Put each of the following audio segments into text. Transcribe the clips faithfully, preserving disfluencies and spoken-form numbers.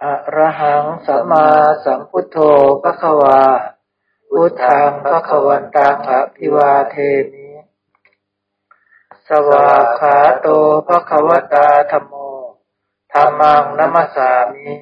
อะระหังสัมมาสัมพุทโธภควาพุทธังภควันตังอะภิวาเทมิสวากขาโตภควตาธัมโมธัมมังนัมสสามิ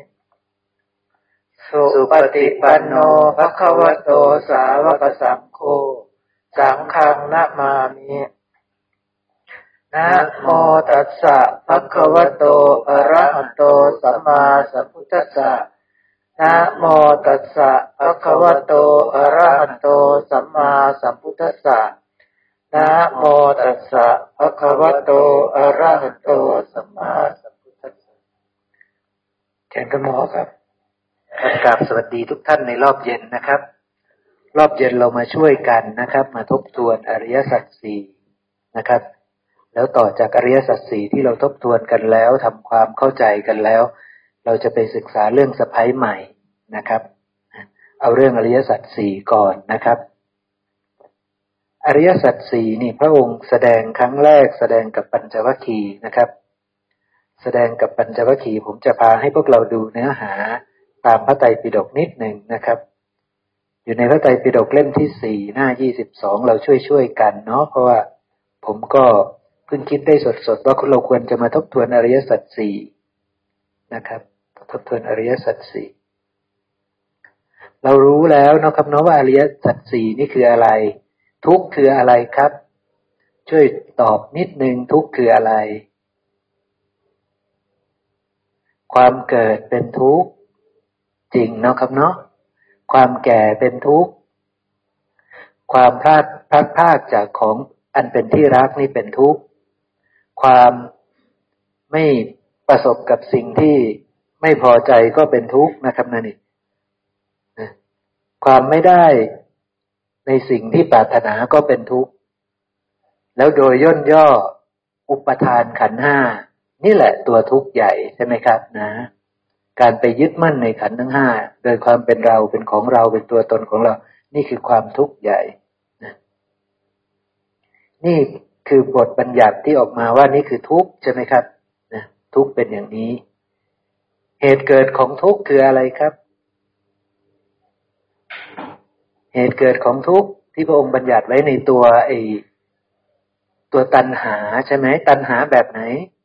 สุปฏิปันโนภควโตสาวกสังโฆสังฆังนะมามินะโมตัสสะภะคะวะโตอะระหะโตสัมมาสัมพุทธัสสะนะโมตัสสะภะคะวะโตอะระหะโตสัมมาสัมพุทธัสสะนะโมตัสสะภะคะวะโตอะระหะโตสัมมาสัมพุทธัสสะเชิญกันหมอครับกราบสวัสดีทุกท่านในรอบเย็นนะครับรอบเย็นเรามาช่วยกันนะครับมาทบทวนอริยสัจสี่นะครับแล้วต่อจากอริยสัจสี่ที่เราทบทวนกันแล้วทำความเข้าใจกันแล้วเราจะไปศึกษาเรื่องสะใภ้ใหม่นะครับเอาเรื่องอริยสัจสี่ก่อนนะครับอริยสัจสี่นี่พระองค์แสดงครั้งแรกแสดงกับปัญจวัคคีย์นะครับแสดงกับปัญจวัคคีย์ผมจะพาให้พวกเราดูเนื้อหาตามพระไตรปิฎกนิดหนึ่งนะครับอยู่ในพระไตรปิฎกเล่มที่สี่หน้ายี่สิบสองเราช่วยๆกันเนาะเพราะว่าผมก็เพิ่งคิดได้สดๆว่าเราควรจะมาทบทวนอริยสัจสี่นะครับทบทวนอริยสัจสี่เรารู้แล้วนะครับเนาะว่าอริยสัจสี่นี่คืออะไรทุกข์คืออะไรครับช่วยตอบนิดนึงทุกข์คืออะไรความเกิดเป็นทุกข์จริงเนาะครับเนาะความแก่เป็นทุกข์ความพลาดพลัดพรากจากของอันเป็นที่รักนี่เป็นทุกข์ความไม่ประสบกับสิ่งที่ไม่พอใจก็เป็นทุกข์นะครับนั่นนี่ความไม่ได้ในสิ่งที่ปรารถนาก็เป็นทุกข์แล้วโดยย่นย่ออุปทานขันธ์ห้านี่แหละตัวทุกข์ใหญ่ใช่ไหมครับนะการไปยึดมั่นในขันธ์ทั้งห้าโดยความเป็นเราเป็นของเราเป็นตัวตนของเรานี่คือความทุกข์ใหญ่นะนี่คือบทบัญญัติที่ออกมาว่านี่คือทุกข์ใช่ไหมครับนะทุกข์เป็นอย่างนี้เหตุเกิดของทุกข์คืออะไรครับเหตุเกิดของทุกข์ที่พระองค์บัญญัติไว้ในตัวไอ้ตัวตัณหาใช่ไหมตัณหาแบบไหน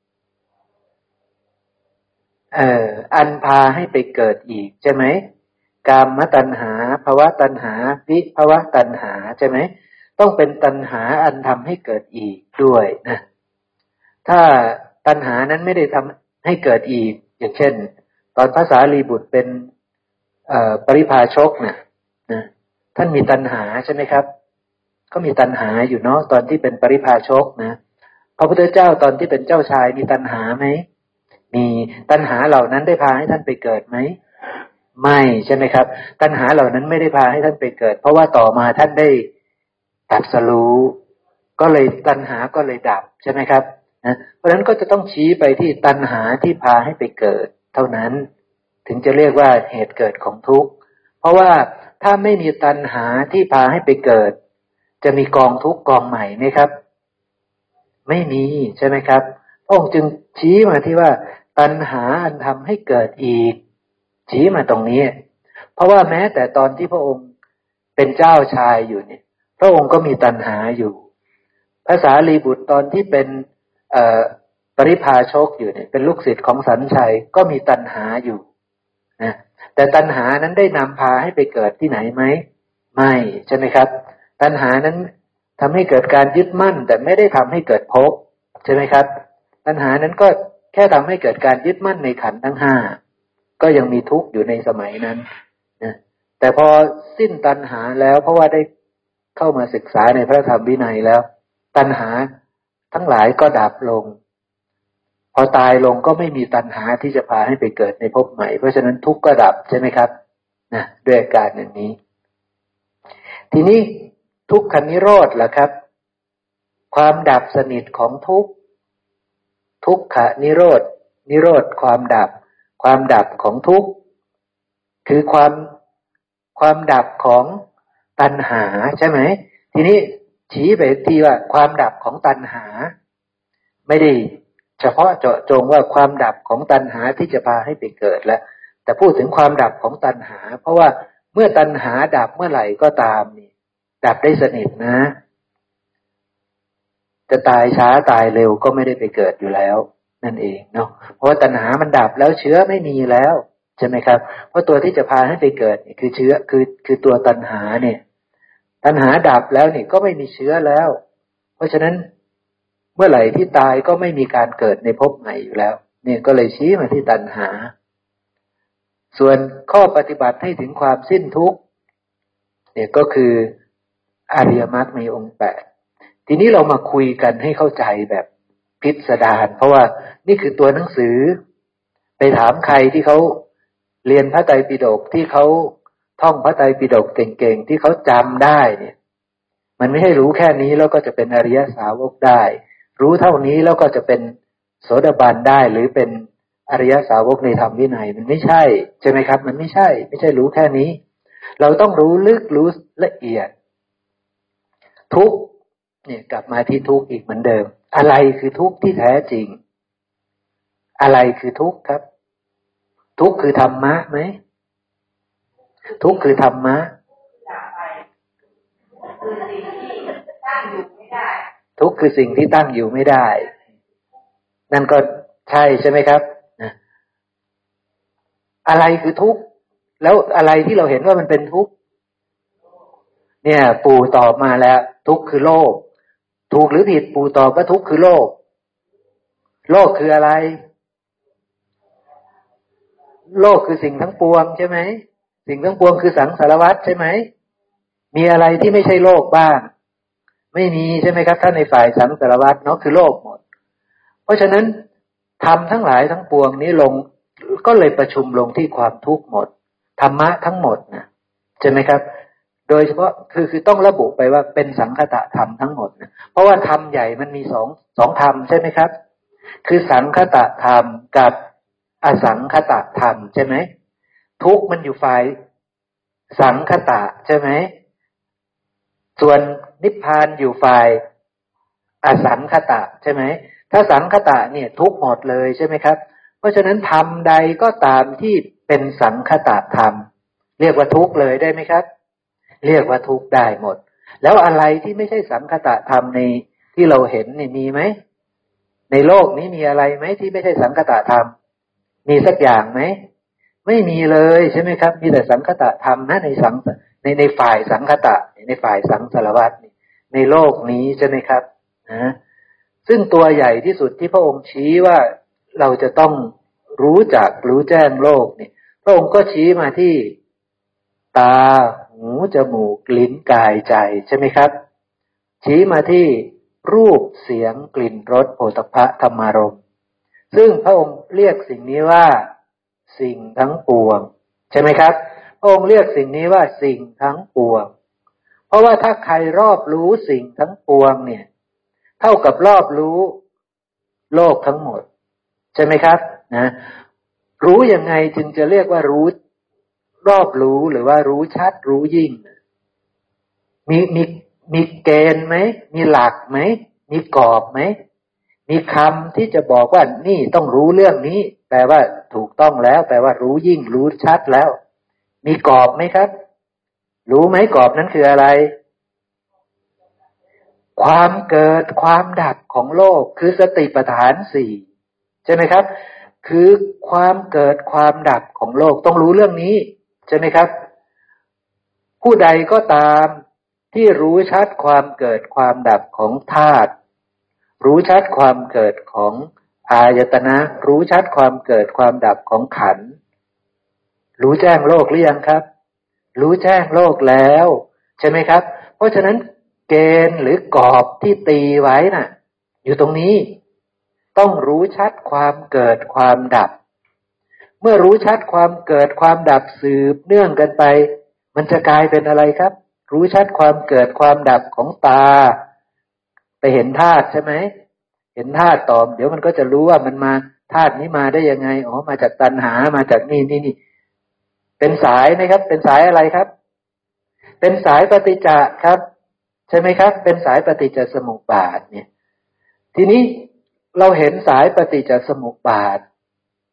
เอ่ออันพาให้ไปเกิดอีกใช่ไหมกามตัณหาภวตัณหาวิภวตัณหาใช่ไหมต้องเป็นตัณหาอันทำให้เกิดอีกด้วยนะถ้าตัณหานั้นไม่ได้ทำให้เกิดอีกอย่างเช่นตอนพระสารีบุตรเป็นเอ่อปริพาชกเนี่ยนะท่านมีตัณหาใช่ไหมครับก็มีตัณหาอยู่เนาะตอนที่เป็นปริพาชกนะพระพุทธเจ้าตอนที่เป็นเจ้าชายมีตัณหาไหมมีตัณหาเหล่านั้นได้พาให้ท่านไปเกิดไหมไม่ใช่ไหมครับตัณหาเหล่านั้นไม่ได้พาให้ท่านไปเกิดเพราะว่าต่อมาท่านได้ตรัสรู้ก็เลยตัณหาก็เลยดับใช่ไหมครับนะเพราะฉะนั้นก็จะต้องชี้ไปที่ตัณหาที่พาให้ไปเกิดเท่านั้นถึงจะเรียกว่าเหตุเกิดของทุกข์เพราะว่าถ้าไม่มีตัณหาที่พาให้ไปเกิดจะมีกองทุกข์กองใหม่ไหมครับไม่มีใช่ไหมครับพระองค์จึงชี้มาที่ว่าตัณหาอันทำให้เกิดอีกชี้มาตรงนี้เพราะว่าแม้แต่ตอนที่พระองค์เป็นเจ้าชายอยู่เนี่ยพระองค์ก็มีตัณหาอยู่พระสารีบุตรตอนที่เป็นเอ่อปริพาชกอยู่เนี่ยเป็นลูกศิษย์ของสันชัยก็มีตัณหาอยู่นะแต่ตัณหานั้นได้นำพาให้ไปเกิดที่ไหนไหมไม่ใช่ไหมครับตัณหานั้นทำให้เกิดการยึดมั่นแต่ไม่ได้ทำให้เกิดภพใช่ไหมครับตัณหานั้นก็แค่ทำให้เกิดการยึดมั่นในขันธ์ทั้งห้าก็ยังมีทุกข์อยู่ในสมัยนั้นนะแต่พอสิ้นตัณหาแล้วเพราะว่าได้เข้ามาศึกษาในพระธรรมวินัยแล้วตัณหาทั้งหลายก็ดับลงพอตายลงก็ไม่มีตัณหาที่จะพาให้ไปเกิดในภพใหม่เพราะฉะนั้นทุกข์ก็ดับใช่ไหมครับนะด้วยอาการอย่างนี้ทีนี้ทุกขนิโรธล่ะครับความดับสนิทของทุกข์ทุกขนิโรธนิโรธความดับความดับของทุกข์คือความความดับของตัณหาใช่ไหมทีนี้ชี้ไปที่ว่าความดับของตัณหาไม่ได้เฉพาะเจาะจงว่าความดับของตัณหาที่จะพาให้ไปเกิดแล้วแต่พูดถึงความดับของตัณหาเพราะว่าเมื่อตัณหาดับเมื่อไหร่ก็ตามนี่ดับได้สนิทนะจะตายช้าตายเร็วก็ไม่ได้ไปเกิดอยู่แล้วนั่นเองเนาะเพราะว่าตัณหามันดับแล้วเชื้อไม่มีแล้วใช่ไหมครับเพราะตัวที่จะพาให้ไปเกิดนี่คือเชื้อคือคือตัวตัณหาเนี่ยตัณหาดับแล้วนี่ก็ไม่มีเชื้อแล้วเพราะฉะนั้นเมื่อไหร่ที่ตายก็ไม่มีการเกิดในภพใหม่อยู่แล้วเนี่ยก็เลยชี้มาที่ตัณหาส่วนข้อปฏิบัติให้ถึงความสิ้นทุกข์เนี่ยก็คืออริยมรรคมีองค์แปดทีนี้เรามาคุยกันให้เข้าใจแบบพิสดารเพราะว่านี่คือตัวหนังสือไปถามใครที่เขาเรียนพระไตรปิฎกที่เขาท่องพระไตรปิฎกเก่งๆที่เขาจำได้เนี่ยมันไม่ใช่รู้แค่นี้แล้วก็จะเป็นอริยสาวกได้รู้เท่านี้แล้วก็จะเป็นโสดาบันได้หรือเป็นอริยสาวกในธรรมวินัยมันไม่ใช่ใช่ไหมครับมันไม่ใช่ไม่ใช่รู้แค่นี้เราต้องรู้ลึกรู้ละเอียดทุกเนี่ยกลับมาที่ทุกข์อีกเหมือนเดิมอะไรคือทุกข์ที่แท้จริงอะไรคือทุกข์ครับทุกข์คือธรรมะไหมทุกข์คือธรรมะทุกข์คือสิ่งที่ตั้งอยู่ไม่ได้นั่นก็ใช่ใช่ไหมครับนะอะไรคือทุกข์แล้วอะไรที่เราเห็นว่ามันเป็นทุกข์เนี่ยปู่ตอบมาแล้วทุกข์คือโลภถูกหรือผิดปู่ตอบว่าทุกข์คือโลภโลภคืออะไรโลกคือสิ่งทั้งปวงใช่ไหมสิ่งทั้งปวงคือสังสารวัฏใช่ไหมมีอะไรที่ไม่ใช่โลกบ้างไม่มีใช่ไหมครับถ้าในฝ่ายสังสารวัฏเนาะคือโลกหมดเพราะฉะนั้นธรรมทั้งหลายทั้งปวงนี้ลงก็เลยประชุมลงที่ความทุกข์หมดธรรมะทั้งหมดนะใช่ไหมครับโดยเฉพาะคือคือต้องระบุไปว่าเป็นสังคตธรรมทั้งหมดนะเพราะว่าธรรมใหญ่มันมีสองสองธรรมใช่ไหมครับคือสังคตธรรมกับอสังคตธรรมใช่ไหมทุกข์มันอยู่ฝ่ายสังคตะใช่ไหมส่วนนิพพานอยู่ฝ่ายอสังคตะใช่ไหมถ้าสังคตะเนี่ยทุกข์หมดเลยใช่ไหมครับเพราะฉะนั้นธรรมใดก็ตามที่เป็นสังคตะธรรมเรียกว่าทุกข์เลยได้ไหมครับเรียกว่าทุกข์ได้หมดแล้วอะไรที่ไม่ใช่สังคตะธรรมในที่เราเห็นนี่มีไหมในโลกนี้มีอะไรไหมที่ไม่ใช่สังคตะธรรมมีสักอย่างไหมไม่มีเลยใช่ไหมครับมีแต่สังคตะธรรมนะในสังในในฝ่ายสังคตะในฝ่ายสังสารวัฏในโลกนี้ใช่ไหมครับนะซึ่งตัวใหญ่ที่สุดที่พระองค์ชี้ว่าเราจะต้องรู้จักรู้แจ้งโลกนี่พระองค์ก็ชี้มาที่ตาหูจมูกลิ้นกายใจใช่ไหมครับชี้มาที่รูปเสียงกลิ่นรสโผฏฐัพพะธรรมารมณ์ซึ่งพระองค์เรียกสิ่งนี้ว่าสิ่งทั้งปวงใช่ไหมครับพระองค์เรียกสิ่งนี้ว่าสิ่งทั้งปวงเพราะว่าถ้าใครรอบรู้สิ่งทั้งปวงเนี่ยเท่ากับรอบรู้โลกทั้งหมดใช่ไหมครับนะรู้ยังไงจึงจะเรียกว่ารู้รอบรู้หรือว่ารู้ชัดรู้ยิ่งมีมีมีเกณฑ์ไหมมีหลักไหมมีกรอบไหมมีคำที่จะบอกว่านี่ต้องรู้เรื่องนี้แปลว่าถูกต้องแล้วแปลว่ารู้ยิ่งรู้ชัดแล้วมีกรอบไหมครับรู้ไหมกรอบนั้นคืออะไรความเกิดความดับของโลกคือสติปัฏฐานสี่ใช่ไหมครับคือความเกิดความดับของโลกต้องรู้เรื่องนี้ใช่ไหมครับผู้ใดก็ตามที่รู้ชัดความเกิดความดับของธาตุรู้ชัดความเกิดของอายตนะรู้ชัดความเกิดความดับของขันธ์รู้แจ้งโลกหรือยังครับรู้แจ้งโลกแล้วใช่ไหมครับเพราะฉะนั้นเกณฑ์หรือกรอบที่ตีไว้น่ะอยู่ตรงนี้ต้องรู้ชัดความเกิดความดับเมื่อรู้ชัดความเกิดความดับสืบเนื่องกันไปมันจะกลายเป็นอะไรครับรู้ชัดความเกิดความดับของตาไปเห็นธาตุใช่ไหมเห็นธาตุต่อเดี๋ยวมันก็จะรู้ว่ามันมาธาตุนี้มาได้ยังไงอ๋อมาจากตัณหามาจากนี่นี่นี่เป็นสายไหมครับเป็นสายอะไรครับเป็นสายปฏิจจ์ครับใช่ไหมครับเป็นสายปฏิจจสมุปบาทเนี่ยทีนี้เราเห็นสายปฏิจจสมุปบาท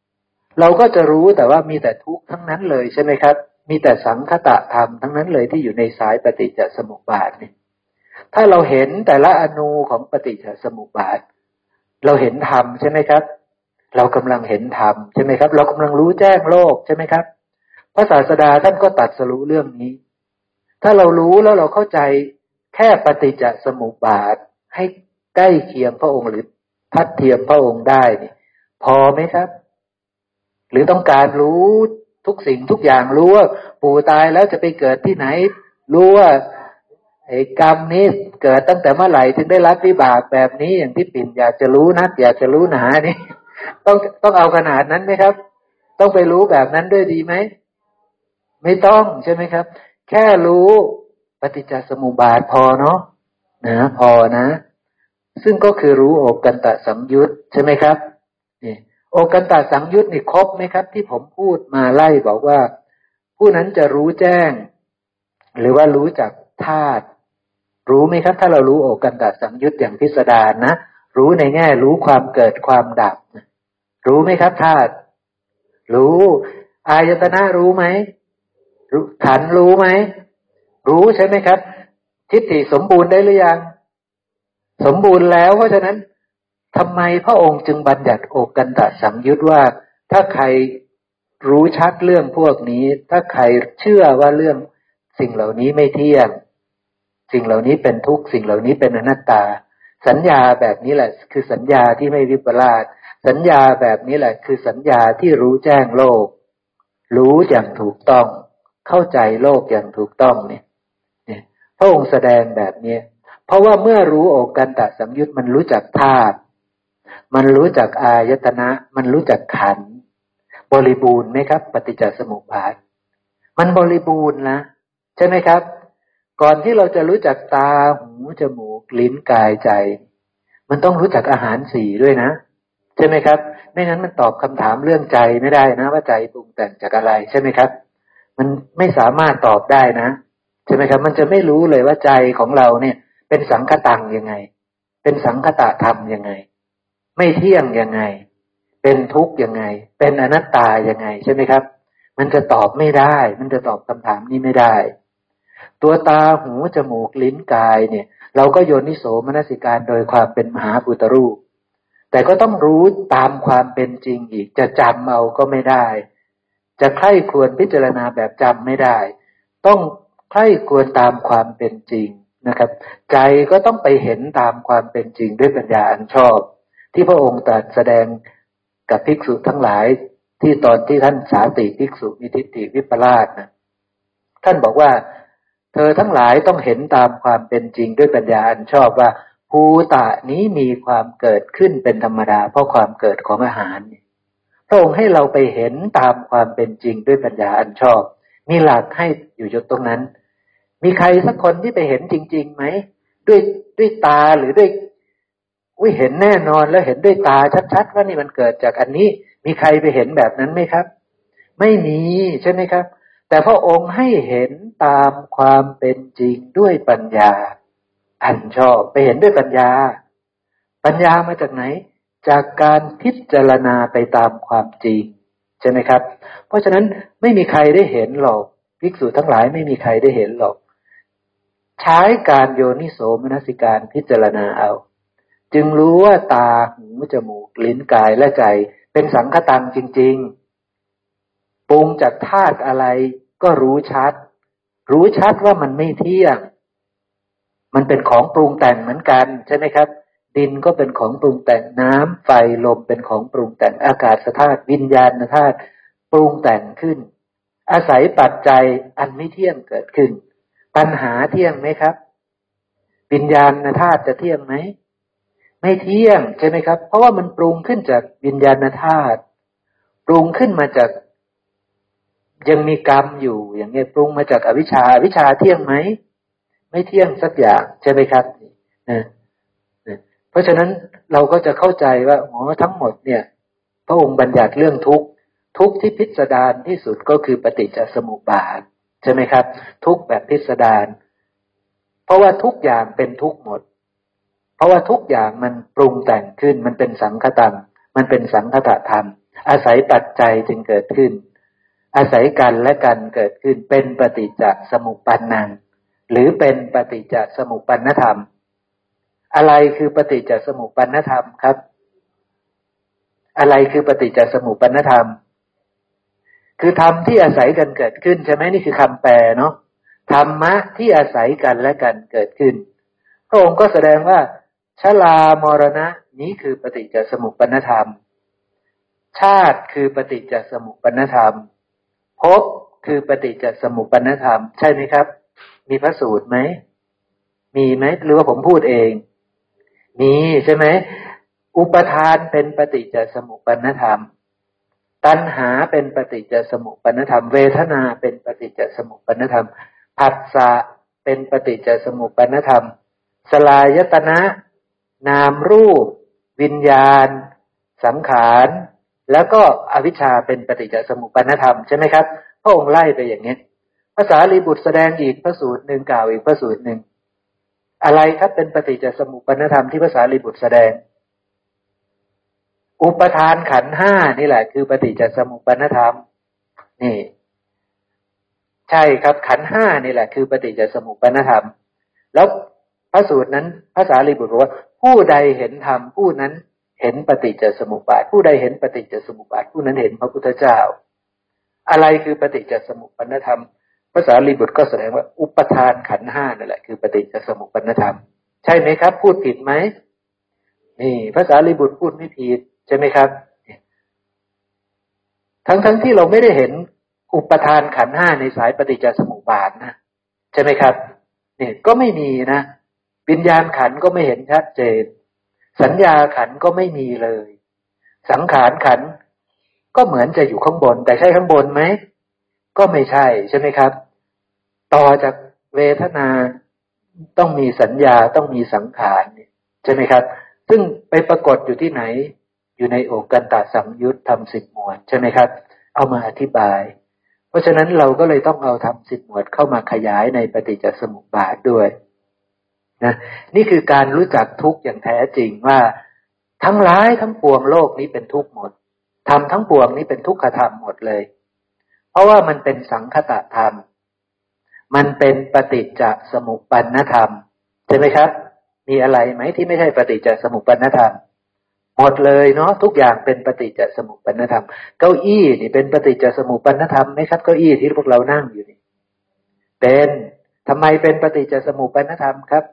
เราก็จะรู้แต่ว่ามีแต่ทุกข์ทั้งนั้นเลยใช่ไหมครับมีแต่สังคตธรรมทั้งนั้นเลยที่อยู่ในสายปฏิจจสมุปบาทเนี่ยถ้าเราเห็นแต่ละอนูของปฏิจจสมุปบาทเราเห็นธรรมใช่ไหมครับเรากำลังเห็นธรรมใช่ไหมครับเรากำลังรู้แจ้งโลกใช่ไหมครับพระศาสดาท่านก็ตรัสรู้เรื่องนี้ถ้าเรารู้แล้วเราเข้าใจแค่ปฏิจจสมุปบาทให้ใกล้เคียงพระองค์หรือทัดเทียมพระองค์ได้นี่พอไหมครับหรือต้องการรู้ทุกสิ่งทุกอย่างรู้ว่าปู่ตายแล้วจะไปเกิดที่ไหนรู้ว่าไอ้กรรมนี้เกิดตั้งแต่เมื่อไหร่ถึงได้รับวิบากแบบนี้อย่างที่ปิ่นอยากจะรู้นักอยากจะรู้หนานี่ต้องต้องเอาขนาดนั้นไหมครับต้องไปรู้แบบนั้นด้วยดีไหมไม่ต้องใช่ไหมครับแค่รู้ปฏิจจสมุปบาทพอเนาะนะพอนะซึ่งก็คือรู้โอกันตสังยุตใช่ไหมครับนี่โอกันตสังยุตนี่ครบไหมครับที่ผมพูดมาไล่บอกว่าผู้นั้นจะรู้แจ้งหรือว่ารู้จักธาตุรู้ไหมครับถ้าเรารู้โอกันตสังยุตอย่างพิสดารนะรู้ในแง่รู้ความเกิดความดับรู้ไหมครับธาตุรู้อายตนะรู้ไหมขันธ์รู้ไหมรู้ใช่ไหมครับทิฏฐิสมบูรณ์ได้หรือยังสมบูรณ์แล้วเพราะฉะนั้นทำไมพระองค์จึงบัญญัติโอกันตสังยุตว่าถ้าใครรู้ชัดเรื่องพวกนี้ถ้าใครเชื่อว่าเรื่องสิ่งเหล่านี้ไม่เที่ยงสิ่งเหล่านี้เป็นทุกข์สิ่งเหล่านี้เป็นอนัตตาสัญญาแบบนี้แหละคือสัญญาที่ไม่วิปลาสสัญญาแบบนี้แหละคือสัญญาที่รู้แจ้งโลกรู้อย่างถูกต้องเข้าใจโลกอย่างถูกต้องเนี่ยเนี่ยพระองค์แสดงแบบนี้เพราะว่าเมื่อรู้โอกันตสังยุตมันรู้จักธาตุมันรู้จักอายตนะมันรู้จักขันธ์บริบูรณ์ไหมครับปฏิจจสมุปบาทมันบริบูรณ์นะใช่ไหมครับก่อนที่เราจะรู้จักตาหูจมูกลิ้นกายใจมันต้องรู้จักอาหารสี่ด้วยนะใช่ไหมครับไม่งั้นมันตอบคำถามเรื่องใจไม่ได้นะว่าใจปรุงแต่งจากอะไรใช่ไหมครับมันไม่สามารถตอบได้นะใช่ไหมครับมันจะไม่รู้เลยว่าใจของเราเนี่ยเป็นสังคตังยังไงเป็นสังคตธรรมยังไงไม่เที่ยงยังไงเป็นทุกข์ยังไงเป็นอนัตตายังไงใช่ไหมครับมันจะตอบไม่ได้มันจะตอบคำถามนี้ไม่ได้ตัวตาหูจมูกลิ้นกายเนี่ยเราก็โยนิโสมนสิการโดยความเป็นมหาภูตรูปแต่ก็ต้องรู้ตามความเป็นจริงอีกจะจำเอาก็ไม่ได้จะใคร่ควรพิจารณาแบบจำไม่ได้ต้องใคร่ควรตามความเป็นจริงนะครับใจก็ต้องไปเห็นตามความเป็นจริงด้วยปัญญาอันชอบที่พระองค์ตรัสแสดงกับภิกษุทั้งหลายที่ตอนที่ท่านสาติภิกษุมีทิฏฐิวิปลาสนะท่านบอกว่าเธอทั้งหลายต้องเห็นตามความเป็นจริงด้วยปัญญาอันชอบว่าภูตะนี้มีความเกิดขึ้นเป็นธรรมดาเพราะความเกิดของอาหารพระองค์ให้เราไปเห็นตามความเป็นจริงด้วยปัญญาอันชอบมีหลักให้อยู่จุดตรงนั้นมีใครสักคนที่ไปเห็นจริงๆไหมด้วยด้วยตาหรือด้วยอุ้ยเห็นแน่นอนแล้วเห็นด้วยตาชัดๆว่านี่มันเกิดจากอันนี้มีใครไปเห็นแบบนั้นไหมครับไม่มีใช่ไหมครับแต่พระองค์ให้เห็นตามความเป็นจริงด้วยปัญญาอันชอบไปเห็นด้วยปัญญาปัญญามาจากไหนจากการพิจารณาไปตามความจริงใช่ไหมครับเพราะฉะนั้นไม่มีใครได้เห็นหรอกภิกษุทั้งหลายไม่มีใครได้เห็นหรอกใช้การโยนิโสมนสิการพิจารณาเอาจึงรู้ว่าตาหูจมูกลิ้นกายและใจเป็นสังคตังจริงๆปรุงจากธาตุอะไรก็รู้ชัดรู้ชัดว่ามันไม่เที่ยงมันเป็นของปรุงแต่งเหมือนกันใช่ไหมครับดินก็เป็นของปรุงแต่งน้ำไฟลมเป็นของปรุงแต่งอากาศธาตุวิญญาณธาตุปรุงแต่งขึ้นอาศัยปัจจัยอันไม่เที่ยงเกิดขึ้นตัณหาเที่ยงไหมครับวิญญาณธาตุจะเที่ยงไหมไม่เที่ยงใช่ไหมครับเพราะว่ามันปรุงขึ้นจากวิญญาณธาตุปรุงขึ้นมาจากยังมีกรรมอยู่อย่างเงี้ยปรุงมาจากอวิชชาอวิชชาเที่ยงไหมไม่เที่ยงสักอย่างใช่ไหมครับนะเพราะฉะนั้นเราก็จะเข้าใจว่าอ๋อทั้งหมดเนี่ยพระองค์บัญญัติเรื่องทุกข์ทุกข์ที่พิสดารที่สุดก็คือปฏิจจสมุปบาทใช่ไหมครับทุกข์แบบพิสดารเพราะว่าทุกอย่างเป็นทุกข์หมดเพราะว่าทุกอย่างมันปรุงแต่งขึ้นมันเป็นสังคตังมันเป็นสังคตธรรมอาศัยปัจจัยจึงเกิดขึ้นอาศัยกันและกันเกิดขึ้นเป็นปฏิจจสมุปปนนังหรือเป็นปฏิจจสมุปปนธรรมอะไรคือปฏิจจสมุปปนธรรมครับอะไรคือปฏิจจสมุปปนธรรมคือธรรมที่อาศัยกันเกิดขึ้นใช่ไหมนี่คือคำแปลเนาะธรรมะที่อาศัยกันและกันเกิดขึ้นพระองค์ก็แสดงว่าชรามรณะนี้คือปฏิจจสมุปปนธรรมชาติคือปฏิจจสมุปปนธรรมภพคือปฏิจจสมุปปนธรรมใช่ไหมครับมีพระสูตรไหมมีไหมหรือว่าผมพูดเองมีใช่ไหมอุปทานเป็นปฏิจจสมุปปนธรรมตัณหาเป็นปฏิจจสมุปปนธรรมเวทนาเป็นปฏิจจสมุปปนธรรมผัสสะเป็นปฏิจจสมุปปนธรรมสลายตนะนามรูปวิญญาณสังขารแล้วก็อวิชชาเป็นปฏิจจสมุปปนธรรมใช่ไหมครับพระองค์ไล่ไปอย่างนี้ภาษาลีบุตรแสดงอีกพระสูตรหนึ่งกล่าวอีกพระสูตรหนึ่งอะไรครับเป็นปฏิจจสมุปปนธรรมที่ภาษาลีบุตรแสดงอุปทานขันธ์ห้านี่แหละคือปฏิจจสมุปปนธรรมนี่ใช่ครับขันธ์ห้านี่แหละคือปฏิจจสมุปปนธรรมแล้วพระสูตรนั้นภาษาลีบุตรบอกว่าผู้ใดเห็นธรรมผู้นั้นเห็นปฏิจจสมุปบาทผู้ใดเห็นปฏิจจสมุปบาทผู้นั้นเห็นพระพุทธเจ้าอะไรคือปฏิจจสมุปปนธรรมภาษาลีบุตรก็แสดงว่าอุปทานขันธ์ห้านั่นแหละคือปฏิจจสมุปปนธรรมใช่ไหมครับพูดผิดไหมนี่ภาษาลีบุตรพูดไม่ผิดใช่ไหมครับทั้งทั้งที่เราไม่ได้เห็นอุปทานขันธ์ห้าในสายปฏิจจสมุปบาทนะใช่ไหมครับเนี่ยก็ไม่มีนะวิญญาณขันธ์ก็ไม่เห็นชัดเจนสัญญาขันธ์ก็ไม่มีเลยสังขารขันธ์ก็เหมือนจะอยู่ข้างบนแต่ใช่ข้างบนไหมก็ไม่ใช่ใช่ไหมครับต่อจากเวทนาต้องมีสัญญาต้องมีสังขารใช่ไหมครับซึ่งไปปรากฏอยู่ที่ไหนอยู่ในโอกันตสังยุตธรรมสิบหมวดใช่ไหมครับเอามาอธิบายเพราะฉะนั้นเราก็เลยต้องเอาธรรมสิบหมวดเข้ามาขยายในปฏิจจสมุปบาทด้วยนะนี่คือการรู้จักทุกข์อย่างแท้จริงว่าทั้งหลายทั้งปวงโลกนี้เป็นทุกข์หมดธรรมทั้งปวงนี้เป็นทุกขธรรมหมดเลยเพราะว่ามันเป็นสังคตธรรมมันเป็นปฏิจจสมุปปนธรรมใช่ไหมครับมีอะไรไหมที่ไม่ใช่ปฏิจจสมุปปนธรรมหมดเลยเนาะทุกอย่างเป็นปฏิจจสมุปปนธรรมเก้าอี้นี่เป็นปฏิจจสมุปปนธรรมไหมครับเก้าอี้ที่พวกเรานั่งอยู่นี่เป็นทำไมเป็นปฏิจจสมุปปนธรรมครับ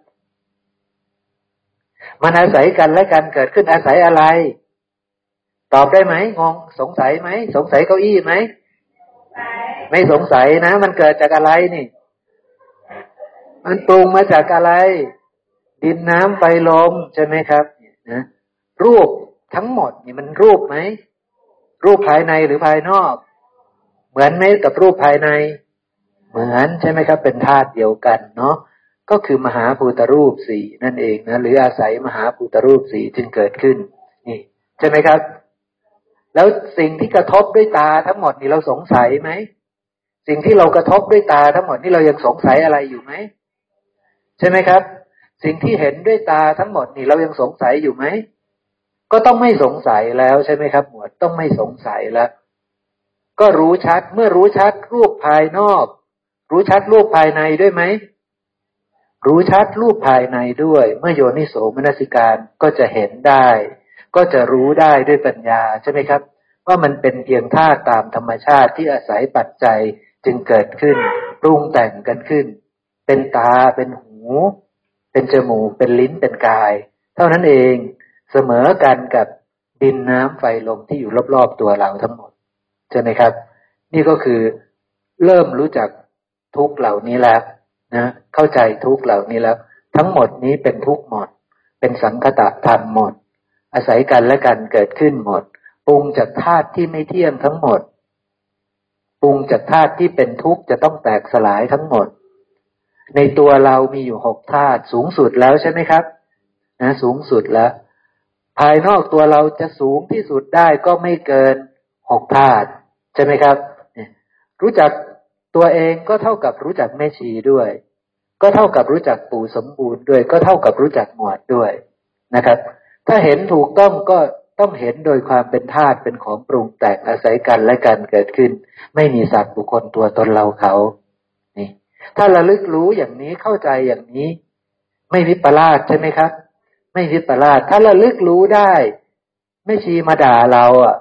มันอาศัยกันและกันเกิดขึ้นอาศัยอะไรตอบได้ไหมงงสงสัยไหมสงสัยเก้าอี้ไหมไม่สงสัยนะมันเกิดจากอะไรนี่มันปรุงมาจากอะไรดินน้ำไฟลมใช่ไหมครับนะรูปทั้งหมดนี่มันรูปไหมรูปภายในหรือภายนอกเหมือนไหมกับรูปภายในเหมือนใช่ไหมครับเป็นธาตุเดียวกันเนาะก็คือมหาภูตรูปสี่นั่นเองนะหรืออาศัยมหาภูตรูปสี่จึงเกิดขึ้นนี่ใช่ไหมครับแล้วสิ่งที่กระทบด้วยตาทั้งหมดนี่เราสงสัยไหมสิ่งที่เรากระทบด้วยตาทั้งหมดนี่เรายังสงสัยอะไรอยู่ไหมใช่ไหมครับสิ่งที่เห็นด้วยตาทั้งหมดนี่เรายังสงสัยอยู่ไหมก็ต้องไม่สงสัยแล้วใช่ไหมครับหมวดต้องไม่สงสัยแล้วก็รู้ชัดเมื่อรู้ชัดรูปภายนอกรู้ชัดรูปภายในด้วยไหมรู้ชัดรูปภายในด้วยเมื่อโยนิโสมนสิการก็จะเห็นได้ก็จะรู้ได้ด้วยปัญญาใช่ไหมครับว่ามันเป็นเพียงธาตุตามธรรมชาติที่อาศัยปัจจัยจึงเกิดขึ้นปรุงแต่งกันขึ้นเป็นตาเป็นหูเป็นจมูกเป็นลิ้นเป็นกายเท่านั้นเองเสมอกันกับดินน้ำไฟลมที่อยู่รอบๆตัวเราทั้งหมดใช่ไหมครับนี่ก็คือเริ่มรู้จักทุกข์เหล่านี้แล้วนะเข้าใจทุกข์เหล่านี้แล้วทั้งหมดนี้เป็นทุกข์หมดเป็นสังคตธรรมหมดอาศัยกันและกันเกิดขึ้นหมดปรุงจากธาตุที่ไม่เที่ยงทั้งหมดปรุงจากธาตุที่เป็นทุกข์จะต้องแตกสลายทั้งหมดในตัวเรามีอยู่หกธาตุสูงสุดแล้วใช่ไหมครับนะสูงสุดแล้วภายนอกตัวเราจะสูงที่สุดได้ก็ไม่เกินหกธาตุใช่ไหมครับรู้จักตัวเองก็เท่ากับรู้จักแม่ชีด้วยก็เท่ากับรู้จักปู่สมบูรณ์ด้วยก็เท่ากับรู้จักหมวดด้วยนะครับถ้าเห็นถูกต้องก็ต้องเห็นโดยความเป็นธาตุเป็นของปรุงแต่งอาศัยกันและกันเกิดขึ้นไม่มีสัตว์บุคคลตัวตนเราเขานี่ถ้าระลึกรู้อย่างนี้เข้าใจอย่างนี้ไม่วิปลาสใช่ไหมครับไม่วิปลาสถ้าระลึกรู้ได้ไม่ชีมาด่าเราอ่ะ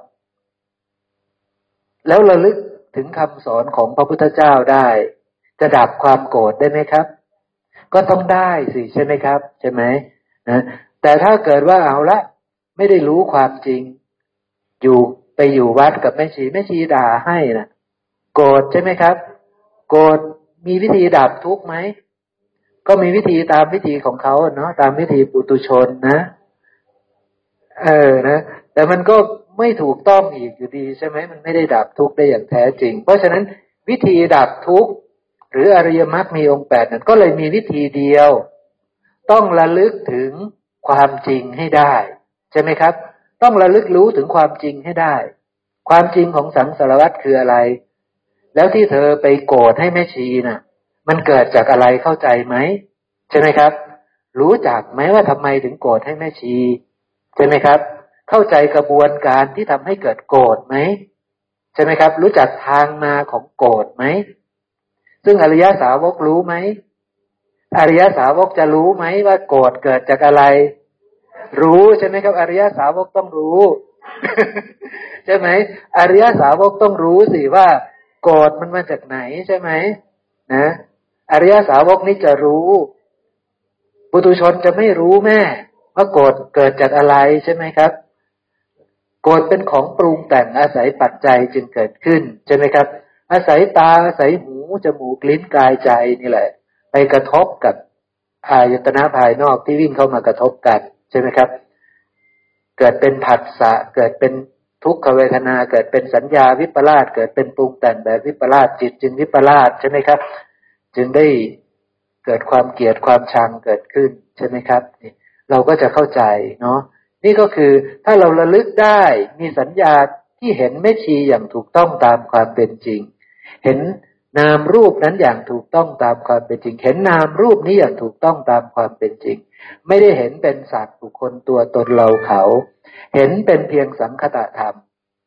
แล้วระลึกถึงคำสอนของพระพุทธเจ้าได้จะดับความโกรธได้ไหมครับก็ต้องได้สิใช่ไหมครับใช่ไหมนะแต่ถ้าเกิดว่าเอาละไม่ได้รู้ความจริงอยู่ไปอยู่วัดกับแม่ชีแม่ชีด่าให้นะโกรธใช่ไหมครับโกรธมีวิธีดับทุกข์ไหมก็มีวิธีตามวิธีของเขาเนาะตามวิธีปุถุชนนะเออนะแต่มันก็ไม่ถูกต้องอีกอยู่ดีใช่ไหมมันไม่ได้ดับทุกข์ได้อย่างแท้จริงเพราะฉะนั้นวิธีดับทุกข์หรืออริยมรรคมีองค์แปดนั้นก็เลยมีวิธีเดียวต้องระลึกถึงความจริงให้ได้ใช่ไหมครับต้องระลึกรู้ถึงความจริงให้ได้ความจริงของสังสารวัฏคืออะไรแล้วที่เธอไปโกรธให้แม่ชีน่ะมันเกิดจากอะไรเข้าใจไหมใช่ไหมครับรู้จักไหมว่าทำไมถึงโกรธให้แม่ชีใช่ไหมครับเข้าใจกระบวนการที่ทำให้เกิดโกรธไหมใช่ไหมครับรู้จักทางมาของโกรธไหมซึ่งอริยสาวกรู้ไหมอริยสาวกจะรู้ไหมว่าโกรธเกิดจากอะไรรู้ใช่ไหมครับอริยสาวกต้องรู้ ใช่ไหมอริยสาวกต้องรู้สิว่าโกรธมันมาจากไหนใช่ไหมนะอริยสาวกนี่จะรู้ปุถุชนจะไม่รู้แม่ว่าโกรธเกิดจากอะไรใช่ไหมครับโกรธเป็นของปรุงแต่งอาศัยปัจจัยจึงเกิดขึ้นใช่ไหมครับอาศัยตาอาศัยหูจมูกลิ้นกายใจนี่แหละไปกระทบกับอายตนะภายนอกที่วิ่งเข้ามากระทบกันใช่ไหมครับเกิดเป็นผัสสะเกิดเป็นทุกขเวทนาเกิดเป็นสัญญาวิปลาสเกิดเป็นปรุงแต่งแบบวิปลาสจิตจึงวิปลาสใช่ไหมครับจึงได้เกิดความเกลียดความชังเกิดขึ้นใช่ไหมครับนี่เราก็จะเข้าใจเนาะนี่ก็คือถ้าเราระลึกได้มีสัญญาที่เห็นแม่ชีอย่างถูกต้องตามความเป็นจริงเห็นนามรูปนั้นอย่างถูกต้องตามความเป็นจริงเห็นนามรูปนี้อย่างถูกต้องตามความเป็นจริงไม่ได้เห็นเป็นสัตว์บุคคลตัวตนเราเขาเห็นเป็นเพียงสังคตธรรม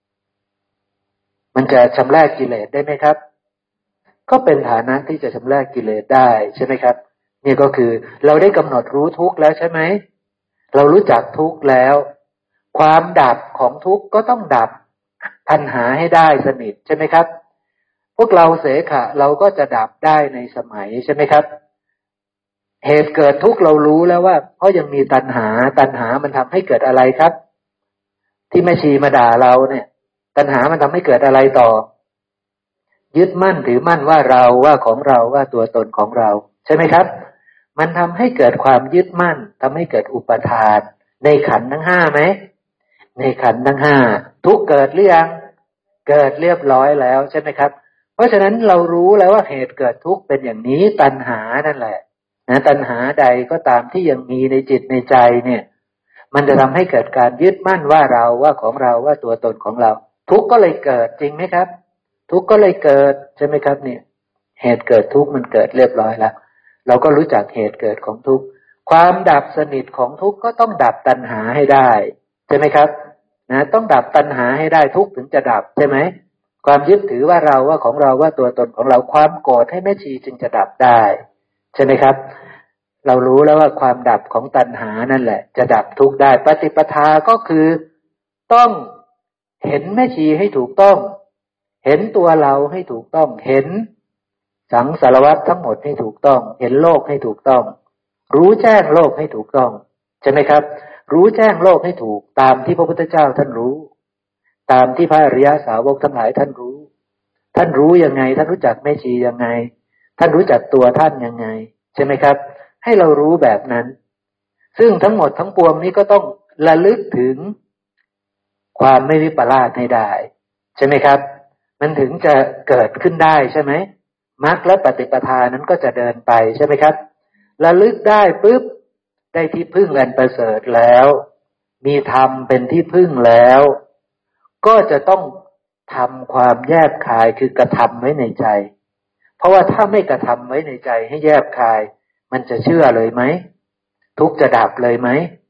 มันจะชำระกิเลสได้ไหมครับก็เป็นฐานะที่จะชำระกิเลสได้ใช่ไหมครับนี่ก็คือเราได้กำหนดรู้ทุกข์แล้วใช่ไหมเรารู้จักทุกข์แล้วความดับของทุกข์ก็ต้องดับตัณหาให้ได้สนิทใช่ไหมครับพวกเราเสขะเราก็จะดับได้ในสมัยใช่ไหมครับเหตุเกิดทุกข์เรารู้แล้วว่าเพราะยังมีตัณหาตัณหามันทำให้เกิดอะไรครับที่แม่ชีมาด่าเราเนี่ยตัณหามันทำให้เกิดอะไรต่อยึดมั่นถือมั่นว่าเราว่าของเราว่าตัวตนของเราใช่ไหมครับมันทำให้เกิดความยึดมั่นทำให้เกิดอุปทานในขันธ์ทั้งห้าไหมในขันธ์ทั้งห้าทุกเกิดหรือยังเกิดเรียบร้อยแล้วใช่ไหมครับเพราะฉะนั้นเรารู้แล้วว่าเหตุเกิดทุกข์เป็นอย่างนี้ตัณหานั่นแหละนะตัณหาใดก็ตามที่ยังมีในจิตในใจเนี่ยมันจะทำให้เกิดการยึดมั่นว่าเราว่าของเราว่าตัวตนของเราทุกข์ก็เลยเกิดจริงไหมครับทุกข์ก็เลยเกิดใช่ไหมครับเนี่ยเหตุเกิดทุกข์มันเกิดเรียบร้อยแล้วเราก็รู้จักเหตุเกิดของทุกข์ความดับสนิทของทุกข์ก็ต้องดับตัณหาให้ได้ใช่ไหมครับนะต้องดับตัณหาให้ได้ทุกข์ถึงจะดับใช่ไหมความยึดถือว่าเราว่าของเราว่าตัวตนของเราความโกรธให้แม่ชีจึงจะดับได้ใช่ไหมครับเรารู้แล้วว่าความดับของตัณหานั่นแหละจะดับทุกข์ได้ปฏิปทาก็คือต้องเห็นแม่ชีให้ถูกต้องเห็นตัวเราให้ถูกต้องเห็นสังสารวัฏทั้งหมดให้ถูกต้องเห็นโลกให้ถูกต้องรู้แจ้งโลกให้ถูกต้องใช่ไหมครับรู้แจ้งโลกให้ถูกตามที่พระพุทธเจ้าท่านรู้ตามที่พระอริยสาวกทั้งหลายท่านรู้ท่านรู้ยังไงท่านรู้จักแม่ชียังไงท่านรู้จักตัวท่านยังไงใช่ไหมครับให้เรารู้แบบนั้นซึ่งทั้งหมดทั้งปวงนี้ก็ต้องระลึกถึงความไม่วิปลาสให้ได้ใช่ไหมครับมันถึงจะเกิดขึ้นได้ใช่ไหมมรรคและปฏิปทานั้นก็จะเดินไปใช่ไหมครับระลึกได้ปุ๊บได้ที่พึ่งอันประเสริฐแล้วมีธรรมเป็นที่พึ่งแล้วก็จะต้องทำความแยบคายคือกระทำไว้ในใจเพราะว่าถ้าไม่กระทำไว้ในใจให้แยบคายมันจะเชื่อเลยไหมทุกข์จะดับเลยไหม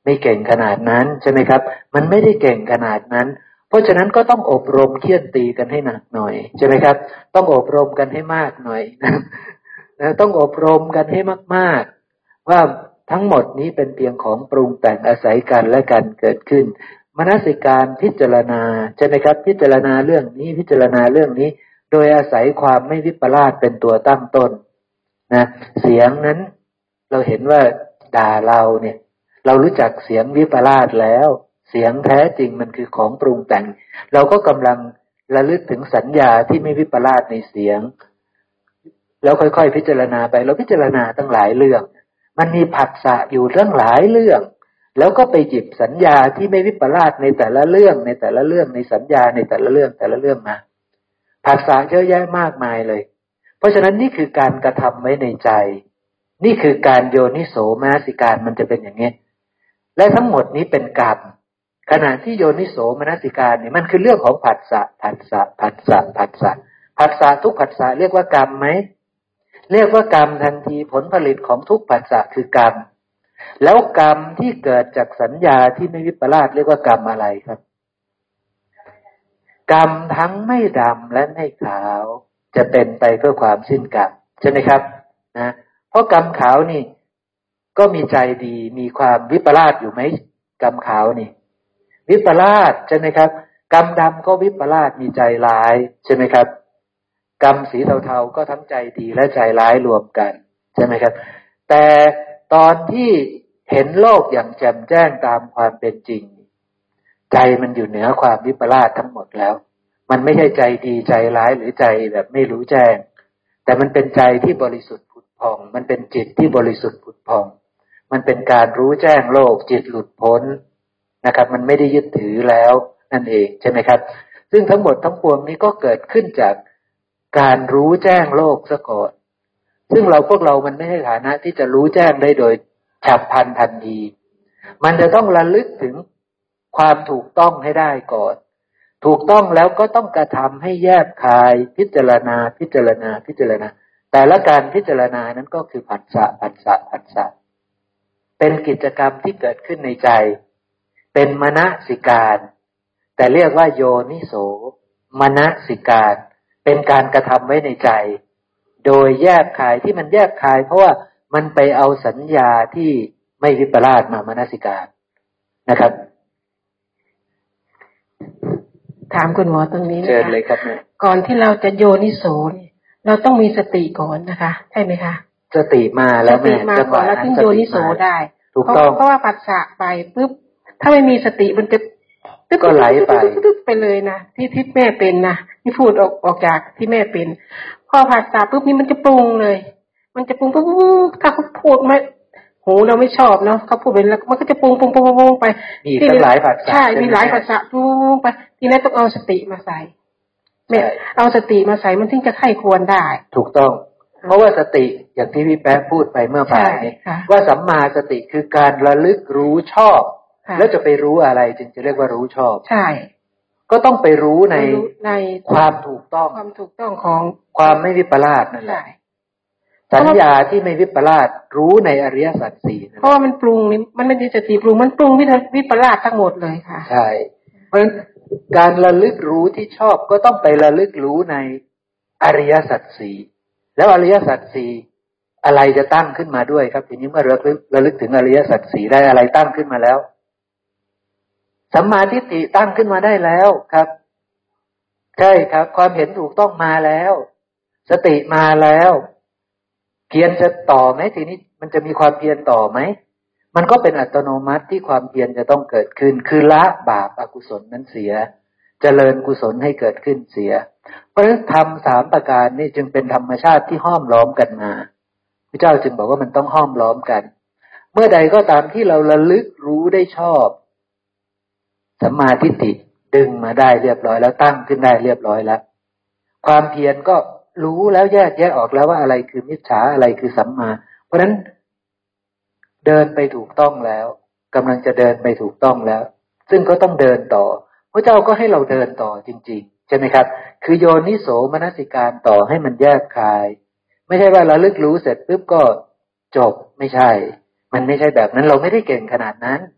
ไม่เก่งขนาดนั้นใช่ไหมครับมันไม่ได้เก่งขนาดนั้นเพราะฉะนั้นก็ต้องอบรมเคี่ยนตีกันให้หนักหน่อยใช่ไหมครับต้องอบรมกันให้มากหน่อยนะต้องอบรมกันให้มากๆว่าทั้งหมดนี้เป็นเพียงของปรุงแต่งอาศัยกันและกันเกิดขึ้นมนสิการพิจารณาใช่ไหมครับพิจารณาเรื่องนี้พิจารณาเรื่องนี้โดยอาศัยความไม่วิปลาสเป็นตัวตั้งต้นนะเสียงนั้นเราเห็นว่าด่าเราเนี่ยเรารู้จักเสียงวิปลาสแล้วเสียงแท้จริงมันคือของปรุงแต่งเราก็กำลังระลึกถึงสัญญาที่ไม่วิปลาสในเสียงแล้วค่อยๆพิจารณาไปเราพิจารณาตั้งหลายเรื่องมันมีผัสสะอยู่ตั้งหลายเรื่องแล้วก็ไปหยิบสัญญาที่ไม่วิปลาสในแต่ละเรื่องในแต่ละเรื่องในสัญญาในแต่ละเรื่องแต่ละเรื่องมาผัสสะเยอะแยะมากมายเลยเพราะฉะนั้นนี่คือการกระทำไว้ในใจนี่คือการโยนิโสมนสิการมันจะเป็นอย่างนี้และทั้งหมดนี้เป็นกรรมขณะที่โยนิโสมนสิการเนี่ยมันคือเรื่องของผัสสะผัสสะผัสสะผัสสะผัสสะทุกผัสสะเรียกว่ากรรมไหมเรียกว่ากรรมทันทีผลผลิตของทุกผัสสะคือกรรมแล้วกรรมที่เกิดจากสัญญาที่ไม่วิปลาสเรียกว่ากรรมอะไรครับกรรมทั้งไม่ดำและไม่ขาวจะเป็นไปเพื่อความสิ้นกรรมใช่ไหมครับนะเพราะกรรมขาวนี่ก็มีใจดีมีความวิปลาสอยู่ไหมกรรมขาวนี่วิปลาสใช่ไหมครับกรรมดำก็วิปลาสมีใจร้ายใช่ไหมครับกรรมสีเทาๆก็ทั้งใจดีและใจร้ายรวมกันใช่ไหมครับแต่ตอนที่เห็นโลกอย่างแจ่มแจ้งตามความเป็นจริงใจมันอยู่เหนือความวิปลาสทั้งหมดแล้วมันไม่ใช่ใจดีใจร้ายหรือใจแบบไม่รู้แจ้งแต่มันเป็นใจที่บริสุทธิ์ผุดผ่องมันเป็นจิตที่บริสุทธิ์ผุดผ่องมันเป็นการรู้แจ้งโลกจิตหลุดพ้นนะครับมันไม่ได้ยึดถือแล้วนั่นเองใช่ไหมครับซึ่งทั้งหมดทั้งปวงนี้ก็เกิดขึ้นจากการรู้แจ้งโลกซะก่อนซึ่งเราพวกเรามันไม่ใช่ฐานะที่จะรู้แจ้งได้โดยฉับพลันทันทีมันจะต้องระลึกถึงความถูกต้องให้ได้ก่อนถูกต้องแล้วก็ต้องกระทำให้แยบคายพิจารณาพิจารณาพิจารณาแต่ละการพิจารณานั้นก็คือผัสสะผัสสะผัสสะเป็นกิจกรรมที่เกิดขึ้นในใจเป็นมนสิการแต่เรียกว่าโยนิโสมนสิการเป็นการกระทำไว้ในใจโดยแยบคายที่มันแยบคายเพราะว่ามันไปเอาสัญญาที่ไม่วิปลาสมามนสิการนะครับถามคุณหมอตรงนี้นะคะเชิญเลยครับแม่ก่อนที่เราจะโยนิโสเนี่ยเราต้องมีสติก่อนนะคะใช่ไหมคะสติมาแล้วแม่สติมาก่อนแล้วถึงโยนิโสได้ถูกต้องเพราะว่าปัสสะไปปุ๊บถ้าไม่มีสติมันจะก็ไหลไปไปเลยนะที่ที่แม่เป็นนะที่พูดออกออกจากที่แม่เป็นพอปัสสะปุ๊บนี่มันจะปรุงเลยมันจะปรุงปุ๊บถ้าเขาพูดไม่หูเราไม่ชอบเนาะเขาพูดเป็นแล้วมันก็จะปรุงปรุงปรุงปรุงไปมีหลายปัสสะใช่มีหลายปัสสะปรุงไปทีนั้นต้องเอาสติมาใส่แม่เอาสติมาใส่มันถึงจะไข้ควรได้ถูกต้องเพราะว่าสติอย่างที่พี่แป๊ะพูดไปเมื่อบ่ายนี้ว่าสัมมาสติคือการระลึกรู้ชอบแล้วจะไปรู้อะไรจึงจะเรียกว่ารู้ชอบใช่ก็ต้องไปรู้ในในความถูกต้องความถูกต้องของความไม่วิปลาสนั่นแหละสัญญาที่ไม่วิปลาสรู้ในอริยสัจสี่เพราะว่ามันปรุงนี่มันไม่ได้สติปรุงมันปรุงวิปลาสทั้งหมดเลยค่ะใช่เพราะฉะนั้นการระลึกรู้ที่ชอบก็ต้องไประลึกรู้ในอริยสัจสี่แล้วอริยสัจสี่อะไรจะตั้งขึ้นมาด้วยครับทีนี้เมื่อระลึกระลึกถึงอริยสัจสี่ได้อะไรตั้งขึ้นมาแล้วสัมมาทิฏฐิตั้งขึ้นมาได้แล้วครับใช่ครับความเห็นถูกต้องมาแล้วสติมาแล้วเพียรจะต่อไหมทีนี้มันจะมีความเพียรต่อไหมมันก็เป็นอัตโนมัติที่ความเพียรจะต้องเกิดขึ้นคือละบาปอกุศลนั้นเสียเจริญกุศลให้เกิดขึ้นเสียเพราะฉะนั้นธรรมสามประการนี้จึงเป็นธรรมชาติที่ห้อมล้อมกันมาพระเจ้าจึงบอกว่ามันต้องห้อมล้อมกันเมื่อใดก็ตามที่เราระลึกรู้ได้ชอบสัมมาทิฏฐิดึงมาได้เรียบร้อยแล้วตั้งขึ้นได้เรียบร้อยแล้วความเพียรก็รู้แล้วแยกแยะออกแล้วว่าอะไรคือมิจฉาอะไรคือสัมมาเพราะฉะนั้นเดินไปถูกต้องแล้วกำลังจะเดินไปถูกต้องแล้วซึ่งก็ต้องเดินต่อพระเจ้าก็ให้เราเดินต่อจริงๆใช่ไหมครับคือโยนิโสมนสิการต่อให้มันแยกคายไม่ใช่ว่าเราลึกรู้เสร็จปุ๊บก็จบไม่ใช่มันไม่ใช่แบบนั้นเราไม่ได้เก่งขนาดนั้น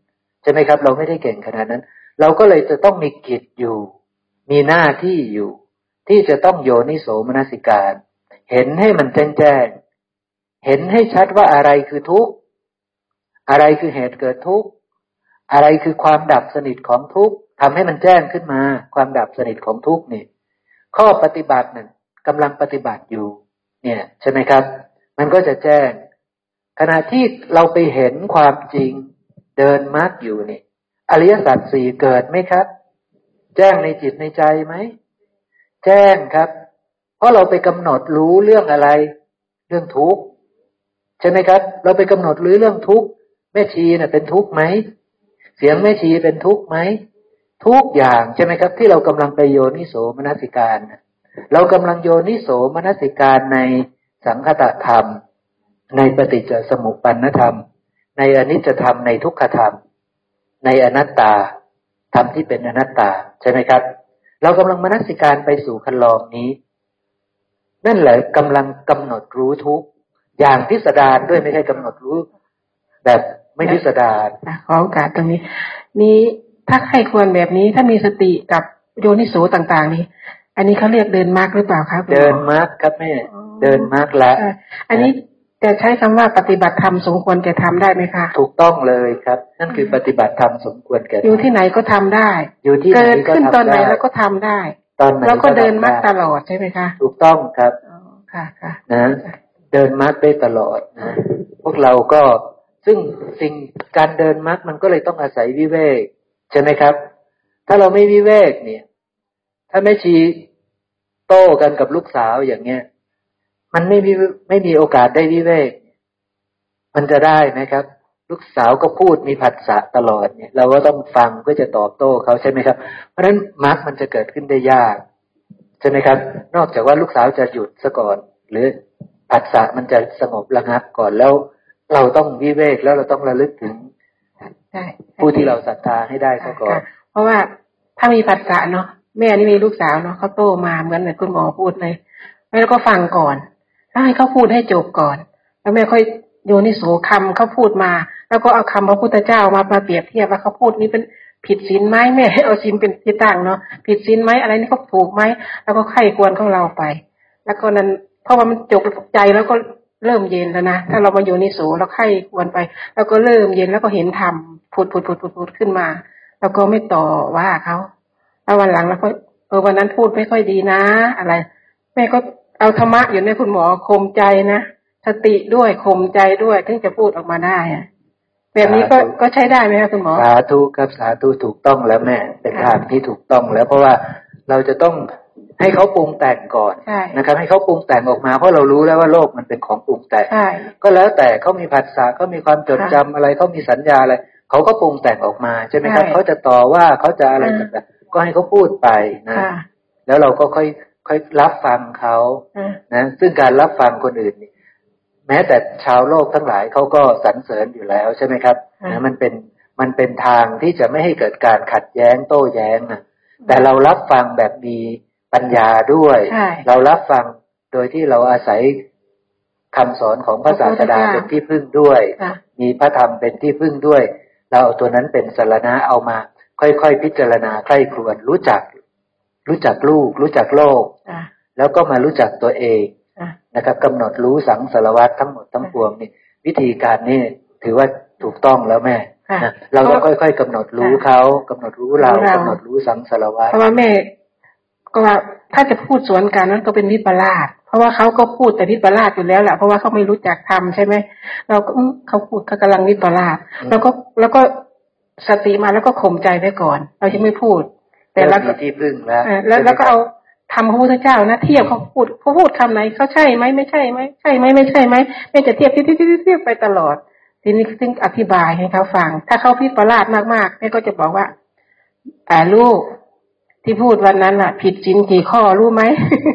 ช่ไหมครับเราไม่ได้เก่งขนาดนั้นเราก็เลยจะต้องมีกิจอยู่มีหน้าที่อยู่ที่จะต้องโยนิโสมนสิการเห็นให้มันแจ้งแจ้งเห็นให้ชัดว่าอะไรคือทุกข์อะไรคือเหตุเกิดทุกข์อะไรคือความดับสนิทของทุกข์ทำให้มันแจ้งขึ้นมาความดับสนิทของทุกข์นี่ข้อปฏิบัตินั่นกำลังปฏิบัติอยู่เนี่ยใช่ไหมครับมันก็จะแจ้งขณะที่เราไปเห็นความจริงเดินมรรคอยู่นี่อริยสัจสี่เกิดไหมครับแจ้งในจิตในใจไหมแจ้งครับเพราะเราไปกำหนดรู้เรื่องอะไรเรื่องทุกข์ใช่ไหมครับเราไปกำหนดรู้เรื่องทุกข์แม่ชีน่ะเป็นทุกข์ไหมเสียงแม่ชีเป็นทุกข์ไหมทุกอย่างใช่ไหมครับที่เรากำลังไปโยนิโสมนสิการเรากำลังโยนิโสมนสิการในสังคตธรรมในปฏิจจสมุปปนธรรมในอนิจจธรรมในทุกขธรรมในอนัตตาธรรมที่เป็นอนัตตาใช่ไหมครับเรากำลังมนสิการไปสู่คันลองนี้นั่นแหละกำลังกำหนดรู้ทุกอย่างพิสดารด้วยไม่ใช่กำหนดรู้แบบไม่พิสดารขอโอกาสตรงนี้นี้ถ้าใครควรแบบนี้ถ้ามีสติกับโยนิโสต่างๆนี้อันนี้เขาเรียกเดินมรรคหรือเปล่าครับเดินมรรคครับแม่เดินมรรคละอันนี้จะใช้คำว่าปฏิบัติธรรมสมควรจะทำได้ไหมคะถูกต้องเลยครับนั่นคือปฏิบัติธรรมสมควรแก่อยู่ที่ไหนก็ทำได้อยู่ที่ไหนก็ทำได้เกิดขึ้นตอนไหนแล้วก็ทำได้ตอนไหนแล้วก็เดินมรรคตลอดใช่ไหมคะถูกต้องครับค่ะค่ะนะเดินมรรคได้ตลอดนะพวกเราก็ซึ่งสิ่งการเดินมรรคมันก็เลยต้องอาศัยวิเวกใช่ไหมครับถ้าเราไม่วิเวกเนี่ยถ้าแม่ชีโต้กันกับลูกสาวอย่างเงี้ยมันไม่มีไม่มีโอกาสได้วิเวกมันจะได้ไหมครับลูกสาวก็พูดมีผัสสะตลอดเนี่ยเราก็ต้องฟังเพื่อจะตอบโต้เขาใช่ไหมครับเพราะฉะนั้นมรรคมันจะเกิดขึ้นได้ยากใช่ไหมครับนอกจากว่าลูกสาวจะหยุดซะก่อนหรือผัสสะมันจะสงบระงับก่อนแล้วเราต้องวิเวกแล้วเราต้องระลึกถึงผู้ที่เราศรัทธาให้ได้ซะก่อนเพราะว่าถ้ามีผัสสะเนาะแม่นี่มีลูกสาวเนาะเขาโตมาเหมือนเหมือนคุณหมอพูดเลยแม่ก็ฟังก่อนแล้วให้เขาพูดให้จบก่อนแล้วแม่ค่อยโยนิโสคำเขาพูดมาแล้วก็เอาคำพระพุทธเจ้ามามาเปรียบเทียบว่าเขาพูดนี้เป็นผิดศีลไหมแม่ให้เอาศีลเป็นที่ตั้งเนาะผิดศีลไหมอะไรนี่เขาถูกไหมแล้วก็ไข้ควรของเราไปแล้วก็นั้นเพราะว่ามันจบใจแล้วก็เริ่มเย็นแล้วนะถ้าเรามาโยนิโสเราไข้ควรไปแล้วก็เริ่มเย็นแล้วก็เห็นธรรมผุดผุดผุดผุดผุดขึ้นมาแล้วก็ไม่ต่อว่าเขาแล้ววันหลังแล้วก็เออวันนั้นพูดไม่ค่อยดีนะอะไรแม่ก็เอาธรรมะอยู่ในคุณหมอข่มใจนะสติด้วยข่มใจด้วยถึงจะพูดออกมาได้อะแบบนี้ก็ก็ใช้ได้ไหมครับคุณหมอสาธุครับสาธุถูกต้องแล้วแม่เป็นทางที่ถูกต้องแล้วเพราะว่าเราจะต้องให้เขาปรุงแต่งก่อนนะครับให้เขาปรุงแต่งออกมาเพราะเรารู้แล้วว่าโลกมันเป็นของปรุงแต่งก็แล้วแต่เขามีผัสสะเขามีความจดจำอะไรเขามีสัญญาอะไรเขาก็ปรุงแต่งออกมาใช่ไหมครับเขาจะต่อว่าเขาจะอะไรต่างๆก็ให้เขาพูดไปนะแล้วเราก็ค่อยค่อยรับฟังเขานะซึ่งการรับฟังคนอื่นนี่แม้แต่ชาวโลกทั้งหลายเขาก็สรรเสริญอยู่แล้วใช่ไหมครับนะมันเป็นมันเป็นทางที่จะไม่ให้เกิดการขัดแย้งโต้แย้งนะแต่เรารับฟังแบบมีปัญญาด้วยเรารับฟังโดยที่เราอาศัยคำสอนของพระศาสดาเป็นที่พึ่งด้วยมีพระธรรมเป็นที่พึ่งด้วยเราเอาตัวนั้นเป็นสรณะเอามาค่อยๆพิจารณาใคร่ครวญรู้จักรู้จักลูกรู้จักโลกแล้วก็มารู้จักตัวเองนะครับกำหนดรู้สังสารวัฏทั้งหมดทั้งปวงนี่วิธีการนี้ถือว่าถูกต้องแล้วแม่นะเราต้องค่อยๆกำหนดรู้เขากำหนดรู้เรากำหนดรู้สังสารวัฏเพราะว่าแม่ก็ว่าถ้าจะพูดสวนกันนั้นก็เป็นวิปลาสเพราะว่าเขาก็พูดแต่วิปลาสอยู่แล้วแหละเพราะว่าเขาไม่รู้จักธรรมใช่ไหมเราก็เขาพูดเขากำลังวิปลาสแล้วก็แล้วก็สติมาแล้วก็ข่มใจไว้ก่อนเราจะไม่พูดแต่แล้วก็ที่พึ่งแล้วแล้วแล้วก็เอาทำพระพุทธเจ้านะเทียบเขาพูดเขาพูดคำไหนเขาใช่ไหมไม่ใช่ไหมใช่ไหมไม่ใช่ไหมแม่จะเทียบเทียบเทียบเทียบไปตลอดทีนี้ซึ่งอธิบายให้เขาฟังถ้าเขาพิปลาสมากๆแม่ก็จะบอกว่าอ่าลูกที่พูดวันนั้นน่ะผิดศีลกี่ข้อรู้ไหม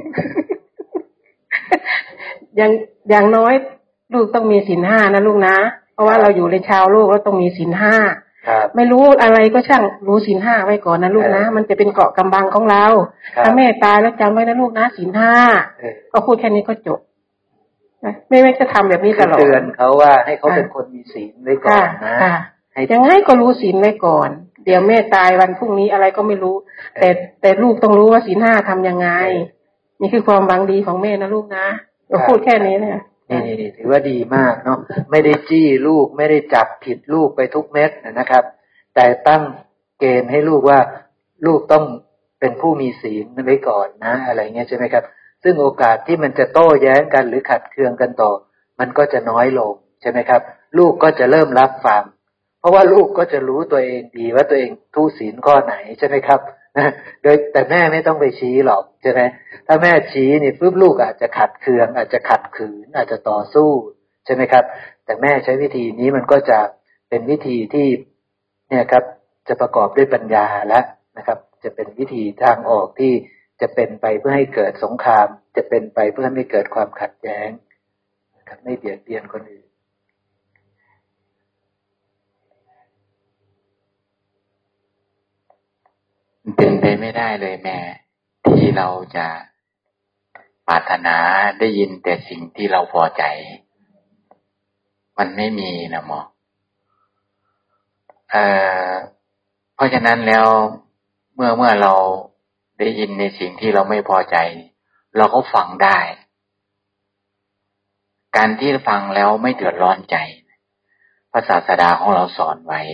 อย่างอย่างน้อยลูกต้องมีศีลห้านะลูกนะเพราะว่าเราอยู่ในชาวโลกแล้วต้องมีศีลห้าไม่รู้อะไรก็ช่างรู้ศีลห้าไว้ก่อนนะลูกนะมันจะเป็นเกราะกำบังของเราถ้าแม่ตายแล้วจำไว้นะลูกนะศีลห้าก็พูดแค่นี้ก็จบไม่ไม่จะทำแบบนี้ตลอดเตือนเขาว่าให้เขาเป็นคนมีศีลไว้ก่อนนะยังไงก็รู้ศีลไว้ก่อนเดี๋ยวแม่ตายวันพรุ่งนี้อะไรก็ไม่รู้แต่แต่ลูกต้องรู้ว่าศีลห้าทำยังไงนี่คือความหวังดีของแม่นะลูกนะเราพูดแค่นี้เนี่ยนี่ถือว่าดีมากเนาะไม่ได้จี้ลูกไม่ได้จับผิดลูกไปทุกเม็ดนะครับแต่ตั้งเกณฑ์ให้ลูกว่าลูกต้องเป็นผู้มีศีลไว้ก่อนนะอะไรเงี้ยใช่ไหมครับซึ่งโอกาสที่มันจะโต้แย้งกันหรือขัดเคืองกันต่อมันก็จะน้อยลงใช่ไหมครับลูกก็จะเริ่มรับฟังเพราะว่าลูกก็จะรู้ตัวเองดีว่าตัวเองทุศีลข้อไหนใช่ไหมครับนะโดยแต่แม่ไม่ต้องไปชี้หรอกใช่ไหมถ้าแม่ชี้นี่ปุ๊บลูกอาจจะขัดเคืองอาจจะขัดขืนอาจจะต่อสู้ใช่ไหมครับแต่แม่ใช้วิธีนี้มันก็จะเป็นวิธีที่เนี่ยครับจะประกอบด้วยปัญญาและนะครับจะเป็นวิธีทางออกที่จะเป็นไปเพื่อให้เกิดสงครามจะเป็นไปเพื่อให้ไม่เกิดความขัดแย้งนะครับไม่เบียดเบียนคนอื่นเป็นไปไม่ได้เลยแม่ที่เราจะปรารถนาได้ยินแต่สิ่งที่เราพอใจมันไม่มีนะหมอเอ่อเพราะฉะนั้นแล้วเมื่อเมื่อเราได้ยินในสิ่งที่เราไม่พอใจเราก็ฟังได้การที่ฟังแล้วไม่เดือดร้อนใจพระศาสดาของเราสอนไว้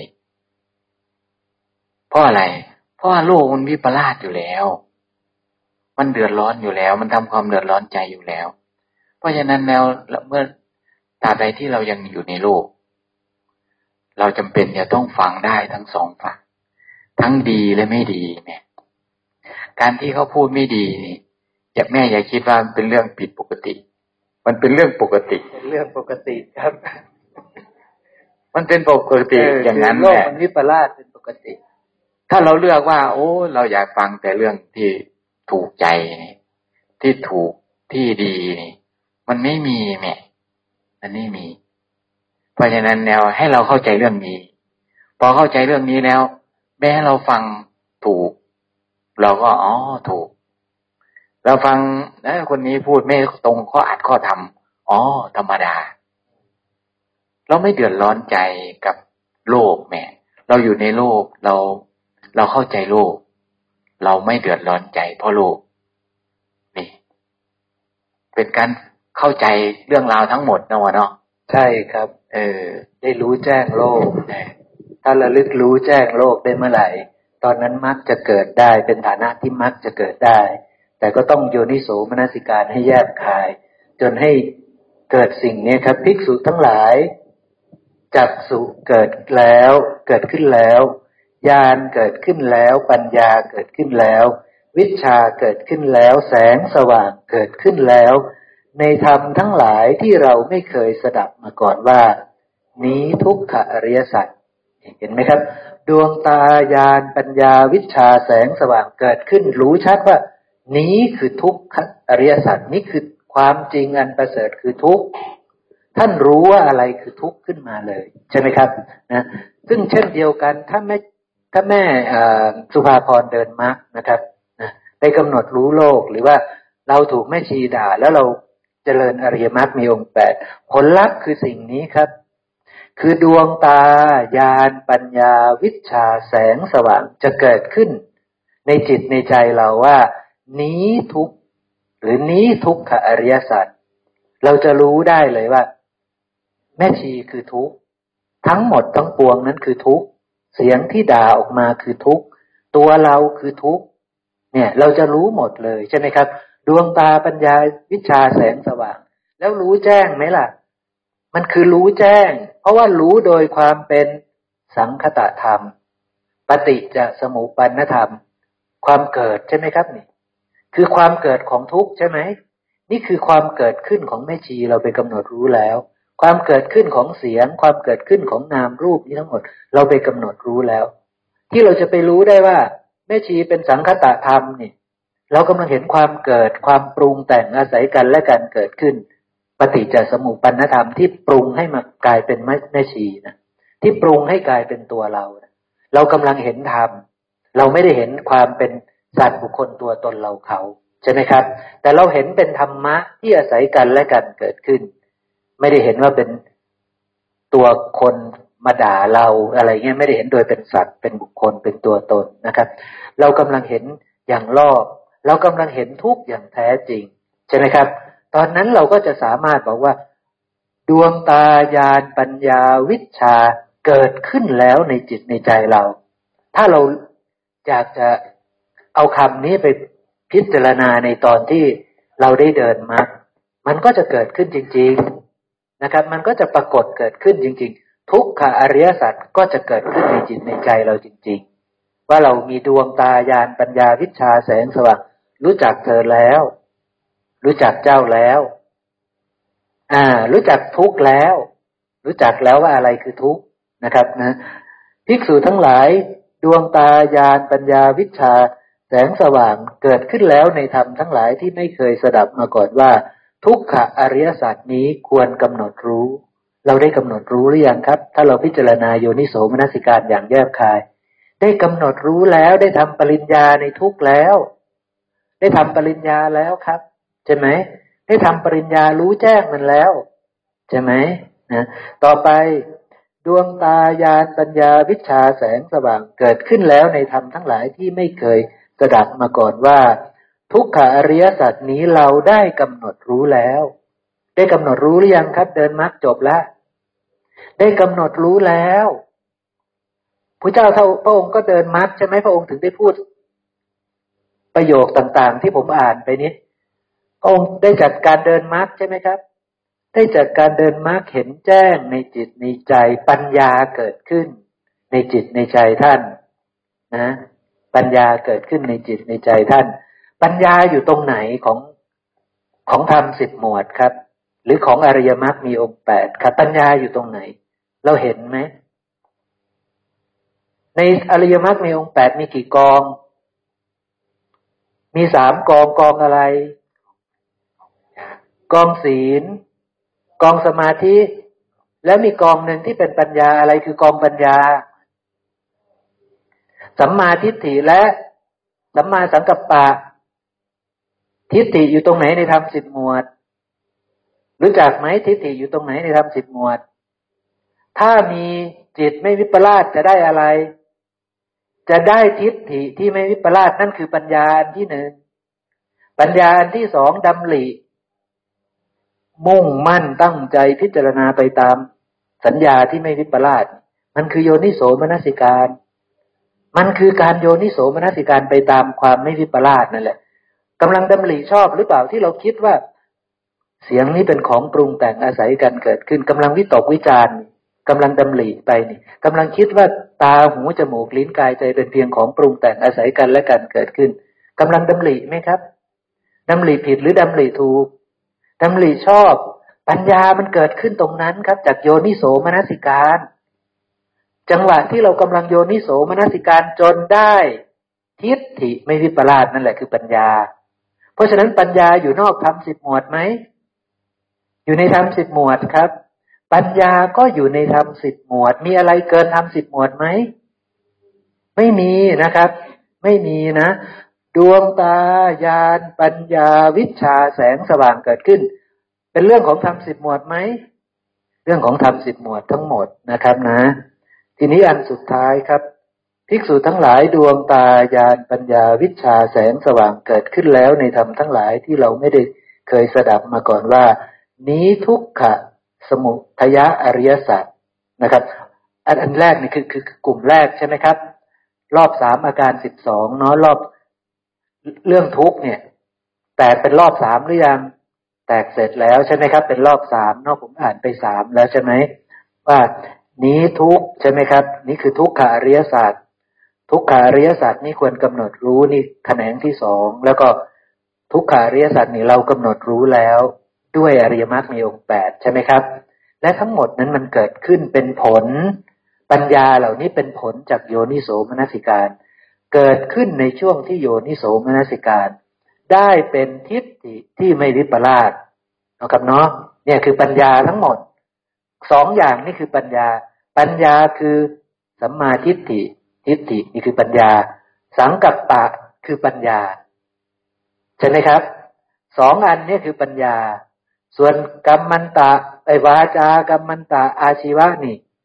เพราะอะไรเพราะว่าโลกมันวิปลาสอยู่แล้วมันเดือดร้อนอยู่แล้วมันทำความเดือดร้อนใจอยู่แล้วเพราะฉะนั้นแล้วเมื่อตราบใดที่เรายังอยู่ในโลกเราจำเป็นจะต้องฟังได้ทั้งสองฝั่งทั้งดีและไม่ดีเนี่ยการที่เขาพูดไม่ดีนี่อย่าแม่อย่าคิดว่ามันเป็นเรื่องผิดปกติมันเป็นเรื่องปกติเป็นเรื่องปกติครับมันเป็นปกติอย่างนั้นแหละโลกมันวิปลาสเป็นปกติถ้าเราเลือกว่าโอ้เราอยากฟังแต่เรื่องที่ถูกใจนี่ที่ถูกที่ดีนี่มันไม่มีแม่มันไม่มีเพราะฉะนั้นแนวให้เราเข้าใจเรื่องนี้พอเข้าใจเรื่องนี้แล้วแม้เราฟังถูกเราก็อ๋อถูกเราฟังนะคนนี้พูดไม่ตรงข้ออัดข้อธรรมอ๋อธรรมดาเราไม่เดือดร้อนใจกับโลกแม่เราอยู่ในโลกเราเราเข้าใจโลกเราไม่เดือดร้อนใจเพราะโลกนี่เป็นการเข้าใจเรื่องราวทั้งหมดนะวะเนาะใช่ครับเออได้รู้แจ้งโลกถ้าระลึกรู้แจ้งโลกได้เมื่อไหร่ตอนนั้นมรรคจะเกิดได้เป็นฐานะที่มรรคจะเกิดได้แต่ก็ต้องโยนิโสมนสิการให้แยกคายจนให้เกิดสิ่งนี้ครับภิกษุทั้งหลายจักษุเกิดแล้วเกิดขึ้นแล้วญาณเกิดขึ้นแล้วปัญญาเกิดขึ้นแล้ววิชชาเกิดขึ้นแล้วแสงสว่างเกิดขึ้นแล้วในธรรมทั้งหลายที่เราไม่เคยสดับมาก่อนว่านี้ทุกขอริยสัจเห็นไหมครับดวงตาญาณปัญญาวิชชาแสงสว่างเกิดขึ้นรู้ชัดว่านี้คือทุกขอริยสัจนี้คือความจริงอันประเสริฐคือทุกข์ท่านรู้ว่าอะไรคือทุกข์ขึ้นมาเลยใช่ไหมครับนะซึ่งเช่นเดียวกันถ้าแม่ถ้าแม่สุภาพรเดินมรรคนะครับนะได้กำหนดรู้โลกหรือว่าเราถูกแม่ชีด่าแล้วเราเจริญอริยมรรคมีองค์แปดผลลัพธ์คือสิ่งนี้ครับคือดวงตาญาณปัญญาวิชชาแสงสว่างจะเกิดขึ้นในจิตในใจเราว่านี้ทุกข์หรือนี้ทุกขอริยสัจเราจะรู้ได้เลยว่าแม่ชีคือทุกข์ทั้งหมดทั้งปวงนั้นคือทุกข์เสียงที่ด่าออกมาคือทุกข์ตัวเราคือทุกข์เนี่ยเราจะรู้หมดเลยใช่ไหมครับดวงตาปัญญาวิชาแสงสว่างแล้วรู้แจ้งไหมล่ะมันคือรู้แจ้งเพราะว่ารู้โดยความเป็นสังคตธรรมปฏิจจสมุปปนธรรมความเกิดใช่ไหมครับนี่คือความเกิดของทุกข์ใช่ไหมนี่คือความเกิดขึ้นของแม่ชีเราไปกำหนดรู้แล้วความเกิดขึ้นของเสียงความเกิดขึ้นของนามรูปนี้ทั้งหมดเราไปกำหนดรู้แล้วที่เราจะไปรู้ได้ว่าแม่ชีเป็นสังคตธรรมนี่เรากำลังเห็นความเกิดความปรุงแต่งอาศัยกันและกันเกิดขึ้นปฏิจจสมุปปนธรรมที่ปรุงให้มากลายเป็นแม่ชีนะที่ปรุงให้กลายเป็นตัวเรานะเรากำลังเห็นธรรมเราไม่ได้เห็นความเป็นสัตว์บุคคลตัวตนเราเขาใช่ไหมครับแต่เราเห็นเป็นธรรมะที่อาศัยกันและกันเกิดขึ้นไม่ได้เห็นว่าเป็นตัวคนมาด่าเราอะไรเงี้ยไม่ได้เห็นโดยเป็นสัตว์เป็นบุคคลเป็นตัวตนนะครับเรากำลังเห็นอย่างรอบเรากำลังเห็นทุกข์อย่างแท้จริงใช่ไหมครับตอนนั้นเราก็จะสามารถบอกว่าดวงตาญาณปัญญาวิชชาเกิดขึ้นแล้วในจิตในใจเราถ้าเราอยากจะเอาคำนี้ไปพิจารณาในตอนที่เราได้เดินมามันก็จะเกิดขึ้นจริงๆนะครับมันก็จะปรากฏเกิดขึ้นจริงๆทุกขอริยสัจก็จะเกิดขึ้นในจิตในใจเราจริงๆว่าเรามีดวงตาญาณปัญญาวิชชาแสงสว่างรู้จักเธอแล้วรู้จักเจ้าแล้วอ่ารู้จักทุกข์แล้วรู้จักแล้วว่าอะไรคือทุกข์นะครับนะภิกษุทั้งหลายดวงตาญาณปัญญาวิชชาแสงสว่างเกิดขึ้นแล้วในธรรมทั้งหลายที่ไม่เคยสดับมาก่อนว่าทุกขอริยสัจนี้ควรกำหนดรู้เราได้กำหนดรู้หรือยังครับถ้าเราพิจารณาโยนิโสมนสิการอย่างแยบคายได้กำหนดรู้แล้วได้ทำปริญญาในทุกข์แล้วได้ทำปริญญาแล้วครับใช่ไหมได้ทำปริญญารู้แจ้งมันแล้วใช่ไหมนะต่อไปดวงตาญาณปัญญาวิชชาแสงสว่างเกิดขึ้นแล้วในธรรมทั้งหลายที่ไม่เคยสดับมาก่อนว่าทุกขอริยสัจนี้เราได้กำหนดรู้แล้วได้กำหนดรู้หรือยังครับเดินมรรคจบแล้วได้กำหนดรู้แล้วพระเจ้าพระองค์ก็เดินมรรคใช่ไหมพระองค์ถึงได้พูดประโยคต่างๆที่ผมอ่านไปนี้พระองค์ได้จัดการเดินมรรคใช่ไหมครับได้จัดการเดินมรรคเห็นแจ้งในจิตในใจปัญญาเกิดขึ้นในจิตในใจท่านนะปัญญาเกิดขึ้นในจิตในใจท่านปัญญาอยู่ตรงไหนของของธรรมสิบหมวดครับหรือของอริยมรรคมีองค์แปดครับปัญญาอยู่ตรงไหนเราเห็นไหมในอริยมรรคมีองค์แปดมีกี่กองมีสามกองกองอะไรกองศีลกองสมาธิแล้วมีกองหนึ่งที่เป็นปัญญาอะไรคือกองปัญญาสัมมาทิฏฐิและสัมมาสังกัปปะทิฏฐิอยู่ตรงไหนในธรรมสิบหมวดรู้จักไหมทิฏฐิอยู่ตรงไหนในธรรมสิบหมวดถ้ามีจิตไม่วิปลาสจะได้อะไรจะได้ทิฏฐิที่ไม่วิปลาสนั่นคือปัญญาอันที่หนึ่งปัญญาอันที่สองดำริมุ่งมั่นตั้งใจพิจารณาไปตามสัญญาที่ไม่วิปลาสมันคือโยนิโสมนสิการมันคือการโยนิโสมนสิการไปตามความไม่วิปลาสนั่นแหละกำลังดำริชอบหรือเปล่าที่เราคิดว่าเสียงนี้เป็นของปรุงแต่งอาศัยกันเกิดขึ้นกำลังวิตกวิจารณ์กำลังดำริไปนี่กำลังคิดว่าตาหูจมูกลิ้นกายใจเป็นเพียงของปรุงแต่งอาศัยกันและกันเกิดขึ้นกำลังดำริไหมครับดำริผิดหรือดำริถูกดำริชอบปัญญามันเกิดขึ้นตรงนั้นครับจากโยนิโสมนสิการจังหวะที่เรากำลังโยนิโสมนสิการจนได้ทิฏฐิไม่วิปลาสนั่นแหละคือปัญญาเพราะฉะนั้นปัญญาอยู่นอกธรรมสิบหมวดไหมอยู่ในธรรมสิบหมวดครับปัญญาก็อยู่ในธรรมสิบหมวดมีอะไรเกินธรรมสิบหมวดไหมไม่มีนะครับไม่มีนะดวงตาญาณปัญญาวิชชาแสงสว่างเกิดขึ้นเป็นเรื่องของธรรมสิบหมวดไหมเรื่องของธรรมสิบหมวดทั้งหมดนะครับนะทีนี้อันสุดท้ายครับภิกษุทั้งหลายดวงตาญาณปัญญาวิชชาแสงสว่างเกิดขึ้นแล้วในธรรมทั้งหลายที่เราไม่ได้เคยสดับมาก่อนว่านี้ทุกขสมุทัยอริยสัจนะครับอันอันแรกนี่คือคือกลุ่มแรกใช่ไหมครับรอบสามอาการสิบสองเนาะรอบเรื่องทุกข์เนี่ยแตกเป็นรอบสามหรือยังแตกเสร็จแล้วใช่ไหมครับเป็นรอบสามเนาะผมอ่านไปสามแล้วใช่ไหมว่านี้ทุกข์ใช่ไหมครับนี่คือทุกขอริยสัจทุกขอริยสัจนี่ควรกำหนดรู้นี่แขนงที่สองแล้วก็ทุกขอริยสัจนี่เรากำหนดรู้แล้วด้วยอริยมรรคมีองค์แปดใช่ไหมครับและทั้งหมดนั้นมันเกิดขึ้นเป็นผลปัญญาเหล่านี้เป็นผลจากโยนิโสมนสิการเกิดขึ้นในช่วงที่โยนิโสมนสิการได้เป็นทิฏฐิที่ไม่วิปลาสนะครับเนาะเนี่ยคือปัญญาทั้งหมดสองอย่างนี่คือปัญญาปัญญาคือสัมมาทิฏฐิทิฏฐินี่คือปัญญาสังกัปปะคือปัญญาใช่ไหมครับสองอันนี้คือปัญญาส่วนกัมมันตะไอ้วาจากัมมันตะอาชีวะนี่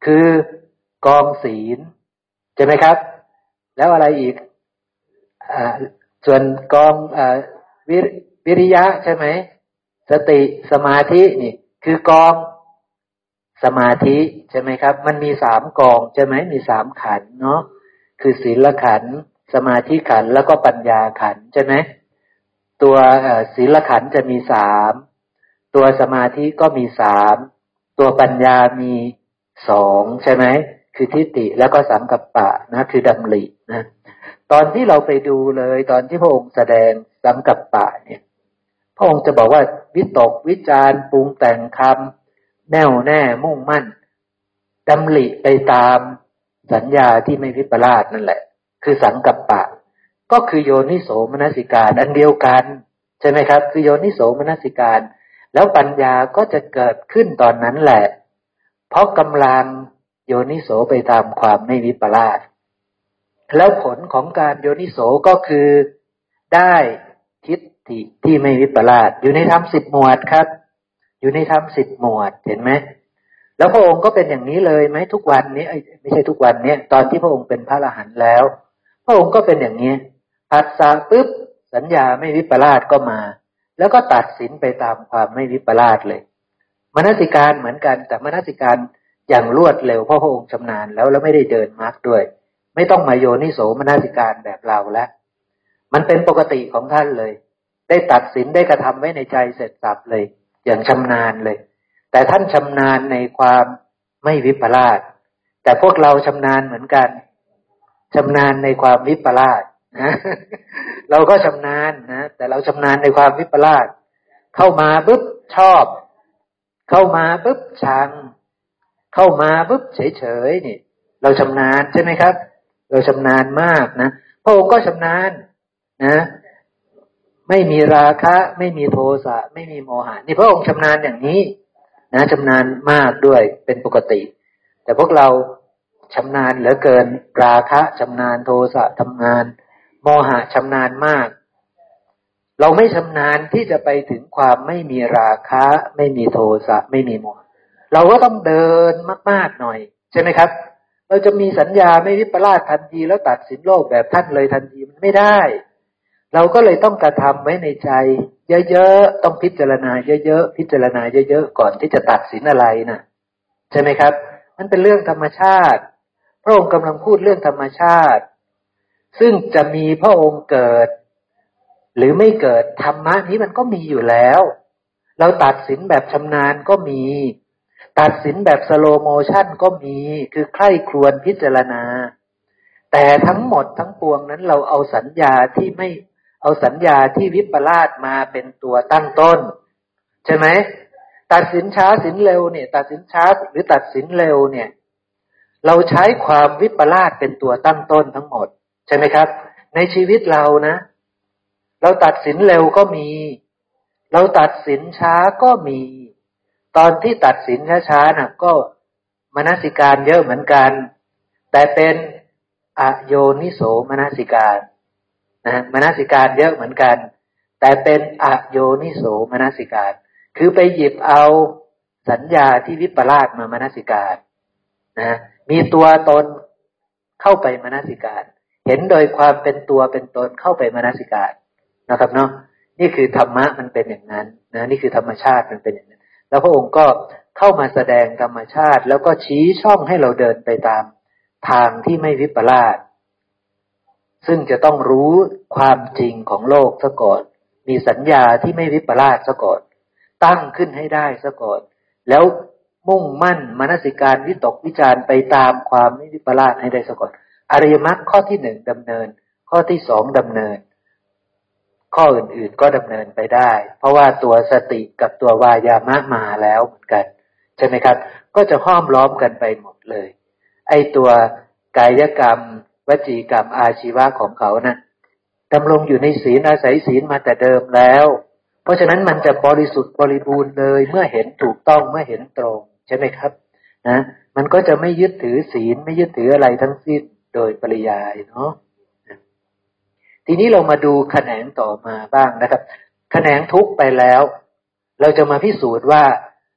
คือกองศีลใช่ไหมครับแล้วอะไรอีกอ่าส่วนกองอ่าวิวิริยะใช่ไหมสติสมาธินี่คือกองสมาธิใช่ไหมครับมันมีสามกองใช่ไหมมีสามขันธ์เนาะคือศีลขันธ์สมาธิขันธ์แล้วก็ปัญญาขันธ์ใช่ไหมตัวศีลขันธ์จะมีสามตัวสมาธิก็มีสามตัวปัญญามีสองใช่ไหมคือทิฏฐิแล้วก็สังกัปปะนะคือดำรินะตอนที่เราไปดูเลยตอนที่พระองค์แสดงสังกัปปะเนี่ยพระองค์จะบอกว่าวิตกวิจารปรุงแต่งคำแน่วแน่มุ่งมั่นดำริไปตามสัญญาที่ไม่วิปลาสนั่นแหละคือสังกัปปะก็คือโยนิโสมนสิการอันเดียวกันใช่ไหมครับคือโยนิโสมนสิการแล้วปัญญาก็จะเกิดขึ้นตอนนั้นแหละเพราะกำลังโยนิโสไปตามความไม่วิปลาสแล้วผลของการโยนิโสก็คือได้ทิฏฐิที่ไม่วิปลาสอยู่ในธรรมสิบหมวดครับอยู่ในธรรมสิบหมวดเห็นไหมแล้วพระองค์ก็เป็นอย่างนี้เลยไหมทุกวันนี้ไม่ใช่ทุกวันนี้ตอนที่พระองค์เป็นพระอรหันต์แล้วพระองค์ก็เป็นอย่างนี้ผัสสะปุ๊บสัญญาไม่วิปลาสก็มาแล้วก็ตัดสินไปตามความไม่วิปลาสเลยมนสิการเหมือนกันแต่มนสิการอย่างรวดเร็วเพราะพระองค์ชำนาญแล้วแล้วไม่ได้เดินมรรคด้วยไม่ต้องมาโยนิโสมนสิการแบบเราแล้วมันเป็นปกติของท่านเลยได้ตัดสินได้กระทำไว้ในใจเสร็จสับเลยอย่างชำนาญเลยแต่ท่านชำนาญในความไม่วิปลาสแต่พวกเราชำนาญเหมือนกันชำนาญในความวิปลาสนะเราก็ชำนาญนะแต่เราชำนาญในความวิปลาสเข้ามาปุ๊บชอบเข้ามาปุ๊บชังเข้ามาปุ๊บเฉยๆนี่เราชำนาญใช่ไหมครับเราชำนาญมากนะพระองค์ก็ชำนาญนะไม่มีราคะไม่มีโทสะไม่มีโมหะนี่พระองค์ชำนาญอย่างนี้นะชำนาญมากด้วยเป็นปกติแต่พวกเราชำนาญเหลือเกินราคะชำนาญโทสะทำงานโมหะชำนาญมากเราไม่ชำนาญที่จะไปถึงความไม่มีราคะไม่มีโทสะไม่มีโมหะเราก็ต้องเดินมากๆหน่อยใช่ไหมครับเราจะมีสัญญาไม่วิปลาสทันทีแล้วตัดสินโลกแบบท่านเลยทันทีมันไม่ได้เราก็เลยต้องกระทำไว้ในใจเยอะๆต้องพิจารณาเยอะๆพิจารณาเยอะๆก่อนที่จะตัดสินอะไรนะใช่ไหมครับมันเป็นเรื่องธรรมชาติพระองค์กำลังพูดเรื่องธรรมชาติซึ่งจะมีพระองค์เกิดหรือไม่เกิดธรรมะนี้มันก็มีอยู่แล้วเราตัดสินแบบชำนาญก็มีตัดสินแบบสโลโมชั่นก็มีคือใคร่ครวญพิจารณาแต่ทั้งหมดทั้งปวงนั้นเราเอาสัญญาที่ไม่เอาสัญญาที่วิปลาสมาเป็นตัวตั้งต้นใช่ไหมตัดสินช้าสินเร็วเนี่ยตัดสินช้าหรือตัดสินเร็วเนี่ยเราใช้ความวิปลาสเป็นตัวตั้งต้นทั้งหมดใช่ไหมครับในชีวิตเรานะเราตัดสินเร็วก็มีเราตัดสินช้าก็มีตอนที่ตัดสินช้าๆน่ะก็มนสิการเยอะเหมือนกันแต่เป็นอโยนิโสมนสิการนะมนสิการเยอะเหมือนกันแต่เป็นอโยนิโสมนสิการคือไปหยิบเอาสัญญาที่วิปลาสมามนสิการนะมีตัวตนเข้าไปมนสิการเห็นโดยความเป็นตัวเป็นตนเข้าไปมนสิการนะครับเนาะนี่คือธรรมะมันเป็นอย่างนั้นนะนี่คือธรรมชาติมันเป็นอย่างนั้นแล้วพระองค์ก็เข้ามาแสดงธรรมชาติแล้วก็ชี้ช่องให้เราเดินไปตามทางที่ไม่วิปลาสซึ่งจะต้องรู้ความจริงของโลกซะก่อนมีสัญญาที่ไม่วิปลาสซะก่อนตั้งขึ้นให้ได้ซะก่อนแล้วมุ่งมั่นมนสิการวิตกวิจารไปตามความไม่วิปลาสให้ได้ซะก่อนอริยมรรคข้อที่หนึ่งดำเนินข้อที่สองดำเนินข้ออื่นๆก็ดำเนินไปได้เพราะว่าตัวสติกับตัววายามะมาแล้วเหมือนกันใช่ไหมครับก็จะห้อมล้อมกันไปหมดเลยไอ้ตัวกายกรรมวจีกรรมอาชีวะของเขานะดำรงอยู่ในศีลอาศัยศีลมาแต่เดิมแล้วเพราะฉะนั้นมันจะบริสุทธิ์บริบูรณ์เลยเมื่อเห็นถูกต้องเมื่อเห็นตรงใช่ไหมครับนะมันก็จะไม่ยึดถือศีลไม่ยึดถืออะไรทั้งสิ้นโดยปริยายเนาะทีนี้เรามาดูแขนงต่อมาบ้างนะครับแขนงทุกข์ไปแล้วเราจะมาพิสูจน์ว่า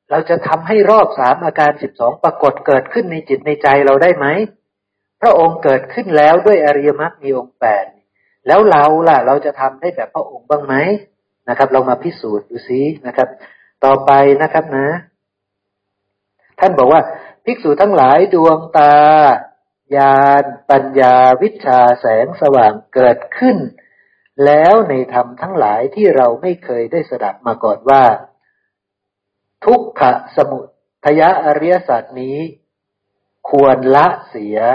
เราจะทำให้รอบสามอาการสิบสองปรากฏเกิดขึ้นในจิตในใจเราได้ไหมพระองค์เกิดขึ้นแล้วด้วยอริยมรรคมีองค์แปดแล้วเราล่ะเราจะทำได้แบบพระองค์บ้างไหมนะครับเรามาพิสูจน์ดูซินะครับต่อไปนะครับนะท่านบอกว่าภิกษุทั้งหลายดวงตาญาณปัญญาวิชชาแสงสว่างเกิดขึ้นแล้วในธรรมทั้งหลายที่เราไม่เคยได้สดับมาก่อนว่าทุกขสมุทัยอริยสัจนี้ควรละเสีย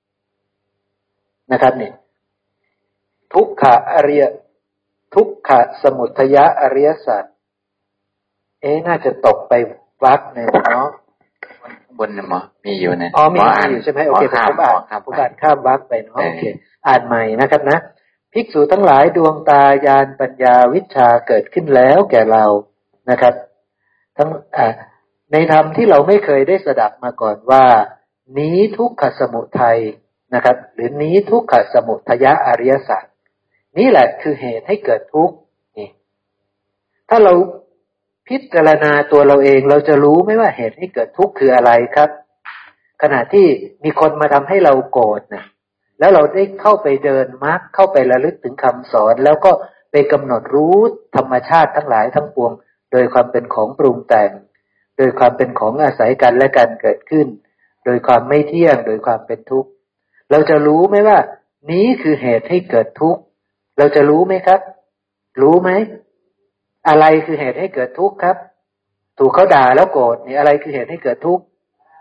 นะครับเนี่ยทุกขอริยทุกขสมุทัยอริยสัจเอ๊ะน่าจะตกไปวรรคหนึ่งเนาะบนน่ะหมอมีอยู่นะอ๋อมีอยู่ใช่ไหมโอเคผมอ่านผมอ่านข้ามวรรคไปเนาะโอเคอ่านใหม่นะครับนะภิกษุทั้งหลายดวงตาญาณปัญญาวิชชาเกิดขึ้นแล้วแก่เรานะครับทั้งอ่าในธรรมที่เราไม่เคยได้สดับมาก่อนว่านี้ทุกขสมุทัยนะครับหรือนี้ทุกขสมุทัยอริยสัจนี่แหละคือเหตุให้เกิดทุกข์นี่ถ้าเราพิจารณาตัวเราเองเราจะรู้ไหมว่าเหตุให้เกิดทุกข์คืออะไรครับขณะที่มีคนมาทำให้เราโกรธนะแล้วเราได้เข้าไปเดินมรรคเข้าไประลึกถึงคำสอนแล้วก็ไปกำหนดรู้ธรรมชาติทั้งหลายทั้งปวงโดยความเป็นของปรุงแต่งโดยความเป็นของอาศัยกันและกันเกิดขึ้นโดยความไม่เที่ยงโดยความเป็นทุกข์เราจะรู้ไหมว่านี้คือเหตุให้เกิดทุกข์เราจะรู้ไหมครับรู้ไหมอะไรคือเหตุให้เกิดทุกข์ครับถูกเขาด่าแล้วโกรธนี่อะไรคือเหตุให้เกิดทุกข์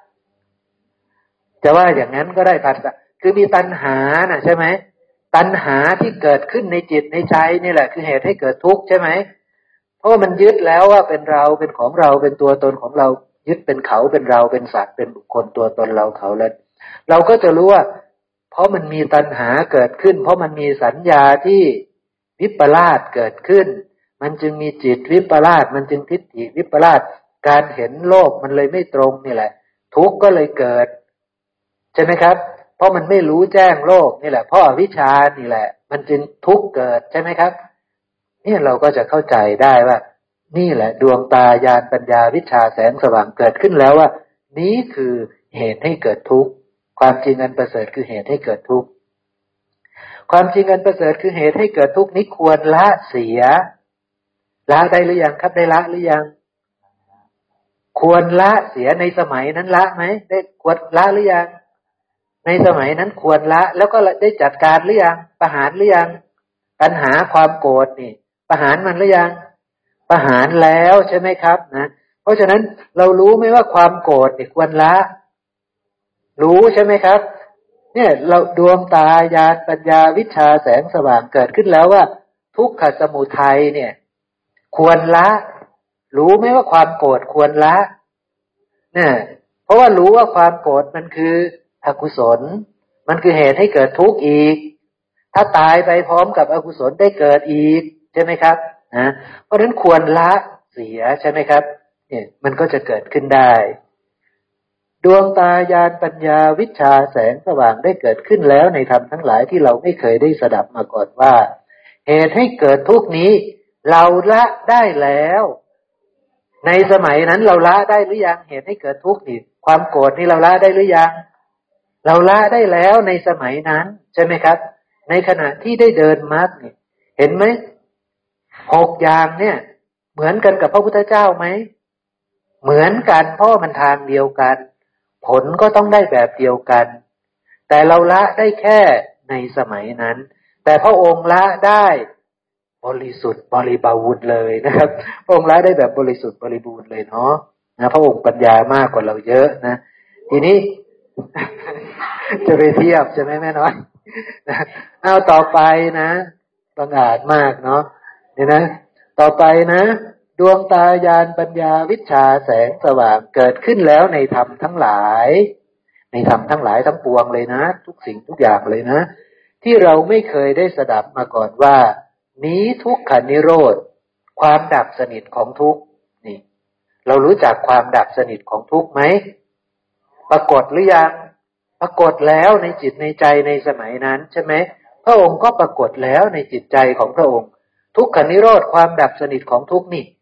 จะว่าอย่างนั้นก็ได้ผัสสะคือมีตัณหาน่ะใช่ไหมตัณหาที่เกิดขึ้นในจิตในใจนี่แหละคือเหตุให้เกิดทุกข์ใช่ไหมเพราะว่ามันยึดแล้วว่าเป็นเราเป็นของเราเป็นตัวตนของเรายึดเป็นเขาเป็นเราเป็นสัตว์เป็นบุคคลตัวตนเราเขาแล้วเราก็จะรู้ว่าเพราะมันมีตัณหาเกิดขึ้นเพราะมันมีสัญญาที่วิปลาสเกิดขึ้นมันจึงมีจิตวิปลาสมันจึงทิฏฐิวิปลาสการเห็นโลกมันเลยไม่ตรงนี่แหละทุกข์ก็เลยเกิดใช่ไหมครับเพราะมันไม่รู้แจ้งโลกนี่แหละเพราะอวิชชานี่แหละมันจึงทุกข์เกิดใช่ไหมครับนี่เราก็จะเข้าใจได้ว่านี่แหละดวงตาญาณปัญญาวิชชาแสงสว่างเกิดขึ้นแล้วว่านี้คือเหตุให้เกิดทุกข์ความจริงอันประเสริฐคือเหตุให้เกิดทุกข์ความจริงอันประเสริฐคือเหตุให้เกิดทุกข์นี้ควรละเสียละได้หรือยังครับได้ละหรือยังควรละเสียในสมัยนั้นละไหมได้ควรละหรือยังในสมัยนั้นควรละแล้วก็ได้จัดการหรือยังประหารหรือยังปัญหาความโกรธนี่ประหารมันหรือยังประหารแล้วใช่ไหมครับนะเพราะฉะนั้นเรารู้ไหมว่าความโกรธนี่ควรละรู้ใช่ไหมครับเนี่ยเราดวงตาญาณปัญญาวิชชาแสงสว่างเกิดขึ้นแล้วว่าทุกขสมุทัยเนี่ยควรละรู้ไหมว่าความโกรธควรละเนี่ยเพราะว่ารู้ว่าความโกรธมันคืออกุศลมันคือเหตุให้เกิดทุกข์อีกถ้าตายไปพร้อมกับอกุศลได้เกิดอีกใช่ไหมครับนะเพราะฉะนั้นควรละเสียใช่ไหมครับเนี่ยมันก็จะเกิดขึ้นได้ดวงตาญาณปัญญาวิชชาแสงสว่างได้เกิดขึ้นแล้วในธรรมทั้งหลายที่เราไม่เคยได้สดับมาก่อนว่าเหตุให้เกิดทุกข์นี้เราละได้แล้วในสมัยนั้นเราละได้หรือยังเหตุให้เกิดทุกข์นี่ความโกรธนี่เราละได้หรือยังเราละได้แล้วในสมัยนั้นใช่ไหมครับในขณะที่ได้เดินมรรคนี่เห็นไหมหกอย่างเนี่ยเหมือนกันกับพระพุทธเจ้าไหมเหมือนกันเพราะมันทางเดียวกันผลก็ต้องได้แบบเดียวกันแต่เราละได้แค่ในสมัยนั้นแต่พระองค์ละได้บริสุทธิ์บริบูรณ์เลยนะครับพระองค์ละได้แบบบริสุทธิ์บริบูรณ์เลยเนาะนะพระองค์ปัญญามากกว่าเราเยอะนะทีนี้ จะไปเทียบใช่ไหมแม่น้อยเอาต่อไปนะบังอาจมากเนาะนี่นะต่อไปนะดวงตาญาณปัญญาวิชชาแสงสว่างเกิดขึ้นแล้วในธรรมทั้งหลายในธรรมทั้งหลายทั้งปวงเลยนะทุกสิ่งทุกอย่างเลยนะที่เราไม่เคยได้สดับมาก่อนว่านี้ทุกขนิโรธความดับสนิทของทุกข์นี่เรารู้จักความดับสนิทของทุกข์ไหมปรากฏหรือยังปรากฏแล้วในจิตในใจในสมัยนั้นใช่ไหมพระองค์ก็ปรากฏแล้วในจิตใจของพระองค์ทุกขนิโรธความดับสนิทของทุกข์นี่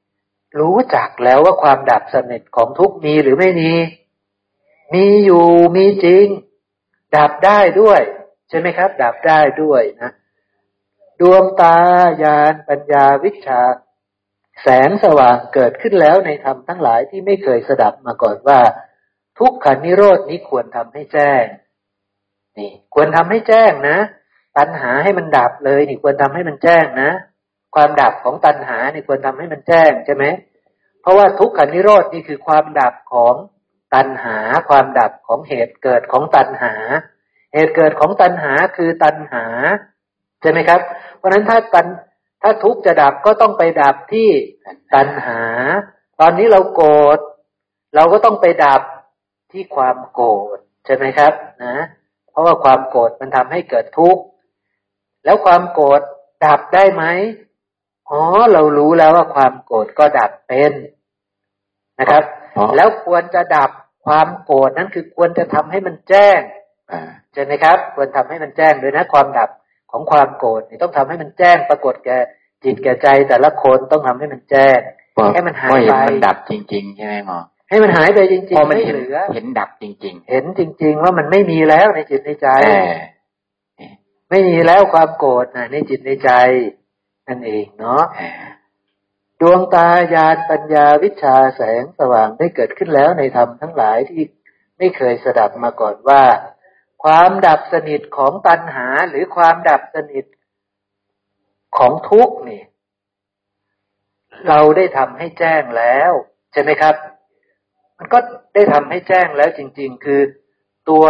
รู้จักแล้วว่าความดับสนิทของทุกข์มีหรือไม่มีมีอยู่มีจริงดับได้ด้วยใช่ไหมครับดับได้ด้วยนะดวงตาญาณปัญญาวิชาแสงสว่างเกิดขึ้นแล้วในธรรมทั้งหลายที่ไม่เคยสดับมาก่อนว่าทุกขันนิโรธนี้ควรทำให้แจ้งนี่ควรทำให้แจ้งนะตัณหาให้มันดับเลยนี่ควรทำให้มันแจ้งนะความดับของตัณหานี่ควรทำให้มันแจ้งใช่ไหมเพราะว่าทุกขันนิโรธนี่คือความดับของตัณหาความดับของเหตุเกิดของตัณหาเหตุเกิดของตัณหาคือตัณหาใช่ไหมครับเพราะฉะนั้นถ้าตัณถ้าทุกข์จะดับก็ต้องไปดับที่ตัณหาตอนนี้เราโกรธเราก็ต้องไปดับที่ความโกรธใช่ไหมครับนะเพราะว่าความโกรธมันทำให้เกิดทุกข์แล้วความโกรธดับได้ไหมอ๋อเรารู้แล้วว่าความโกรธก็ดับเป็นนะครับแล้วควรจะดับความโกรธนั้นคือควรจะทำให้มันแจ้งใช่ไหมครับควรทำให้มันแจ้งด้วยนะความดับของความโกรธนี่ต้องทำให้มันแจ้งปรากฏแก่จิตแก่ใจแต่ละคนต้องทำให้มันแจ้งให้มันหายไปมันดับจริงๆใช่ไหมหมอให้มันหายไปจริงๆไม่เหลือเห็นดับจริงๆเห็นจริงๆว่ามันไม่มีแล้วในจิตในใจไม่มีแล้วความโกรธในจิตในใจนั่นเองเนาะดวงตาญาณปัญญาวิชาแสงสว่างได้เกิดขึ้นแล้วในธรรมทั้งหลายที่ไม่เคยสดับมาก่อนว่าความดับสนิทของตัณหาหรือความดับสนิทของทุกข์นี่เราได้ทำให้แจ้งแล้วใช่ไหมครับมันก็ได้ทำให้แจ้งแล้วจริงๆคือตัว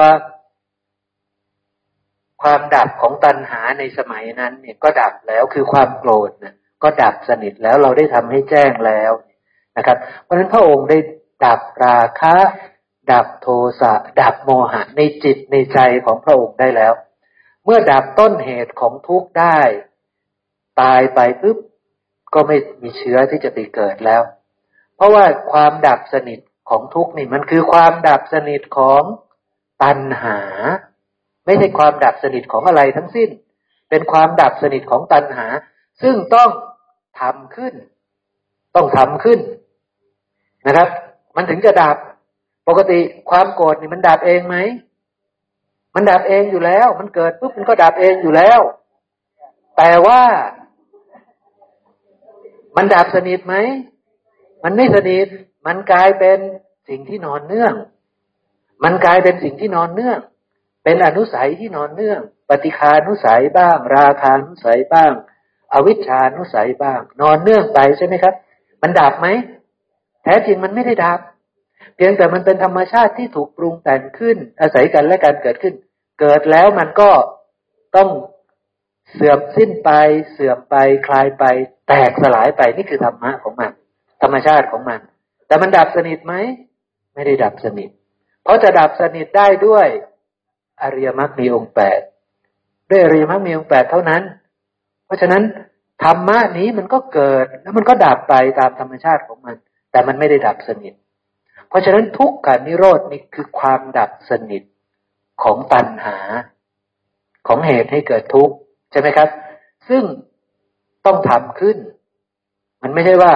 ความดับของตัณหาในสมัยนั้นเนี่ยก็ดับแล้วคือความโกรธนะก็ดับสนิทแล้วเราได้ทำให้แจ้งแล้วนะครับเพราะฉะนั้นพระองค์ได้ดับราคะดับโทสะดับโมหะในจิตในใจของพระองค์ได้แล้วเมื่อดับต้นเหตุของทุกข์ได้ตายไปปุ๊บก็ไม่มีเชื้อที่จะไปเกิดแล้วเพราะว่าความดับสนิทของทุกข์นี่มันคือความดับสนิทของตัณหาไม่ใช่ความดับสนิทของอะไรทั้งสิ้นเป็นความดับสนิทของตัณหาซึ่งต้องทำขึ้นต้องทำขึ้นนะครับมันถึงจะดับปกติความโกรธนี่มันดับเองไหมมันดับเองอยู่แล้วมันเกิดปุ๊บมันก็ดับเองอยู่แล้วแต่ว่ามันดับสนิทไหมมันไม่สนิทมันกลายเป็นสิ่งที่นอนเนื่องมันกลายเป็นสิ่งที่นอนเนื่องเป็นอนุสัยที่นอนเนื่องปฏิฆานุสัยบ้างราคานุสัยบ้างอวิชชานุสัยบ้างนอนเนื่องไปใช่ไหมครับมันดับไหมแท้จริงมันไม่ได้ดับเพียงแต่มันเป็นธรรมชาติที่ถูกปรุงแต่งขึ้นอาศัยกันและการเกิดขึ้นเกิดแล้วมันก็ต้องเสื่อมสิ้นไปเสื่อมไปคลายไปแตกสลายไปนี่คือธรรมะของมันธรรมชาติของมันแต่มันดับสนิทไหมไม่ได้ดับสนิทเพราะจะดับสนิทได้ด้วยอริยมรรคมีองค์แปดด้วยอริยมรรคมีองค์แปดเท่านั้นเพราะฉะนั้นธรรมะนี้มันก็เกิดแล้วมันก็ดับไปตามธรรมชาติของมันแต่มันไม่ได้ดับสนิทเพราะฉะนั้นทุกขันนิโรธนี่คือความดับสนิทของตัณหาของเหตุให้เกิดทุกข์ใช่ไหมครับซึ่งต้องทำขึ้นมันไม่ใช่ว่า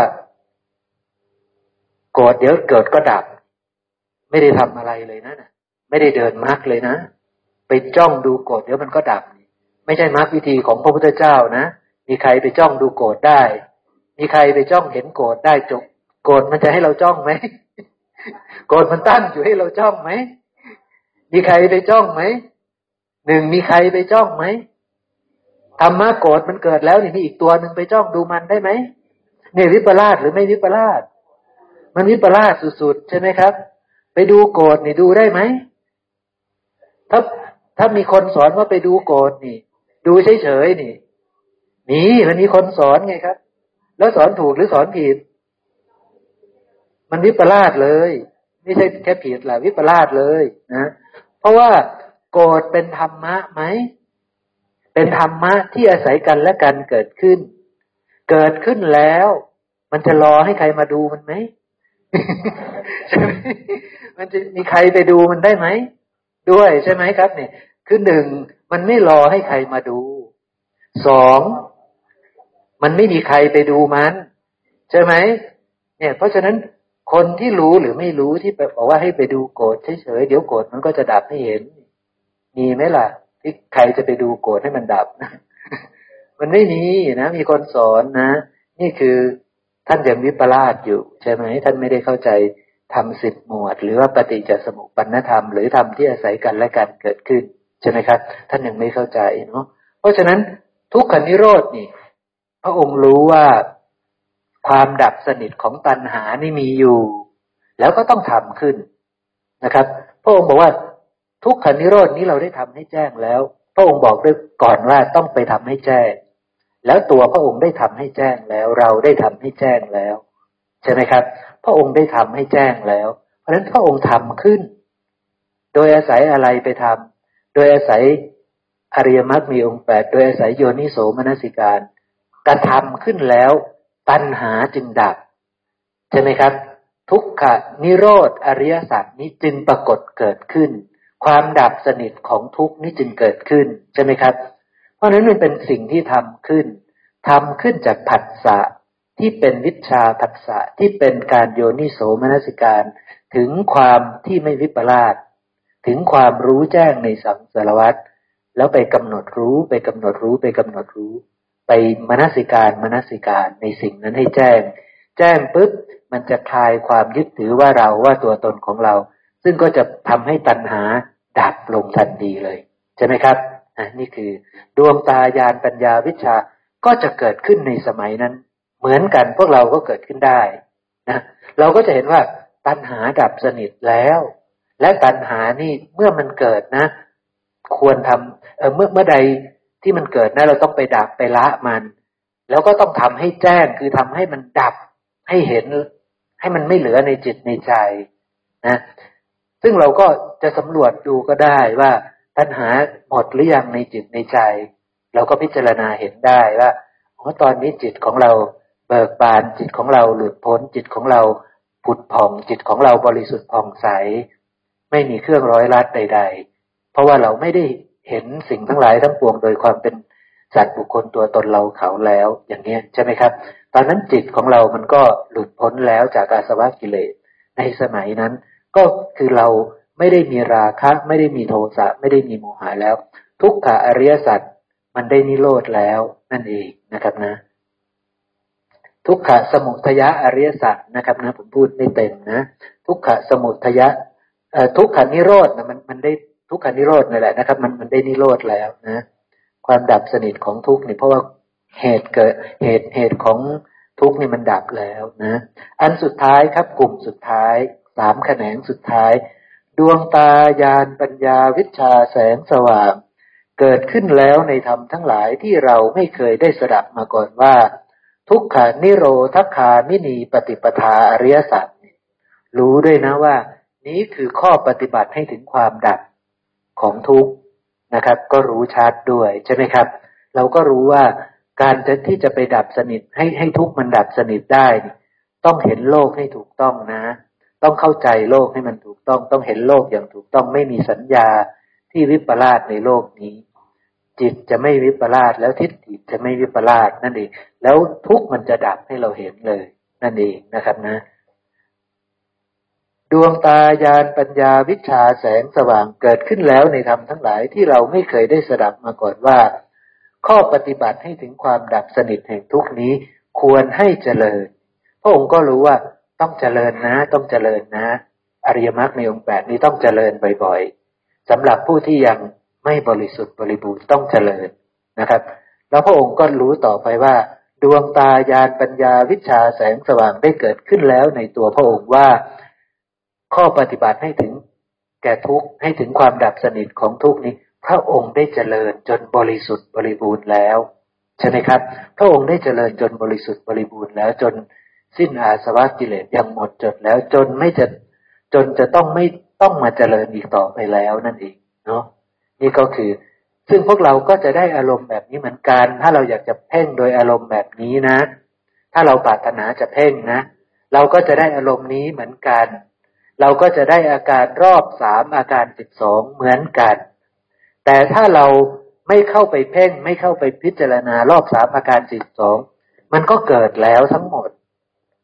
โกรธเดี๋ยวเกิดก็ดับไม่ได้ทำอะไรเลยนะไม่ได้เดินมรรคเลยนะไปจ้องดูโกรธเดี๋ยวมันก็ดับไม่ใช่มรรควิธีของพระพุทธเจ้านะมีใครไปจ้องดูโกรธได้มีใครไปจ้องเห็นโกรธได้จบโกรธมันจะให้เราจ้องไหมโกรธมันตั้งอยู่ให้เราจ้องไหมมีใครไปจ้องไหมหนึ่งมีใครไปจ้องไหมธรรมะโกรธมันเกิดแล้วนี่มีอีกตัวหนึ่งไปจ้องดูมันได้ไหมเนี่ยวิปลาสหรือไม่วิปลาสมันวิปลาสสุดๆใช่ไหมครับไปดูโกรธนี่ดูได้ไหมถ้าถ้ามีคนสอนว่าไปดูโกรธนี่ดูเฉยๆนี่นี่มันมีคนสอนไงครับแล้วสอนถูกหรือสอนผิดมันวิปลาสเลยไม่ใช่แค่ผิดแหละวิปลาสเลยนะเพราะว่าโกรธเป็นธรรมะไหมเป็นธรรมะที่อาศัยกันและกันเกิดขึ้นเกิดขึ้นแล้วมันจะรอให้ใครมาดูมันไหม ใช่ไหมมันจะมีใครไปดูมันได้ไหมด้วยใช่ไหมครับเนี่ยคือหนึ่งมันไม่รอให้ใครมาดูสองมันไม่มีใครไปดูมันใช่ไหมเนี่ยเพราะฉะนั้นคนที่รู้หรือไม่รู้ที่บอกว่าให้ไปดูโกรธเฉยๆเดี๋ยวโกรธมันก็จะดับให้เห็นมีไหมล่ะที่ใครจะไปดูโกรธให้มันดับนะ มันไม่มีนะมีคนสอนนะนี่คือท่านยังวิปลาสอยู่ใช่ไหมท่านไม่ได้เข้าใจธรรมสิบหมวดหรือว่าปฏิจจสมุปปนธรรมหรือธรรมที่อาศัยกันและกันเกิดขึ้นใช่ไหมครับท่านยังไม่เข้าใจเนาะเพราะฉะนั้นทุกขนิโรธนี่พระองค์รู้ว่าความดับสนิทของตัณหานี่มีอยู่แล้วก็ต้องทำขึ้นนะครับพระองค์บอกว่าทุกขนิโรธนี้เราได้ทำให้แจ้งแล้วพระองค์บอกด้วยก่อนว่าต้องไปทำให้แจ้งแล้วตัวพระองค์ได้ทำให้แจ้งแล้วเราได้ทำให้แจ้งแล้วใช่ไหมครับพระองค์ได้ทำให้แจ้งแล้วเพราะฉะนั้นพระองค์ทำขึ้นโดยอาศัยอะไรไปทำโดยอาศัยอริยมรรคมีองค์แปดโดยอาศัยโยนิโสมนสิการกระทำขึ้นแล้วตัณหาจึงดับใช่ไหมครับทุกขนิโรธอริยสัจนี้จึงปรากฏเกิดขึ้นความดับสนิทของทุกข์นี้จึงเกิดขึ้นใช่ไหมครับเพราะฉะนั้นมันเป็นสิ่งที่ทำขึ้นทำขึ้นจากผัสสะที่เป็นวิชชาผัสสะที่เป็นการโยนิโสมนสิการถึงความที่ไม่วิปลาสถึงความรู้แจ้งในสังสารวัฏแล้วไปกำหนดรู้ไปกำหนดรู้ไปกำหนดรู้ไปมนสิการมนสิการในสิ่งนั้นให้แจ้งแจ้งปุ๊บมันจะคลายความยึดถือว่าเราว่าตัวตนของเราซึ่งก็จะทำให้ตัณหาดับลงทันทีเลยใช่ไหมครับอ่ะนี่คือดวงตาญาณปัญญาวิชชาก็จะเกิดขึ้นในสมัยนั้นเหมือนกันพวกเราก็เกิดขึ้นได้นะเราก็จะเห็นว่าตัณหาดับสนิทแล้วและตัณหานี่เมื่อมันเกิดนะควรทำเออเมื่อเมื่อใดที่มันเกิดนะเราต้องไปดับไปละมันแล้วก็ต้องทำให้แจ้งคือทำให้มันดับให้เห็นให้มันไม่เหลือในจิตในใจนะซึ่งเราก็จะสำรวจดูก็ได้ว่าตัณหาหมดหรือยังในจิตในใจเราก็พิจารณาเห็นได้ว่าอ๋อตอนนี้จิตของเราเบิกบานจิตของเราหลุดพ้นจิตของเราผุดผ่องจิตของเราบริสุทธิ์ผ่องใสไม่มีเครื่องร้อยรัดใดๆเพราะว่าเราไม่ได้เห็นสิ่งทั้งหลายทั้งปวงโดยความเป็นสัตว์บุคคลตัวตนเราเขาแล้วอย่างนี้ใช่ไหมครับตอนนั้นจิตของเรามันก็หลุดพ้นแล้วจากอาสวะกิเลสในสมัยนั้นก็คือเราไม่ได้มีราคะไม่ได้มีโทสะไม่ได้มีโมหะแล้วทุกขอริยสัจมันได้นิโรธแล้วนั่นเองนะครับนะทุกขสมุทัยอริยสัจนะครับนะผมพูดไม่เต็มนะทุกขสมุทัยเอ่อทุกขนิโรธนะมันมันได้ทุกขนิโรธนั่นแหละนะครับมันมันได้นิโรธแล้วนะความดับสนิทของทุกข์นี่เพราะว่าเหตุเกิดเหตุเหตุของทุกข์นี่มันดับแล้วนะอันสุดท้ายครับกลุ่มสุดท้ายสามแขนงสุดท้ายดวงตาญาณปัญญาวิชชาแสงสว่างเกิดขึ้นแล้วในธรรมทั้งหลายที่เราไม่เคยได้สดับมาก่อนว่าทุกขานิโรธคามินีปฏิปทาอริยสัจรู้ด้วยนะว่านี้คือข้อปฏิบัติให้ถึงความดับของทุกข์นะครับก็รู้ชัดด้วยใช่ไหมครับเราก็รู้ว่าการจะที่จะไปดับสนิทให้ให้ทุกข์มันดับสนิทได้ต้องเห็นโลกให้ถูกต้องนะต้องเข้าใจโลกให้มันถูกต้องต้องเห็นโลกอย่างถูกต้องไม่มีสัญญาที่วิปลาสในโลกนี้จิตจะไม่วิปลาสแล้วทิฏฐิจะไม่วิปลาสนั่นเองแล้วทุกข์มันจะดับให้เราเห็นเลยนั่นเองนะครับนะดวงตาญาณปัญญาวิชชาแสงสว่างเกิดขึ้นแล้วในธรรมทั้งหลายที่เราไม่เคยได้สดับมาก่อนว่าข้อปฏิบัติให้ถึงความดับสนิทแห่งทุกข์นี้ควรให้เจริญพระองค์ก็รู้ว่าต้องเจริญนะต้องเจริญนะอริยมรรคในองค์แปดนี้ต้องเจริญบ่อยๆสำหรับผู้ที่ยังไม่บริสุทธิ์บริบูรณ์ต้องเจริญนะครับแล้วพระองค์ก็รู้ต่อไปว่าดวงตาญาณปัญญาวิชชาแสงสว่างได้เกิดขึ้นแล้วในตัวพระองค์ว่าข้อปฏิบัติให้ถึงแก่ทุกข์ให้ถึงความดับสนิทของทุกข์นี้พระองค์ได้เจริญจนบริสุทธิ์บริบูรณ์แล้วใช่ไหมครับพระองค์ได้เจริญจนบริสุทธิ์บริบูรณ์แล้วจนสิ้นอาสวะกิเลสยังหมดจดแล้วจนไม่จะจนจะต้องไม่ต้องมาเจริญอีกต่อไปแล้วนั่นเองเนาะนี่ก็คือซึ่งพวกเราก็จะได้อารมณ์แบบนี้เหมือนกันถ้าเราอยากจะเพ่งโดยอารมณ์แบบนี้นะถ้าเราปรารถนาจะเพ่งนะเราก็จะได้อารมณ์นี้เหมือนกันเราก็จะได้อาการรอบสามอาการสิบสองเหมือนกันแต่ถ้าเราไม่เข้าไปเพ่งไม่เข้าไปพิจารณารอบสามอาการสิบสองมันก็เกิดแล้วทั้งหมด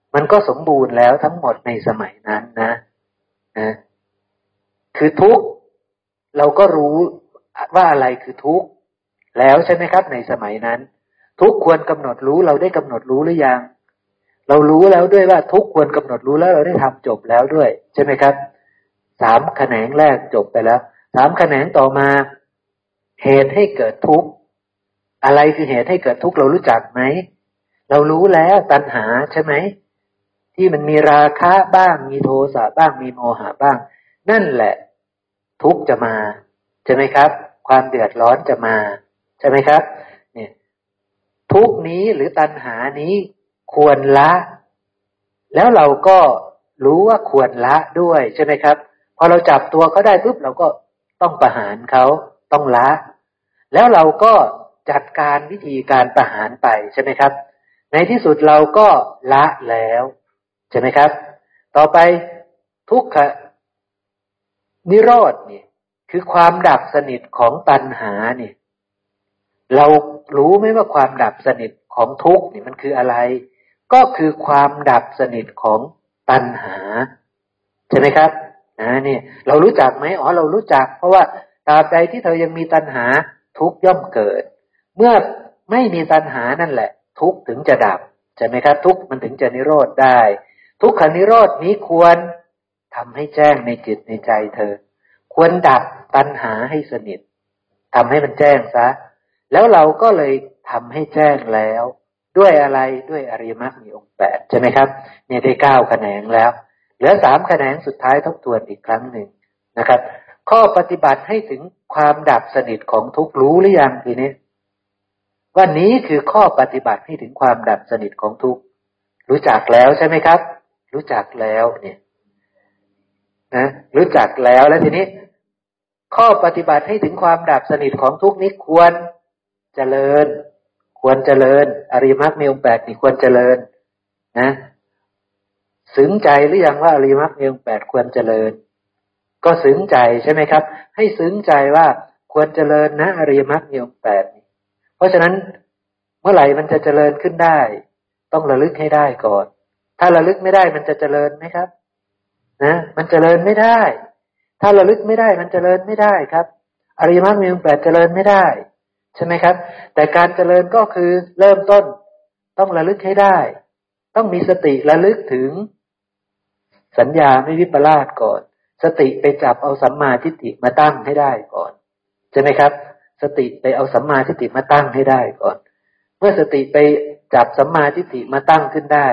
มันก็สมบูรณ์แล้วทั้งหมดในสมัยนั้นนะนะคือทุกข์เราก็รู้ว่าอะไรคือทุกข์แล้วใช่ไหมครับในสมัยนั้นทุกข์ควรกำหนดรู้เราได้กำหนดรู้หรือยังเรารู้แล้วด้วยว่าทุกข์ควรกำหนดรู้แล้วเราได้ทำจบแล้วด้วยใช่ไหมครับสามแขนงแรกจบไปแล้วสามแขนงต่อมาเหตุให้เกิดทุกข์อะไรคือเหตุให้เกิดทุกข์เรารู้จักไหมเรารู้แล้วตัณหาใช่ไหมที่มันมีราคะบ้างมีโทสะบ้างมีโมหะบ้างนั่นแหละทุกข์จะมาใช่ไหมครับความเดือดร้อนจะมาใช่ไหมครับเนี่ยทุกข์นี้หรือตัณหานี้ควรละแล้วเราก็รู้ว่าควรละด้วยใช่ไหมครับพอเราจับตัวเขาได้ปุ๊บเราก็ต้องประหารเขาต้องละแล้วเราก็จัดการวิธีการประหารไปใช่ไหมครับในที่สุดเราก็ละแล้วใช่ไหมครับต่อไปทุกขนิโรธเนี่ยคือความดับสนิทของตัณหาเนี่ยเรารู้ไหมว่าความดับสนิทของทุกข์นี่มันคืออะไรก็คือความดับสนิทของตัณหาใช่ไหมครับนะเนี่ยเรารู้จักไหมอ๋อเรารู้จักเพราะว่าตราบใดที่เธอยังมีตัณหาทุกข์ย่อมเกิดเมื่อไม่มีตัณหานั่นแหละทุกข์ถึงจะดับใช่ไหมครับทุกข์มันถึงจะนิโรธได้ทุกขนิโรธนี้ควรทำให้แจ้งในจิตในใจเธอควรดับตัณหาให้สนิททำให้มันแจ้งซะแล้วเราก็เลยทำให้แจ้งแล้วด้วยอะไรด้วยอริยมรรคมีองค์แปดใช่ไหมครับเนี่ยได้เก้าแขนงแล้วเหลือสามแขนงสุดท้ายทบทวนอีกครั้งหนึ่งนะครับข้อปฏิบัติให้ถึงความดับสนิทของทุกข์รู้หรือยังทีนี้ว่านี้คือข้อปฏิบัติให้ถึงความดับสนิทของทุกข์รู้จักแล้วใช่ไหมครับรู้จักแล้วเนี่ยนะรู้จักแล้วแล้วทีนี้ข้อปฏิบัติให้ถึงความดับสนิทของทุกข์นี้ควรเจริญควรเจริญอริยมรรคมีองค์แปดนี่ควรเจริญนะซึ้งใจหรือยังว่าอริยมรรคมีองค์แปดควรเจริญก็ซึ้งใจใช่ไหมครับให้ซึ้งใจว่าควรเจริญนะอริยมรรคมีองค์แปดเพราะฉะนั้นเมื่อไหร่มันจะเจริญขึ้นได้ต้องระลึกให้ได้ก่อนถ้าระลึกไม่ได้มันจะเจริญไหมครับนะมันเจริญไม่ได้ถ้าระลึกไม่ได้มันเจริญไม่ได้ครับอริยมรรคมีองค์แปดเจริญไม่ได้ใช่ไหมครับแต่การเจริญก็คือเริ่มต้นต้องระลึกให้ได้ต้องมีสติระลึกถึงสัญญาไม่วิปลาสก่อนสติไปจับเอาสัมมาทิฏฐิมาตั้งให้ได้ก่อนใช่ไหมครับสติไปเอาสัมมาทิฏฐิมาตั้งให้ได้ก่อนเมื่อสติไปจับสัมมาทิฏฐิมาตั้งขึ้นได้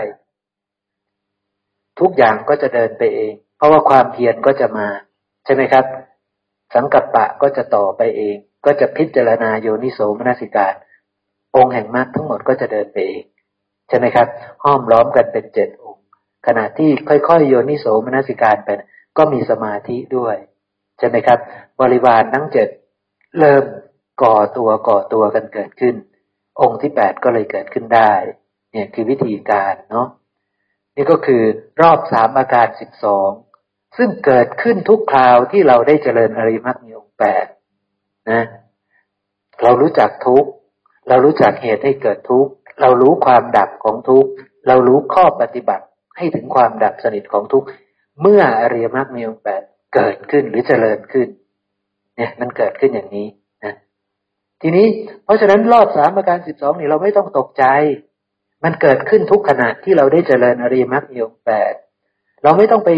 ทุกอย่างก็จะเดินไปเองเพราะว่าความเพียรก็จะมาใช่ไหมครับสังกัปปะก็จะต่อไปเองก็จะพิจารณาโยนิโสมนสิการองค์แห่งมรรคทั้งหมดก็จะเดินไปเองใช่ไหมครับห้อมล้อมกันเป็นเจ็ดองค์ขณะที่ค่อยๆโยนิโสมนสิการไปก็มีสมาธิด้วยใช่ไหมครับบริวารทั้งเจ็ดเริ่มก่อตัวก่อตัวกันเกิดขึ้นองค์ที่แปดก็เลยเกิดขึ้นได้เนี่ยคือวิธีการเนาะนี่ก็คือรอบสามอาการสิบสองซึ่งเกิดขึ้นทุกคราวที่เราได้เจริญอริยมรรคมีองค์แปดนะเรารู้จักทุกข์เรารู้จักเหตุให้เกิดทุกข์เรารู้ความดับของทุกข์เรารู้ข้อปฏิบัติให้ถึงความดับสนิทของทุกข์เมื่ออริยมรรคมีองค์แปดเกิดขึ้นหรือเจริญขึ้นเนี่ยมันเกิดขึ้นอย่างนี้นะทีนี้เพราะฉะนั้นรอบสามอาการสิบสองนี่เราไม่ต้องตกใจมันเกิดขึ้นทุกขณะที่เราได้เจริญอริยมรรคมีองค์แปดเราไม่ต้องไป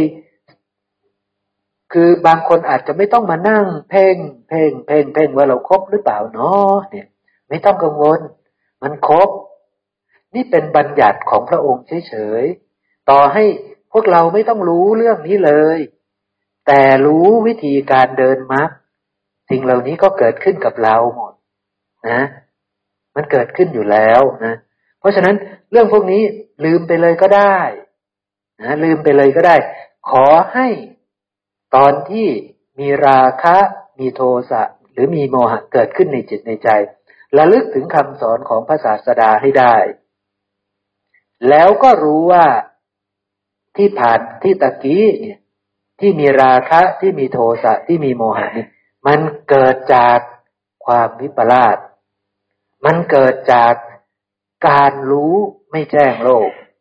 คือบางคนอาจจะไม่ต้องมานั่งเพ่งเพ่งเพ่งเพ่งว่าเราครบหรือเปล่าเนาะเนี่ยไม่ต้องกังวลมันครบนี่เป็นบัญญัติของพระองค์เฉยๆต่อให้พวกเราไม่ต้องรู้เรื่องนี้เลยแต่รู้วิธีการเดินมรรคสิ่งเหล่านี้ก็เกิดขึ้นกับเราหมดนะมันเกิดขึ้นอยู่แล้วนะเพราะฉะนั้นเรื่องพวกนี้ลืมไปเลยก็ได้นะลืมไปเลยก็ได้ขอให้ตอนที่มีราคะมีโทสะหรือมีโมหะเกิดขึ้นในจิตในใจระลึกถึงคำสอนของพระศาสดาให้ได้แล้วก็รู้ว่าที่ผ่านที่ตะกี้เนี่ยที่มีราคะที่มีโทสะที่มีโมหะนี่มันเกิดจากความวิปลาสมันเกิดจากการรู้ไม่แจ้งโลก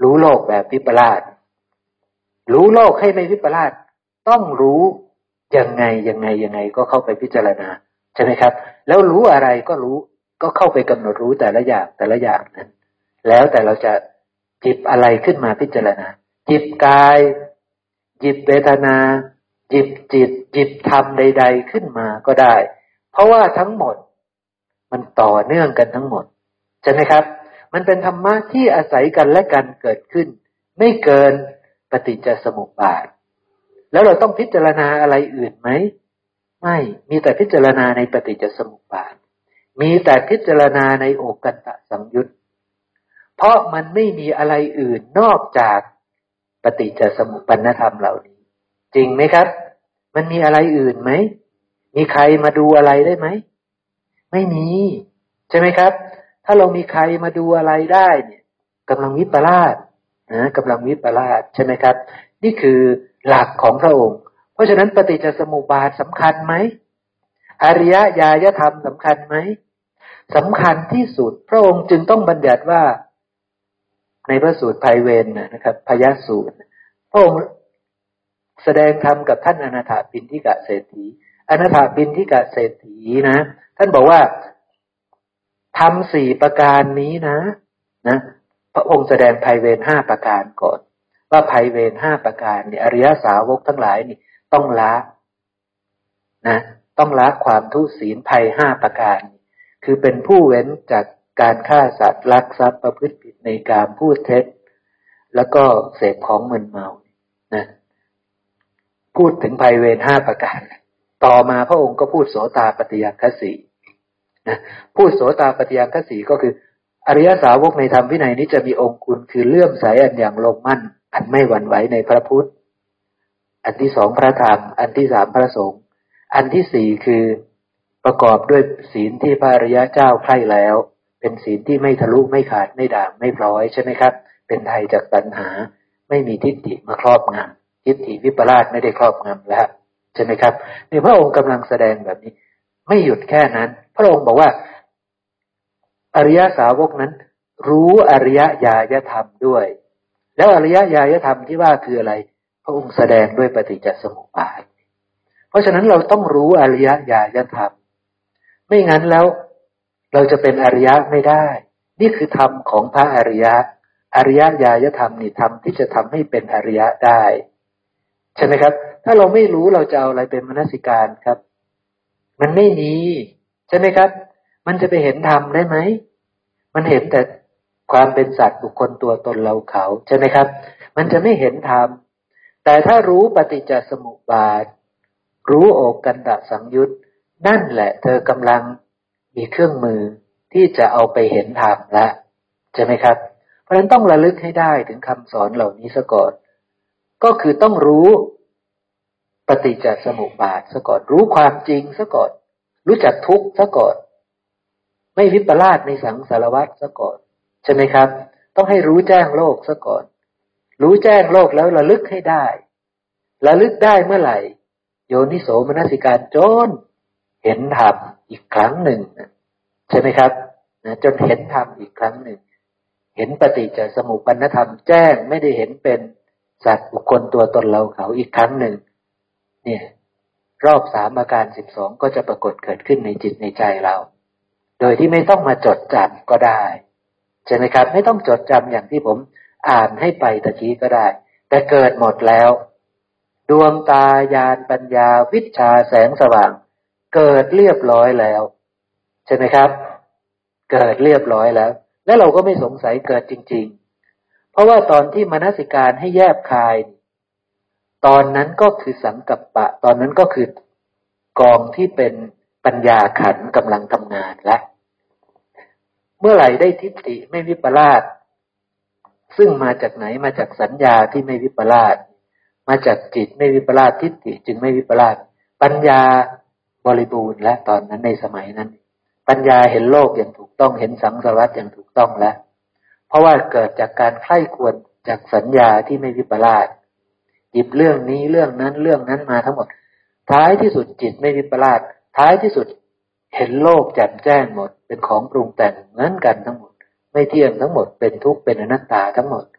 รู้โลกแบบวิปลาสรู้โลกให้ไม่วิปลาสต้องรู้ยังไงยังไงยังไงก็เข้าไปพิจารณาใช่ไหมครับแล้วรู้อะไรก็รู้ก็เข้าไปกำหนดรู้แต่ละอย่างแต่ละอย่างนั้นแล้วแต่เราจะหยิบอะไรขึ้นมาพิจารณาหยิบกายหยิบเวทนาหยิบจิตหยิบธรรมใดๆขึ้นมาก็ได้เพราะว่าทั้งหมดมันต่อเนื่องกันทั้งหมดใช่ไหมครับมันเป็นธรรมะที่อาศัยกันและกันเกิดขึ้นไม่เกินปฏิจจสมุปบาทแล้วเราต้องพิจารณาอะไรอื่นไหมไม่มีแต่พิจารณาในปฏิจจสมุปบาทมีแต่พิจารณาในโอกันตสังยุตเพราะมันไม่มีอะไรอื่นนอกจากปฏิจจสมุปปนธรรมเหล่านี้จริงไหมครับมันมีอะไรอื่นไหมมีใครมาดูอะไรได้ไหมไม่มีใช่ไหมครับถ้าเรามีใครมาดูอะไรได้เนี่ยกำลังวิปลาสนะกำลังวิปลาสใช่ไหมครับนี่คือหลักของพระองค์เพราะฉะนั้นปฏิจจสมุปบาทสำคัญไหมอริยญาณธรรมสำคัญไหมสำคัญที่สุดพระองค์จึงต้องบัญญัติว่าในพระสูตรไพเวรนะครับพยสูตรพระองค์แสดงธรรมกับท่านอนาถปิณฑิกะเศรษฐีอนาถปิณฑิกะเศรษฐีนะท่านบอกว่าทำสี่ประการนี้นะนะพระองค์แสดงไพเวรห้าประการก่อนว่าไพเวรห้าประการเนี่ยอริยสาวกทั้งหลายนี่ต้องละนะต้องละความทุศีลภัยห้าประการคือเป็นผู้เว้นจากการฆ่าสัตว์ลักทรัพย์ประพฤติผิดในกามพูดเท็จแล้วก็เสพของมึนเมานะพูดถึงไพเวรห้าประการต่อมาพระองค์ก็พูดโสตาปัฏฐังคสีนะพูดโสตาปัฏฐังคสีก็คืออริยสาวกในธรรมวินัยนี้จะมีองค์คุณคือเลื่อมใสอันอย่างลงมั่นอันไม่หวั่นไหวในพระพุทธอันที่สองพระธรรมอันที่สามพระสงฆ์อันที่สี่คือประกอบด้วยศีลที่พระอริยเจ้าใคร่แล้วเป็นศีลที่ไม่ทะลุไม่ขาดไม่ด่างไม่พลอยใช่ไหมครับเป็นไทยจากตัณหาไม่มีทิฏฐิมาครอบงำทิฏฐิวิปลาสไม่ได้ครอบงำแล้วใช่ไหมครับนี่พระองค์กำลังแสดงแบบนี้ไม่หยุดแค่นั้นพระองค์บอกว่าอริยสาวกนั้นรู้อริยญาณธรรมด้วยแล้วอริยญาณธรรมที่ว่าคืออะไรพระองค์แสดงด้วยปฏิจจสมุปบาทเพราะฉะนั้นเราต้องรู้อริยญาณธรรมไม่งั้นแล้วเราจะเป็นอริยะไม่ได้นี่คือธรรมของพระอริยะอริยญาณธรรมนี่ธรรมที่จะทำให้เป็นอริยะได้ใช่ไหมครับถ้าเราไม่รู้เราจะเอาอะไรเป็นมนสิการครับมันไม่มีใช่ไหมครับมันจะไปเห็นธรรมได้ไหมมันเห็นแต่ความเป็นสัตว์บุคคลตัวตนเราเขาใช่ไหมครับมันจะไม่เห็นธรรมแต่ถ้ารู้ปฏิจจสมุปบาทรู้โอกันตสังยุตนั่นแหละเธอกำลังมีเครื่องมือที่จะเอาไปเห็นธรรมแล้วใช่ไหมครับเพราะฉะนั้นต้องระลึกให้ได้ถึงคำสอนเหล่านี้ซะก่อนก็คือต้องรู้ปฏิจจสมุปบาทซะก่อนรู้ความจริงซะก่อนรู้จักทุกข์ซะก่อนไม่วิปลาสในสังสารวัฏซะก่อนใช่ไหมครับต้องให้รู้แจ้งโลกซะก่อนรู้แจ้งโลกแล้วระลึกให้ได้ระลึกได้เมื่อไหร่โยนิโสมนสิการจนเห็นธรรมอีกครั้งหนึ่งใช่ไหมครับนะจนเห็นธรรมอีกครั้งหนึ่งเห็นปฏิจจสมุปปนธรรมแจ้งไม่ได้เห็นเป็นสัตว์บุคคลตัวตนเราเขาอีกครั้งหนึ่งเนี่ยรอบสามอาการสิบสองก็จะปรากฏเกิดขึ้นในจิตในใจเราโดยที่ไม่ต้องมาจดจำก็ได้ใช่ไหมครับไม่ต้องจดจำอย่างที่ผมอ่านให้ไปตะกี้ก็ได้แต่เกิดหมดแล้วดวงตาญาณปัญญาวิชชาแสงสว่างเกิดเรียบร้อยแล้วใช่ไหมครับเกิดเรียบร้อยแล้วแล้วเราก็ไม่สงสัยเกิดจริงๆเพราะว่าตอนที่มนสิการให้แยบคายตอนนั้นก็คือสังกัปปะตอนนั้นก็คือกองที่เป็นปัญญาขันธ์กำลังทำงานแล้วเมื่อไหร่ได้ทิฏฐิไม่วิปลาสซึ่งมาจากไหนมาจากสัญญาที่ไม่วิปลาสมาจากจิตไม่วิปลาสทิฏฐิจึงไม่วิปลาสปัญญาบริบูรณ์และตอนนั้นในสมัยนั้นปัญญาเห็นโลกอย่างถูกต้องเห็นสังสารวัฏอย่างถูกต้องแล้วเพราะว่าเกิดจากการใคร่ควรจากสัญญาที่ไม่วิปลาสหยิบเรื่องนี้เรื่องนั้นเรื่องนั้นมาทั้งหมดท้ายที่สุดจิตไม่วิปลาสท้ายที่สุดเห็นโลกแจ่มแจ้งหมดเป็นของปรุงแต่งเหมือนกันทั้งหมดไม่เที่ยงทั้งหมดเป็นทุกข์เป็นอนัตตาทั้งหมด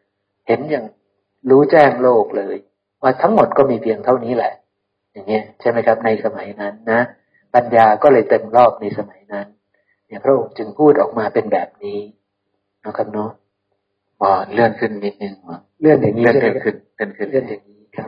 เห็นอย่างรู้แจ้งโลกเลยว่าทั้งหมดก็มีเพียงเท่านี้แหละอย่างเงี้ยใช่ไหมครับในสมัยนั้นนะปัญญาก็เลยเต็มรอบในสมัยนั้นเนี่ยพระองค์จึงพูดออกมาเป็นแบบนี้นะครับเนาะอ๋อเลื่อนขึ้นนิดนึงเลื่อนอย่างนี้เลื่อนขึ้นเลื่อนขึ้นเลื่อนอย่างนี้ครับ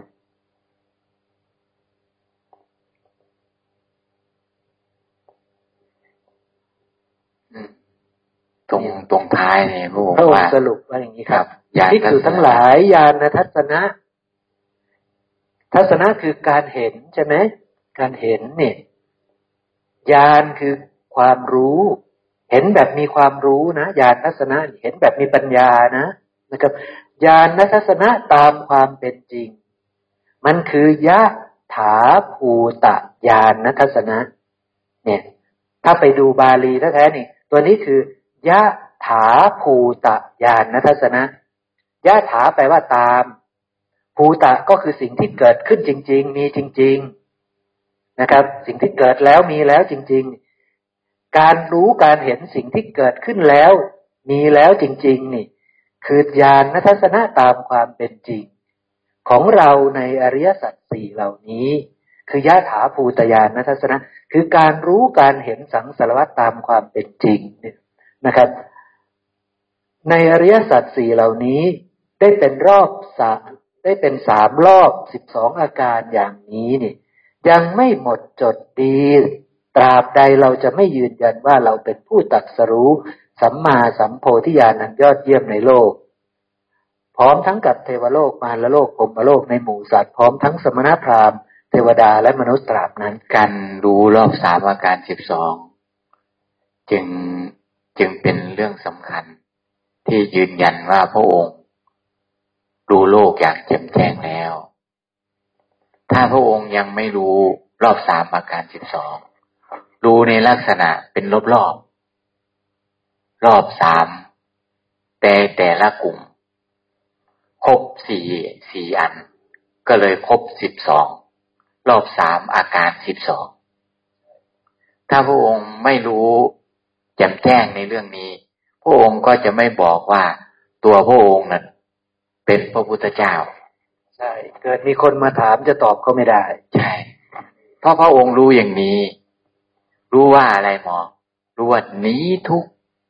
ตรงตรงท้ายเนี่ยพระองค์ว่าสรุปว่าอย่างนี้ครับภิกษุทั้งหลายญาณทัศนะทัศนะคือการเห็นใช่ไหมการเห็นเนี่ยญาณคือความรู้เห็นแบบมีความรู้นะญาณทัศนะเห็นแบบมีปัญญานะนะครับญาณทัศนะตามความเป็นจริงมันคือยะถาภูตญาณทัศนะเนี่ยถ้าไปดูบาลีแท้ๆนี่ตัวนี้คือยะถาภูตญาณทัศนะยะถาแปลว่าตามภูตะก็คือสิ่งที่เกิดขึ้นจริงๆมีจริงๆนะครับสิ่งที่เกิดแล้วมีแล้วจริงๆการรู้การเห็นสิ่งที่เกิดขึ้นแล้วมีแล้วจริงๆนี่คือญาณทัศนะตามความเป็นจริงของเราในอริยสัจสี่เหล่านี้คือยะถาภูตญาณทัศนะคือการรู้การเห็นสังสารวัฏตามความเป็นจริงนะครับในอริยสัจสี่เหล่านี้ได้เป็นรอบสามได้เป็นสามรอบสิบสองอาการอย่างนี้นี่ยังไม่หมดจดดีตราบใดเราจะไม่ยืนยันว่าเราเป็นผู้ตรัสรู้สัมมาสัมโพธิญาณอันยอดเยี่ยมในโลกพร้อมทั้งกับเทวโลกมารโลกพรหมโลกในหมู่สัตว์พร้อมทั้งสมณพราหมณ์เทวดาและมนุษย์ตราบนั้นการรู้รอบสามอาการสิบสองจึงจึงเป็นเรื่องสำคัญที่ยืนยันว่าพระองค์รู้โลกอย่างแจ่มแจ้งแล้วถ้าพระองค์ยังไม่รู้รอบสามอาการสิบสองรู้ในลักษณะเป็นรอบรอบรอบสามแต่แต่ละกลุ่มครบสี่สี่อันก็เลยครบสิบสองรอบสามอาการสิบสองถ้าพระองค์ไม่รู้แจ่มแจ้งในเรื่องนี้พระองค์ก็จะไม่บอกว่าตัวพระองค์นั้นเป็นพระพุทธเจ้าใช่เกิดมีคนมาถามจะตอบก็ไม่ได้ใช่เพราะพระองค์รู้อย่างนี้รู้ว่าอะไรหมอรู้ว่านี้ทุก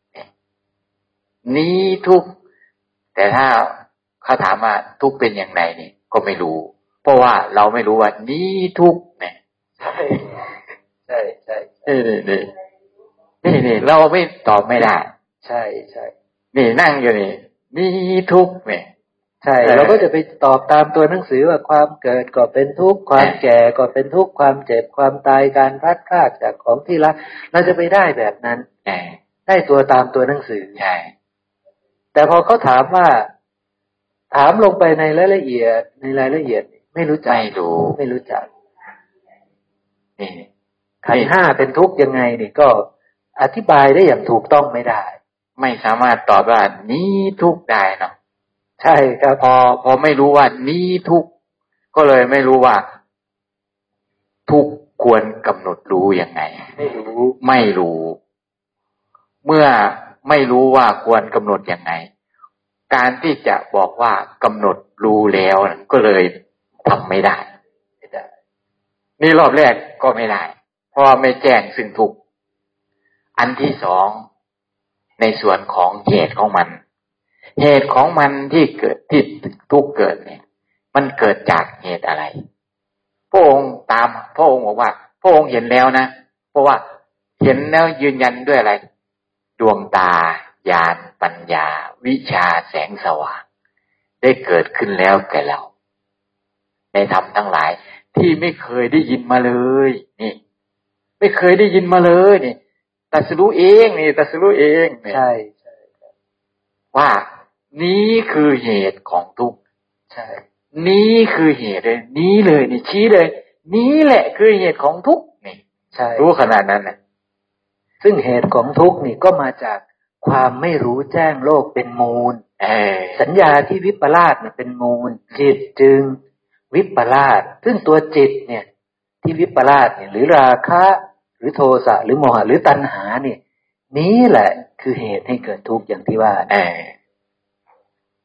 นี้ทุกแต่ถ้าเขาถามว่าทุกเป็นอย่างไรนี่ก็ไม่รู้เพราะว่าเราไม่รู้ว่านี้ทุกเนี่ยใช่ใช่ใช่นี่นี่นี่นี่เราไม่ตอบไม่ได้ใช่ใช่นี่นั่งอยู่นี่นี้ทุกเนี่ยใช่เราก็จะไปตอบตามตัวหนังสือว่าความเกิดก็เป็นทุกข์ความแก่ก็เป็นทุกข์ความเจ็บความตายการพลัดพรากจากของที่รักเราจะไปได้แบบนั้นได้ตัวตามตัวหนังสือใช่แต่พอเขาถามว่าถามลงไปในรายละเอียดในรายละเอียดไม่รู้จักไม่รู้ไม่รู้จักนี่ขันธ์ห้าเป็นทุกข์ยังไงนี่ก็อธิบายได้อย่างถูกต้องไม่ได้ไม่สามารถตอบว่านี้ทุกข์ได้เนาะใช่ครับพอพอไม่รู้ว่านี้ทุกข์ก็เลยไม่รู้ว่าทุกข์ควรกำหนดรู้ยังไงไม่รู้ไม่รู้เมื่อไม่รู้ว่าควรกำหนดยังไงการที่จะบอกว่ากำหนดรู้แล้วก็เลยทำไม่ได้ไม่ได้นี่รอบแรกก็ไม่ได้เพราะไม่แจ้งซึ่งทุกข์อันที่สองในส่วนของเหตุของมันเหตุของมันที่เกิดที่ทุกข์เกิดเนี่ยมันเกิดจากเหตุอะไรพระองค์ตามพระองค์บอกว่าพระองค์เห็นแล้วนะเพราะว่าเห็นแล้วยืนยันด้วยอะไรดวงตาญาณปัญญาวิชาแสงสว่างได้เกิดขึ้นแล้วแก่เราในธรรมทั้งหลายที่ไม่เคยได้ยินมาเลยนี่ไม่เคยได้ยินมาเลยนี่ตรัสรู้เองนี่ตรัสรู้เองใช่ใช่ว่านี้คือเหตุของทุกข์ใช่นี้คือเหตุเลยนี้เลยนี่ชี้เลยนี้แหละคือเหตุของทุกข์นี่ใช่รู้ขนาดนั้นนะซึ่งเหตุของทุกข์นี่ก็มาจากความไม่รู้แจ้งโลกเป็นมูลสัญญาที่วิปลาสเนี่ยเป็นมูลจิตจึงวิปลาสซึ่งตัวจิตเนี่ยที่วิปลาสเนี่ยหรือราคะหรือโทสะหรือโมหะหรือตัณหาเนี่ยนี้แหละคือเหตุให้เกิดทุกข์อย่างที่ว่า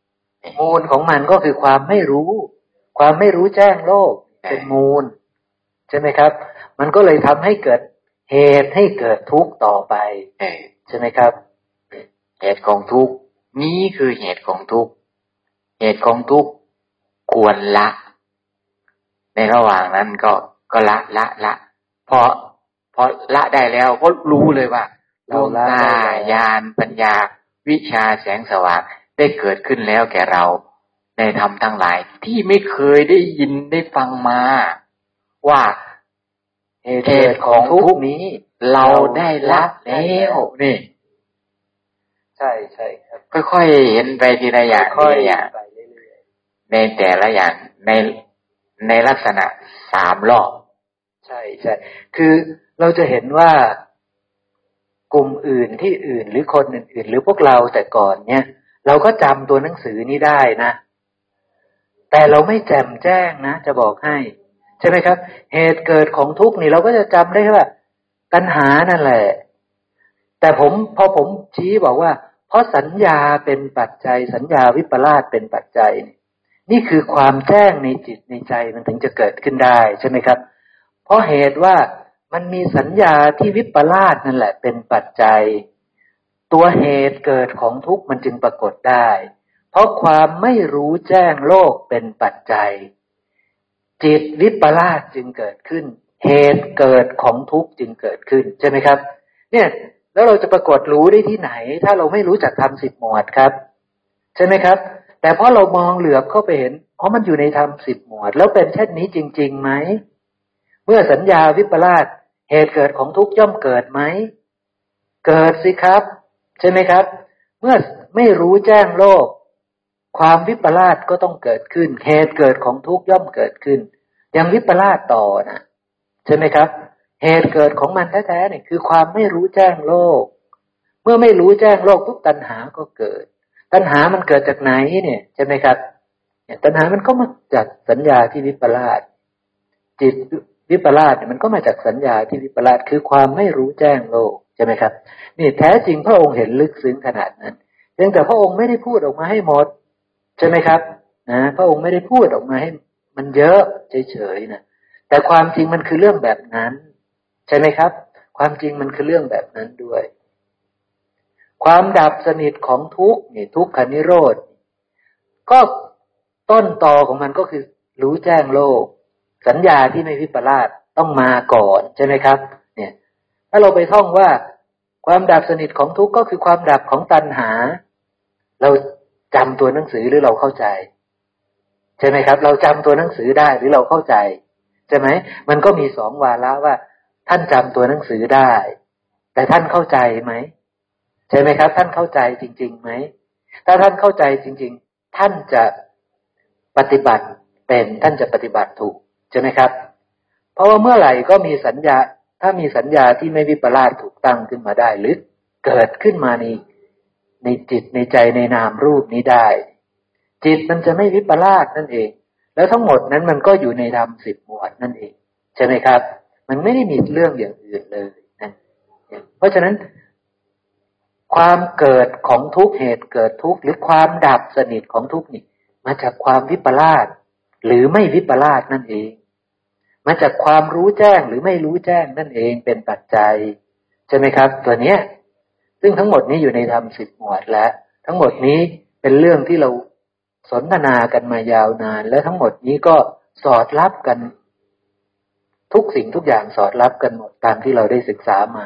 มูลของมันก็คือความไม่รู้ความไม่รู้แจ้งโลกเป็นมูลใช่ไหมครับมันก็เลยทำให้เกิดเหตุให้เกิดทุกข์ต่อไปใช่ไหมครับเหตุของทุกข์นี้คือเหตุของทุกข์เหตุของทุกข์ควรละในระหว่างนั้นก็ก็ละละละพอพอละได้แล้วก็รู้เลยว่าดวงตาญาณปัญญาวิชาแสงสว่างได้เกิดขึ้นแล้วแก่เราในธรรมทั้งหลายที่ไม่เคยได้ยินได้ฟังมาว่าเหตุของทุกข์นี้เราได้ละแล้วนี่ใช่ใช่ครับค่อยๆเห็นไปทีละอย่างทีละอย่างในแต่ละอย่างในในลักษณะสามรอบใช่ใช่คือเราจะเห็นว่ากลุ่มอื่นที่อื่นหรือคนอื่นๆหรือพวกเราแต่ก่อนเนี่ยเราก็จำตัวหนังสือนี้ได้นะแต่เราไม่แจ่มแจ้งนะจะบอกให้ใช่ไหมครับเหตุเกิดของทุกข์นี่เราก็จะจำได้ว่าตัณหานั่นแหละแต่ผมพอผมชี้บอกว่าเพราะสัญญาเป็นปัจจัยสัญญาวิปลาสเป็นปัจจัยนี่คือความแจ้งในจิตในใจมันถึงจะเกิดขึ้นได้ใช่ไหมครับเพราะเหตุว่ามันมีสัญญาที่วิปลาสนั่นแหละเป็นปัจจัยตัวเหตุเกิดของทุกข์มันจึงปรากฏได้เพราะความไม่รู้แจ้งโลกเป็นปัจจัยจิตวิปลาสจึงเกิดขึ้นเหตุเกิดของทุกข์จึงเกิดขึ้นใช่ไหมครับเนี่ยแล้วเราจะปรากฏรู้ได้ที่ไหนถ้าเราไม่รู้จักธรรมสิบหมวดครับใช่ไหมครับแต่เพราะเรามองเหลือบเข้าไปเห็นเพราะมันอยู่ในธรรมสิบหมวดแล้วเป็นเช่นนี้จริงๆไหมเมื่อสัญญาวิปลาสเหตุเกิดของทุกข์ย่อมเกิดไหมเกิดสิครับใช่ไหมครับเมื่อไม่รู้แจ้งโลกความวิปลาสก็ต้องเกิดขึ้นเหตุเกิดของทุกข์ย่อมเกิดขึ้นยังวิปลาสต่อนะใช่ไหมครับเหตุเกิดของมันแท้ๆเนี่ยคือความไม่รู้แจ้งโลกเมื่อไม่รู้แจ้งโลกปุ๊บตัณหาก็เกิดตัณหามันเกิดจากไหนเนี่ยใช่ไหมครับเนี่ยตัณหามันก็มาจากสัญญาที่วิปลาสจิตวิปลาสเนี่ยมันก็มาจากสัญญาที่วิปลาสคือความไม่รู้แจ้งโลกใช่ไหมครับนี่แท้จริงพระองค์เห็นลึกซึ้งขนาดนั้นเพียงแต่พระองค์ไม่ได้พูดออกมาให้หมดใช่ไหมครับนะพระองค์ไม่ได้พูดออกมาให้มันเยอะเฉยๆนะแต่ความจริงมันคือเรื่องแบบนั้นใช่ไหมครับความจริงมันคือเรื่องแบบนั้นด้วยความดับสนิทของทุกข์นี่ทุกขนิโรธก็ต้นตอของมันก็คือรู้แจ้งโลกสัญญาที่ไม่วิปลาสต้องมาก่อนใช่ไหมครับเนี่ยถ้าเราไปท่องว่าความดับสนิทของทุกข์ก็คือความดับของตัณหาเราจำตัวหนังสือหรือเราเข้าใจใช่ไหมครับเราจำตัวหนังสือได้หรือเราเข้าใจใช่ไหมมันก็มีสองวาระว่าท่านจำตัวหนังสือได้แต่ท่านเข้าใจไหมใช่ไหมครับท่านเข้าใจจริงๆไหมถ้าท่านเข้าใจจริงๆท่านจะปฏิบัติเป็นท่านจะปฏิบัติถูกใช่ไหมครับเพราะว่าเมื่อไหร่ก็มีสัญญาถ้ามีสัญญาที่ไม่วิปลาสถูกตั้งขึ้นมาได้หรือเกิดขึ้นมาในในจิตในใจในนามรูปนี้ได้จิตมันจะไม่วิปลาสนั่นเองแล้วทั้งหมดนั้นมันก็อยู่ในธรรมสิบหมวดนั่นเองใช่ไหมครับมันไม่ได้มีเรื่องอย่างอื่นเลยนะเพราะฉะนั้นความเกิดของทุกข์เหตุเกิดทุกข์หรือความดับสนิทของทุกข์นี่มาจากความวิปลาสหรือไม่วิปลาสนั่นเองมาจากความรู้แจ้งหรือไม่รู้แจ้งนั่นเองเป็นปัจจัยใช่ไหมครับตัวเนี้ยซึ่งทั้งหมดนี้อยู่ในธรรมสิบหมวดและทั้งหมดนี้เป็นเรื่องที่เราสนทนากันมายาวนานและทั้งหมดนี้ก็สอดรับกันทุกสิ่งทุกอย่างสอดรับกันหมดตามที่เราได้ศึกษามา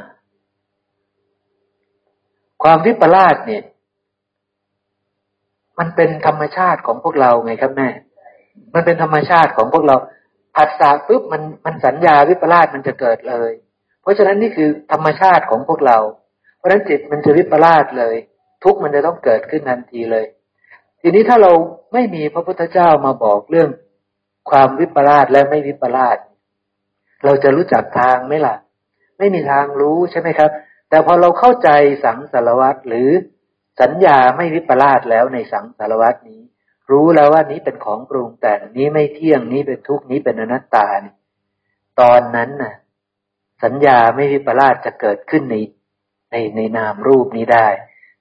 ความวิปลาสเนี่ยมันเป็นธรรมชาติของพวกเราไงครับแม่มันเป็นธรรมชาติของพวกเราผัสสะปุ๊บมันมันสัญญาวิปลาสมันจะเกิดเลยเพราะฉะนั้นนี่คือธรรมชาติของพวกเราเพราะฉะนั้นจิตมันจะวิปลาสเลยทุกข์มันจะต้องเกิดขึ้นทันทีเลยทีนี้ถ้าเราไม่มีพระพุทธเจ้ามาบอกเรื่องความวิปลาสและไม่วิปลาสเราจะรู้จักทางไหมล่ะไม่มีทางรู้ใช่ไหมครับแต่พอเราเข้าใจสังสารวัฏหรือสัญญาไม่วิปลาสแล้วในสังสารวัฏนี้รู้แล้วว่านี้เป็นของปรุงแต่งนี้ไม่เที่ยงนี้เป็นทุกข์นี้เป็นอนัตตาตอนนั้นน่ะสัญญาไม่วิปลาสจะเกิดขึ้นในในในนามรูปนี้ได้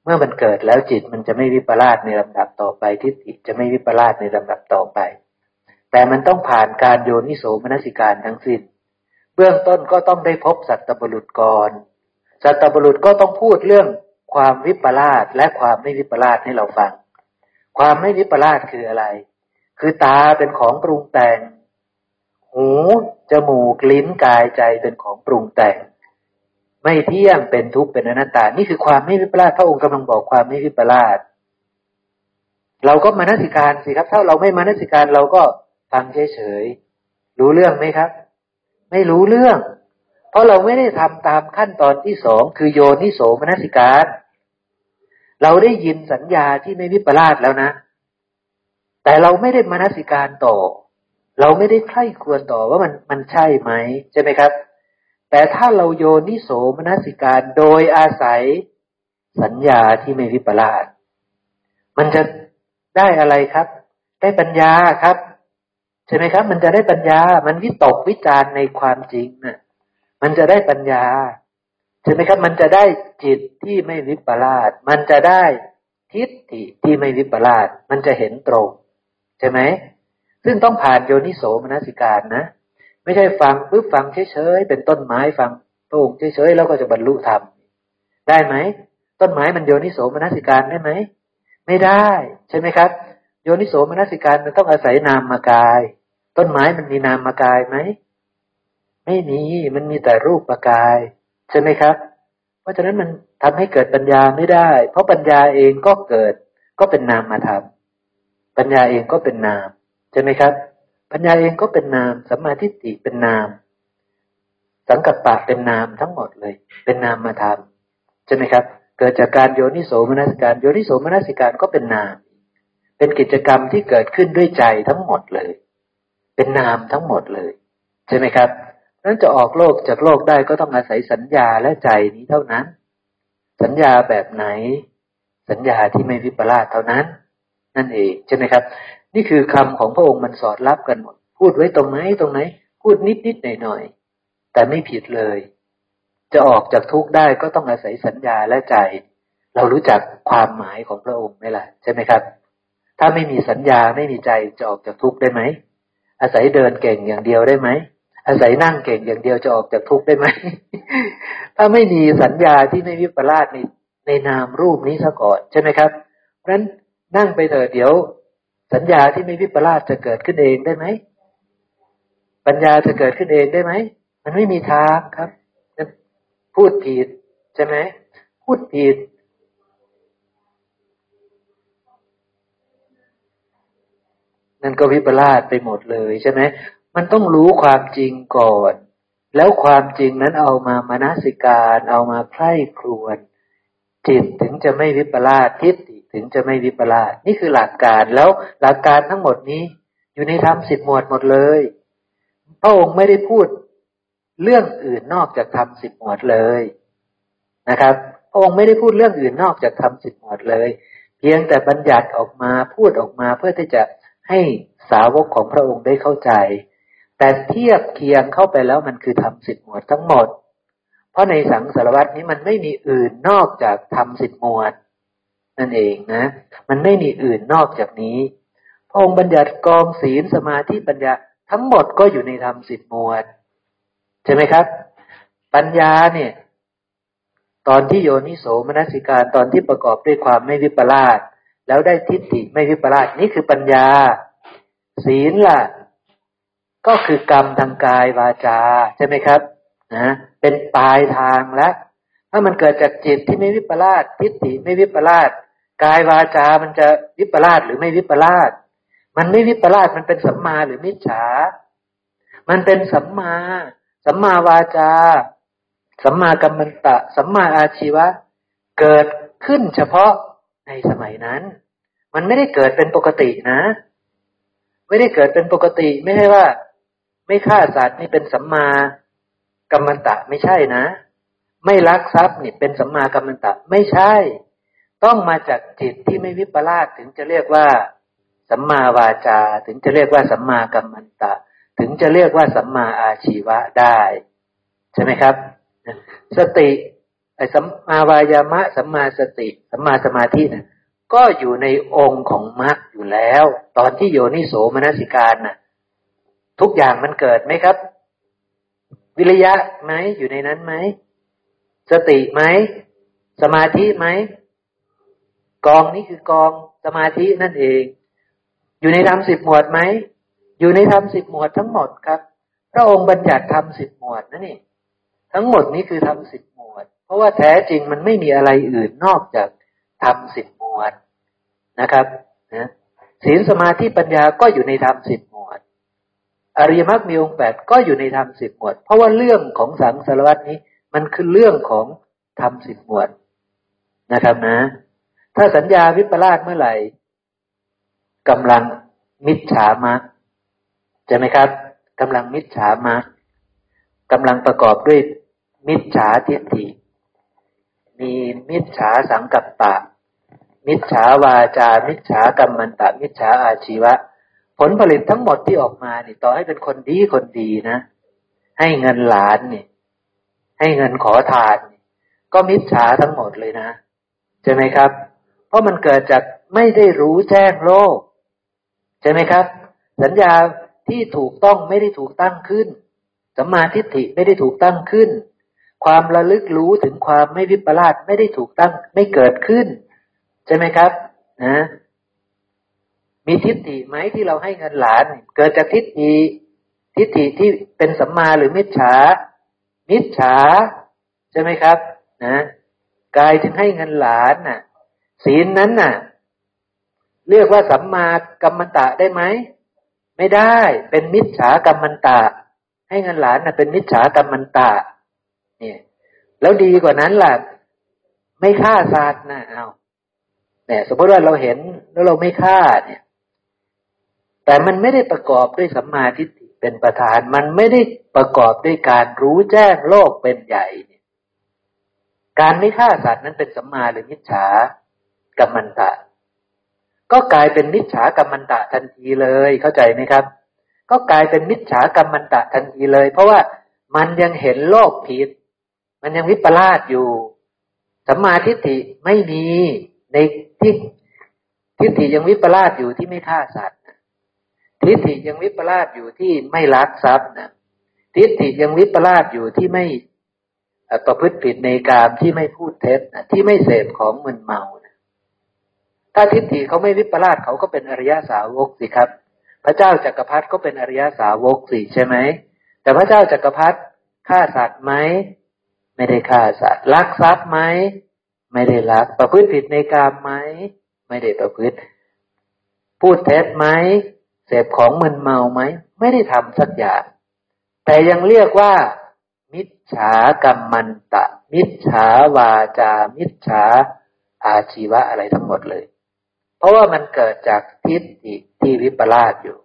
เมื่อมันเกิดแล้วจิตมันจะไม่วิปลาสในลำดับต่อไปทิฏฐิจะไม่วิปลาสในลำดับต่อไปแต่มันต้องผ่านการโยนิโสมนสิการทั้งสิ้นเบื้องต้นก็ต้องได้พบสัตตบุรุษก่อนสัตตบุรุษก็ต้องพูดเรื่องความวิปลาสและความไม่วิปลาสให้เราฟังความไม่วิปลาสคืออะไรคือตาเป็นของปรุงแต่งหูจมูกลิ้นกายใจเป็นของปรุงแต่งไม่เที่ยงเป็นทุกข์เป็นอนัตตานี่คือความไม่วิปลาสพระองค์กำลังบอกความไม่วิปลาสเราก็มนสิการสิครับถ้าเราไม่มนสิการเราก็ฟังเฉยๆรู้เรื่องไหมครับไม่รู้เรื่องเพราะเราไม่ได้ทำตามขั้นตอนที่สองคือโยนิโสมนสิการเราได้ยินสัญญาที่ไม่วิปลาสแล้วนะแต่เราไม่ได้มนสิการต่อเราไม่ได้ใคร่ครวญต่อว่ามันมันใช่ไหมใช่ไหมครับแต่ถ้าเราโยนิโสมนสิการโดยอาศัยสัญญาที่ไม่วิปลาสมันจะได้อะไรครับได้ปัญญาครับใช่ไหมครับมันจะได้ปัญญามันวิตกวิจารในความจริงน่ะมันจะได้ปัญญาใช่ไหมครับมันจะได้จิตที่ไม่วิปลาสมันจะได้ทิฏฐิที่ไม่วิปลาสมันจะเห็นตรงใช่ไหมซึ่งต้องผ่านโยนิโสมนสิการนะไม่ใช่ฟังปุ๊บฟังเฉยๆเป็นต้นไม้ฟังพระองค์เฉยๆแล้วก็จะบรรลุธรรมได้ไหมต้นไม้มันโยนิโสมนสิการได้ไหมไม่ได้ใช่ไหมครับโยนิโสมนสิการมันต้องอาศัยนามกายต้นไม้มันมีนามกายไหมไม่มีมันมีแต่รูปกายใช่ไหมครับเพราะฉะนั้นมันทำให้เกิดปัญญาไม่ได้เพราะปัญญาเองก็เกิดก็เป็นนามธรรมปัญญาเองก็เป็นนามใช่ไหมครับปัญญาเองก็เป็นนามสัมมาทิฏฐิเป็นนามสังกัปปะเป็นนามทั้งหมดเลยเป็นนามธรรมใช่ไหมครับเกิดจากการโยนิโสมนสิการโยนิโสมนสิการก็เป็นนามเป็นกิจกรรมที่เกิดขึ้นด้วยใจทั้งหมดเลยเป็นนามทั้งหมดเลยใช่ไหมครับนั้นจะออกโลกจากโลกได้ก็ต้องอาศัยสัญญาและใจนี้เท่านั้นสัญญาแบบไหนสัญญาที่ไม่วิปลาสเท่านั้นนั่นเองใช่ไหมครับนี่คือคำของพระองค์มันสอดรับกันหมดพูดไว้ตรงไหนตรงไหนพูดนิดนิดหน่อยหน่อยแต่ไม่ผิดเลยจะออกจากทุกข์ได้ก็ต้องอาศัยสัญญาและใจเรารู้จักความหมายของพระองค์ไหมล่ะใช่ไหมครับถ้าไม่มีสัญญาไม่มีใจจะออกจากทุกข์ได้ไหมอาศัยเดินเก่งอย่างเดียวได้ไหมอาศัยนั่งเก่งอย่างเดียวจะออกจากทุกข์ได้ไหม ถ้าไม่มีสัญญาที่ไม่วิปลาสในในนามรูปนี้ซะก่อนใช่ไหมครับเพราะฉะนั้นนั่งไปเถอะเดี๋ยวสัญญาที่ไม่วิปลาสจะเกิดขึ้นเองได้ไหมปัญญาจะเกิดขึ้นเองได้ไหมมันไม่มีทางครับพูดผิดใช่ไหมพูดผิดนั่นก็วิปลาสไปหมดเลยใช่ไหมมันต้องรู้ความจริงก่อนแล้วความจริงนั้นเอามามนสิการเอามาใคร่ครวญจิตถึงจะไม่วิปลาสทิฏฐิถึงจะไม่วิปลาสนี่คือหลักการแล้วหลักการทั้งหมดนี้อยู่ในธรรมสิบหมวดหมดเลยพระองค์ไม่ได้พูดเรื่องอื่นนอกจากธรรมสิบหมวดเลยนะครับพระองค์ไม่ได้พูดเรื่องอื่นนอกจากธรรมสิบหมวดเลยเพียงแต่บัญญัติออกมาพูดออกมาเพื่อที่จะให้สาวกของพระองค์ได้เข้าใจแต่เทียบเคียงเข้าไปแล้วมันคือธรรมสิบหมวดทั้งหมดเพราะในสังสารวัฏนี้มันไม่มีอื่นนอกจากธรรมสิบหมวดนั่นเองนะมันไม่มีอื่นนอกจากนี้พระองค์บัญญัติกองศีลสมาธิปัญญาทั้งหมดก็อยู่ในธรรมสิบหมวดใช่ไหมครับปัญญาเนี่ยตอนที่โยนิโสมนสิการตอนที่ประกอบด้วยความไม่วิปลาสแล้วได้ทิฏฐิไม่วิปลาสนี่คือปัญญาศีลล่ะก็คือกรรมทางกายวาจาใช่ไหมครับนะเป็นปลายทางแล้วถ้ามันเกิดจากจิตที่ไม่วิปลาสทิฏฐิไม่วิปลาสกายวาจามันจะวิปลาสหรือไม่วิปลาสมันไม่วิปลาสมันเป็นสัมมาหรือมิจฉามันเป็นสัมมาสัมมาวาจาสัมมากัมมันตะสัมมาอาชีวะเกิดขึ้นเฉพาะในสมัยนั้นมันไม่ได้เกิดเป็นปกตินะไม่ได้เกิดเป็นปกติไม่ใช่ว่าไม่ฆ่าสัตว์นี่เป็นสัมมากัมมันตะไม่ใช่นะไม่ลักทรัพย์นี่เป็นสัมมากัมมันตะไม่ใช่ต้องมาจากจิตที่ไม่วิปลาสถึงจะเรียกว่าสัมมาวาจาถึงจะเรียกว่าสัมมากัมมันตะถึงจะเรียกว่าสัมมาอาชีวะได้ใช่ไหมครับสติไอ้สัมมาวายามะสัมมาสติสัมมาสมาธิน่ะก็อยู่ในองค์ของมรรคอยู่แล้วตอนที่โยนิโสมนสิการน่ะทุกอย่างมันเกิดไหมครับวิริยะไหมอยู่ในนั้นไหมสติไหมสมาธิไหมกองนี้คือกองสมาธินั่นเองอยู่ในธรรมสิบหมวดไหมอยู่ในธรรมสิบหมวดทั้งหมดครับพระองค์บัญญัติธรรมสิบหมวดนั่นนี่ทั้งหมดนี้คือธรรมสิบหมวดเพราะว่าแท้จริงมันไม่มีอะไรอื่นนอกจากธรรมสิบหมวดนะครับนะศีลสมาธิปัญญาก็อยู่ในธรรมสิบหมวดอริยมรรคมีองค์แปดก็อยู่ในธรรมสิบหมวดเพราะว่าเรื่องของสังสารวัฏนี้มันคือเรื่องของธรรมสิบหมวดนะครับนะถ้าสัญญาวิปลาสเมื่อไหร่กำลังมิจฉามรรคใช่ไหมครับกำลังมิจฉามรรคกำลังประกอบด้วยมิจฉาทิฏฐิมีมิจฉาสังกัปปะมิจฉาวาจามิจฉากัมมันตะมิจฉาอาชีวะผลผลิตทั้งหมดที่ออกมานี่ต่อให้เป็นคนดีคนดีนะให้เงินหลานนี่ให้เงินขอทานนี่ก็มิจฉาทั้งหมดเลยนะใช่ไหมครับเพราะมันเกิดจากไม่ได้รู้แจ้งโลกใช่ไหมครับสัญญาที่ถูกต้องไม่ได้ถูกตั้งขึ้นสัมมาทิฏฐิไม่ได้ถูกตั้งขึ้นความระลึกรู้ถึงความไม่วิปลาสไม่ได้ถูกตั้งไม่เกิดขึ้นใช่ไหมครับนะมีทิฏฐิไหมที่เราให้เงินหลานเกิดจากทิฏฐิทิฏฐิที่เป็นสัมมาหรือมิจฉามิจฉาใช่ไหมครับนะกายถึงให้เงินหลานน่ะศีลนั้นน่ะเรียกว่าสัมมากัมมันตะได้ไหมไม่ได้เป็นมิจฉากัมมันตะให้เงินหลานน่ะเป็นมิจฉากัมมันตะเนี่ยแล้วดีกว่านั้นล่ะไม่ฆ่าสัตว์นะเอาเนี่ยสมมติว่าเราเห็นแล้วเราไม่ฆ่าเนี่ยแต่มันไม่ได้ประกอบด้วยสัมมาทิฏฐิเป็นประธานมันไม่ได้ประกอบด้วยการรู้แจ้งโลกเป็นใหญ่เนี่ยการไม่ฆ่าสัตว์นั้นเป็นสัมมาหรือมิจฉากัมมันตะก็กลายเป็นมิจฉากัมมันตะทันทีเลยเข้าใจไหมครับก็กลายเป็นมิจฉากัมมันตะทันทีเลยเพราะว่ามันยังเห็นโลกผิดมันยังวิปลาสอยู่สัมมาทิฏฐิไม่มีในที่ทิฏฐิยังวิปลาสอยู่ที่ไม่ฆ่าสัตว์ทิฏฐิยังวิปลาสอยู่ที่ไม่ลักทรัพย์นะทิฏฐิยังวิปลาสอยู่ที่ไม่ประพฤติผิดในกามที่ไม่พูดเท็จนะที่ไม่เสพของมึนเมานะถ้าทิฏฐิเขาไม่วิปลาสเขาก็เป็นอริยสาวกสิครับพระเจ้าจักรพรรดิก็เป็นอริยสาวกสิใช่ไหมแต่พระเจ้าจักรพรรดิฆ่าสัตว์ไหมไม่ได้ฆ่าสัตว์ลักทรัพย์ไหมไม่ได้ลักประพฤติผิดในกามไหมไม่ได้ประพฤติพูดเท็จไหมเสพของมึนเมาไหมไม่ได้ทำสักอย่างแต่ยังเรียกว่ามิจฉากัมมันตะมิจฉาวาจามิจฉาอาชีวะอะไรทั้งหมดเลยเพราะว่ามันเกิดจากทิฏฐิที่วิปลาสอยู่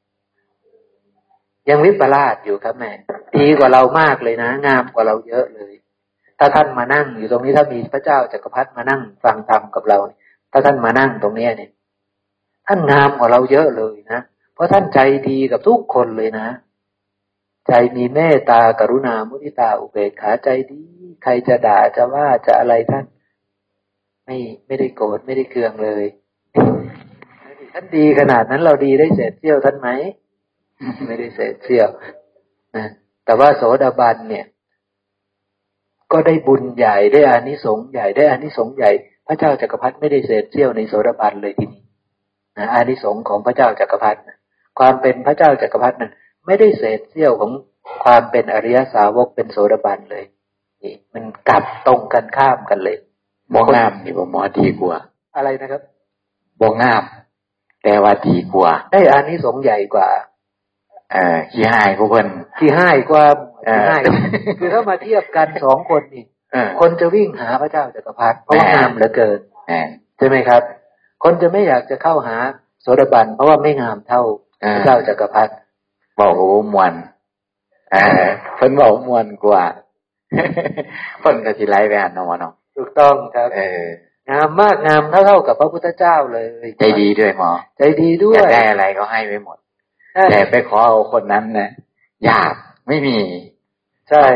ยังวิปลาสอยู่ครับแม่ดีกว่าเรามากเลยนะงามกว่าเราเยอะเลยถ้าท่านมานั่งอยู่ตรงนี้ถ้ามีพระเจ้าจักรพรรดิมานั่งฟังธรรมกับเราถ้าท่านมานั่งตรงนี้เนี่ยท่านงามกว่าเราเยอะเลยนะเพราะท่านใจดีกับทุกคนเลยนะใจมีเมตตากรุณามุทิตาอุเบกขาใจดีใครจะด่าจะว่าจะอะไรท่านไม่ไม่ได้โกรธไม่ได้เคืองเลยท่านดีขนาดนั้นเราดีได้เศษเสี้ยวท่านไหมไม่ได้เศษเสี้ยวนะแต่ว่าโสดาบันเนี่ยก็ได้บุญใหญ่ได้อานิสงส์ใหญ่ได้อานิสงส์ใหญ่พระเจ้าจักรพรรดิไม่ได้เศษเสี้ยวในโสดาบันเลยทีนี้นะอานิสงส์ของพระเจ้าจักรพรรดินะความเป็นพระเจ้าจักรพรรดินั้นไม่ได้เศษเสี้ยวของความเป็นอริยสาวกเป็นโสดาบันเลยนี่มันกลับตรงกันข้ามกันเลยบ่งามนี่บ่หมอดีกว่าอะไรนะครับบ่งามแต่ว่าดีกว่าได้อานิสงส์ใหญ่กว่าเอ่อขี้หายกว่าเพิ่นขี้หายกว่าขี้หายคือถ้ามาเทียบกันสองคนนี่คนจะวิ่งหาพระเจ้าจักรพรรดิเพราะว่างามเหลือเกินใช่ไหมครับคนจะไม่อยากจะเข้าหาโสดาบันเพราะว่าไม่งามเท่าพระเจ้าจักรพรรดิบอกว่ามวนเออเพิ่นบอกมวนกว่าเพิ่นก็สิไล่ไปหาเนาะเนาะถูกต้องครับเอองามมากงามเท่าเท่ากับพระพุทธเจ้าเลยใจดีด้วยหมอใจดีด้วยอยากได้อะไรก็ให้ไปหมดแต่ไปขอเอาคนนั้นนะยากไม่มีใช่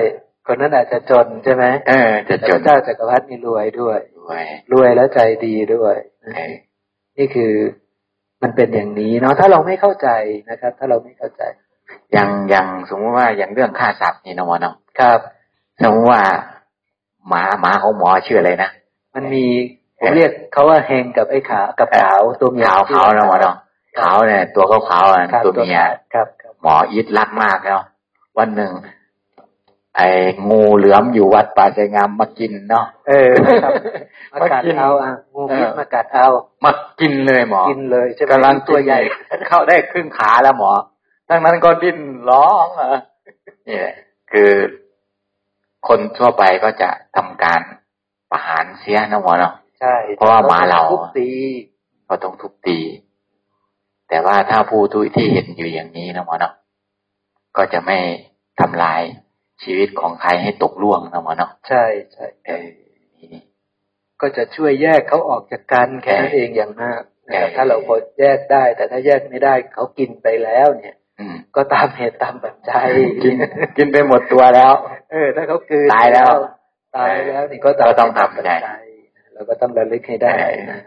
คนนั้นอาจจะจนใช่ไหมเออจะจนเจ้าจักรพรรดินี่รวยด้วยรวยรวยแล้วใจดีด้วยนี่คือมันเป็นอย่างนี้เนาะถ้าเราไม่เข้าใจนะครับถ้าเราไม่เข้าใจอย่างอย่างสมมติว่าอย่างเรื่องฆ่าสัตว์นี่นะหมอเนาะครับสมมติว่าหมาหมาของหมอชื่ออะไรนะมันมีผมเรียกเขาว่าเฮงกับไอ้ขาวกับขาวตัวเมียขาวขาวนะหมอเนาะขาวเนี่ยตัวขาวขาวตัวเมียครับหมออิดรักมากแล้ววันหนึ่งไอ้งูเหลือมอยู่วัดป่าใจงามมากินเนาะเออมากัดเอาอ่ะงูพิษมากัดเอามากินเลยหมอกินเลยใช่ไหมกำลังตัวใหญ่เข้าได้ครึ่งขาแล้วหมอทั้งนั้นก็ดิ้นร้องอ่ะนี่แหละคือคนทั่วไปก็จะทำการประหารเสียนะหมอเนาะใช่เพราะว่าหมาเราทุบตีก็ต้องทุบตีแต่ว่าถ้าผู้ทุยที่เห็นอยู่อย่างนี้นะหมอเนาะก็จะไม่ทำลายชีวิตของใครให้ตกล่วงนะหมอเนาะใช่ใช่เออนี่ก็จะช่วยแยกเขาออกจากกันแค่นั้นเองอย่างมากนะครับถ้าเราพอแยกได้แต่ถ้าแยกไม่ได้เขากินไปแล้วเนี่ยก็ตามเหตุตามปัจจัยกินกินไปหมดตัวแล้วเออถ้าเขาคือตายแล้วตายแล้วนี่ก็ต้องทำใจเราก็ต้องระลึกให้ได้นะ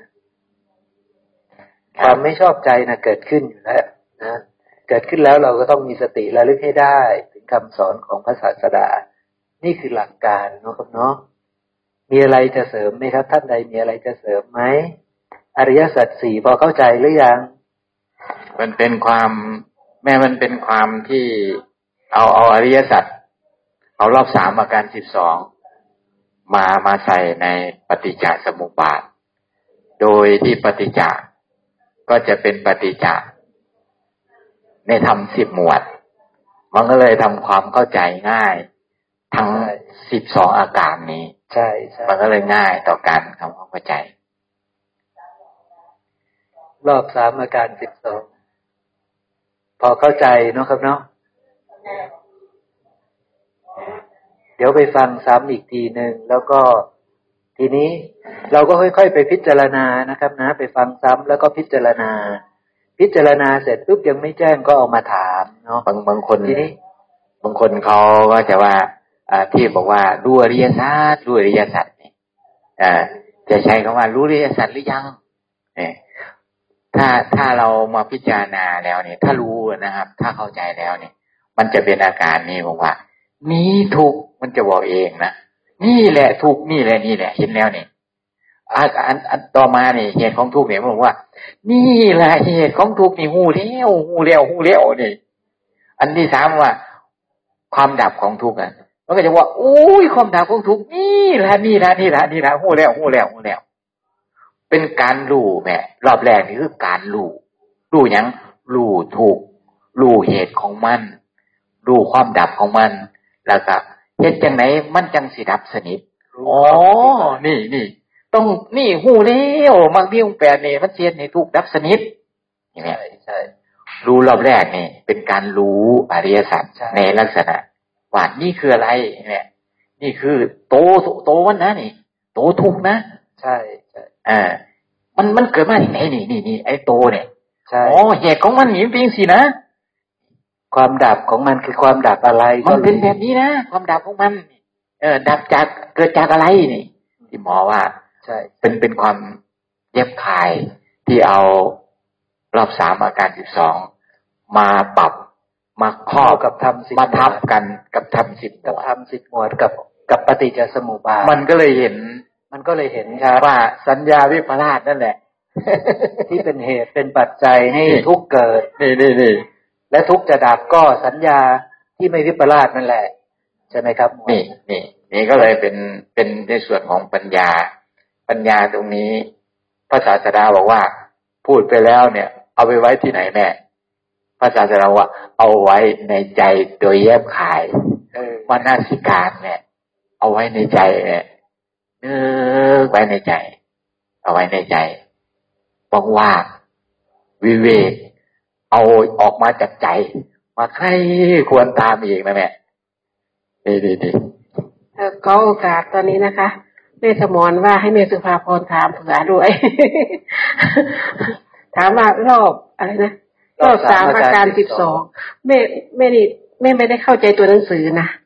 ความไม่ชอบใจนะเกิดขึ้นอยู่แล้วนะเกิดขึ้นแล้วเราก็ต้องมีสติระลึกให้ได้ถึงคำสอนของพระศาสดานี่คือหลักการเนาะครับเนาะมีอะไรจะเสริมไหมครับท่านใดมีอะไรจะเสริมไหมอริยสัจสี่พอเข้าใจหรือยังมันเป็นความแม้มันเป็นความที่เอาเอาอริยสัจเอารอบสามอาการสิบสองมามาใส่ในปฏิจจสมุปบาทโดยที่ปฏิจจก็จะเป็นปฏิจจในธรรมสิบหมวดมันก็เลยทำความเข้าใจง่ายทั้งสิบสองอาการนี้ใช่ใช่มันก็เลยง่ายต่อการทำความเข้าใจรอบสามอาการสิบสองพอเข้าใจเนาะครับเนาะเดี๋ยวไปฟังซ้ำอีกทีหนึ่งแล้วก็ทีนี้เราก็ค่อยๆไปพิจารณานะครับนะไปฟังซ้ำแล้วก็พิจารณาพิจารณาเสร็จปุ๊บยังไม่แจ้งก็เอามาถามเนาะบางบางคนทีนี้บางคนเขาก็จะว่าอ่าที่บอกว่ารู้อริยสัจรู้อริยสัจนี่อ่าจะใช้คำว่ารู้อริยสัจหรือยังเนี่ยถ้าถ้าเรามาพิจารณาแล้วเนี่ยถ้ารู้นะครับถ้าเข้าใจแล้วเนี่ยมันจะเป็นอาการนี้บอกว่านี้ถูกมันจะบอกเองนะนี่แหละถูกนี่แหละนี่แหละเห็นแล้วเนี่ยอันอันอันต่อมาเนี่ยเหตุของทุกข์เนี่ยมันบอกว่านี่แหละเหตุของทุกข์นี่หูเลี้ยวหูเลี้ยวหูเลี้ยวนี่อันที่สามว่าความดับของทุกข์อ่ะมันก็จะว่าโอ้ยความดับของทุกข์นี่แหละนี่แหละนี่แหละนี่แหละหูเลี้ยวหูเลี้ยวหูเลี้ยวเป็นการรู้แม่รอบแรกนี่คือการรู้รู้อย่างรู้ถูกรู้เหตุของมันรู้ความดับของมันแล้วก็เฮ็ดจังไหนมันจังสิดับสนิทอ๋อนี่นี่ต้องนี่หูแล้วมักมีองค์แปดนี่มันเสียให้ทุกข์ดับสนิทนี่แม่ใช่รู้รอบแรกนี่เป็นการรู้อริยสัจในลักษณะว่านี่คืออะไรเนี่ยนี่คือโตโตวันนะนี่โตทุกข์นะใช่อ่ามันมันเกิดมาที่ไหนนี่นี่นี่ไอ้โตเนี่ยใช่อ๋อเหตุของมันนี่เป็นสินะความดับของมันคือความดับอะไรมันเป็นแบบนี้นะความดับของมันเออดับจากเกิดจากอะไรนี่ที่หมอว่าใช่เป็นเป็นความเย็บคายที่เอารอบสามอาการสิบสองมาปรับมาข้อกับธรรมสิบมาทับกันกับธรรมสิบกับธรรมสิบหมวดกับกับปฏิจจสมุปบาทมันก็เลยเห็นมันก็เลยเห็นครับว่าสัญญาวิปลาสนั่นแหละที่เป็นเหตุเป็นปัจจัยให้ทุกข์เกิดนี่นี่นี่และทุกข์จะดับก็สัญญาที่ไม่วิปลาสนั่นแหละใช่ไหมครับนี่นี่นี่ก็เลยเป็นเป็นในส่วนของปัญญาปัญญาตรงนี้พระศาสดาบอกว่าพูดไปแล้วเนี่ยเอาไปไว้ที่ไหนแม่พระศาสดาว่าเอาไว้ในใจโดยแยบคายมนสิการเนี่ยเอาไว้ในใจเนี่ยนึกไว้ในใจเอาไว้ในใจว่างๆวิเวกเอาออกมาจากใจมาใครควรตามอีกนะแม่ดีๆก็โอกาสตอนนี้นะคะแม่สมรว่าให้แม่สุภาพรถามเผื่อด้วย ถามว่ารอบอะไรนะรอบสามอาการสิบสองแม่แม่นี่แม่ไม่ได้เข้าใจตัวหนังสือนะ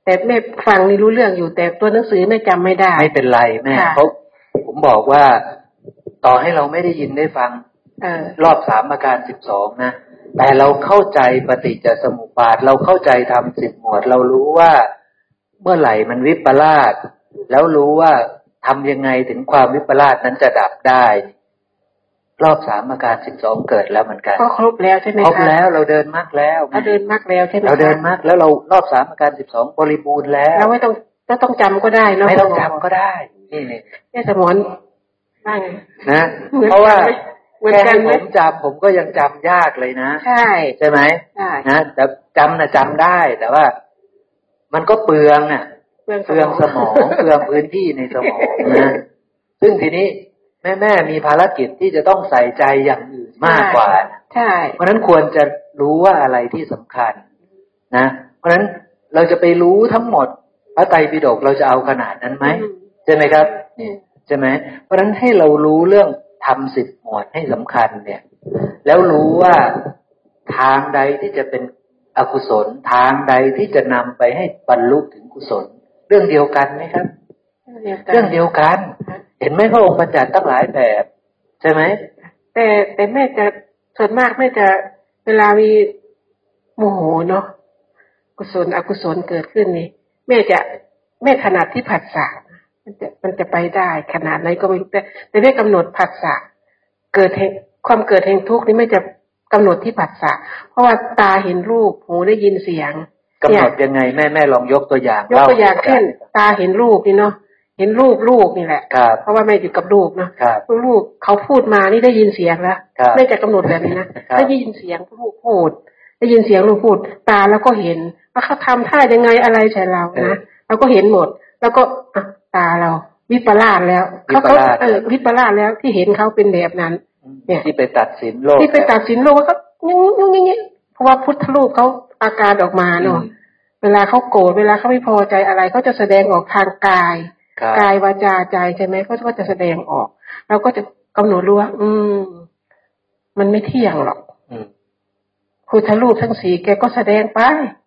แต่แม่ฟังนี่รู้เรื่องอยู่แต่ตัวหนังสือแม่จำไม่ได้ไม่เป็นไรแม่เพราะผมบอกว่าต่อให้เราไม่ได้ยินได้ฟังรอบสามอาการสิบสองนะแต่เราเข้าใจปฏิจจสมุปบาทเราเข้าใจธรรมสิบหมวดเรารู้ว่าเมื่อไหร่มันวิปลาสแล้วรู้ว่าทำยังไงถึงความวิปลาสนั้นจะดับได้รอบสามอาการสิบสองเกิดแล้วเหมือนกันก็ครบแล้วใช่ไหมคะครบแล้วเราเดินมรรคแล้วเราเดินมรรคแล้วใช่ไหมเราเดินมรรคแล้วเรารอบสามอาการสิบสองบริบูรณ์แล้วเราไม่ต้องไม่ต้องจำก็ได้เนาะไม่ต้องจำก็ได้นี่นี่แม่สมรบ้างนะเพราะว่าแค่ให้ผมจำผมก็ยังจำยากเลยนะใช่ใช่ไหมนะแต่จำนะจำได้แต่ว่ามันก็เปลืองอ่ะเปลืองสมองเปลืองพื้นที่ในสมองนะซึ่งทีนี้แม่แม่มีภารกิจที่จะต้องใส่ใจอย่างอื่นมากกว่าใช่เพราะฉะนั้นควรจะรู้ว่าอะไรที่สำคัญนะเพราะฉะนั้นเราจะไปรู้ทั้งหมดพระไตรปิฎกเราจะเอาขนาดนั้นไหมใช่ไหมครับนี่ใช่ไหมเพราะฉะนั้นให้เรารู้เรื่องทำสิบหมวดให้สำคัญเนี่ยแล้วรู้ว่าทางใดที่จะเป็นอกุศลทางใดที่จะนำไปให้บรรลุถึงกุศลเรื่องเดียวกันไหมครับเรื่องเดียวกันเห็นไหมพระองค์บัญญัติตั้งหลายแบบใช่ไหมแต่แต่แม่จะส่วนมากแม่จะเวลามีโมโหเนาะกุศลอกุศลเกิดขึ้นนี่แม่จะแม่ถนัดที่ผัสสะมันจะมันจะไปได้ขนาดไหนก็ไม่รู้แต่แต่แม่กำหนดผัสสะเกิดแห่งความเกิดแห่งทุกข์นี่แม่จะกำหนดที่ผัสสะเพราะว่าตาเห็นรูปหูได้ยินเสียงกำหนดยังไงแม่แม่ลองยกตัวอย่างยกตัวอย่างเช่นตาเห็นรูปนี่เนาะเห็นรูปลูกนี่แหละเพราะว่าแม่อยู่กับลูกเนาะลูกเขาพูดมานี่ได้ยินเสียงแล้วแม่จะกำหนดแบบนี้นะได้ยินเสียงลูกพูดได้ยินเสียงลูกพูดตาแล้วก็เห็นว่าเขาทำท่ายังไงอะไรใช่เรานะเราก็เห็นหมดแล้วก็อ่ะตาเราวิปลาสแล้วเขาเขาเออวิปลาสแล้วที่เห็นเขาเป็นแบบนั้นเนี่ยที่ไปตัดสินโลกที่ไปตัดสินโลกว่าเขาอย่างนี้อย่างนี้เพราะว่าพุทธรูปเขาอาการออกมาเนาะเวลาเขาโกรธเวลาเขาไม่พอใจอะไรเขาจะแสดงออกทางกายกายวาจาใจใช่ไหมเขาก็จะแสดงออกเราก็จะกำหนดรู้ว่าอืมมันไม่เที่ยงหรอกพุทธรูปทั้งสีแกก็แสดงไป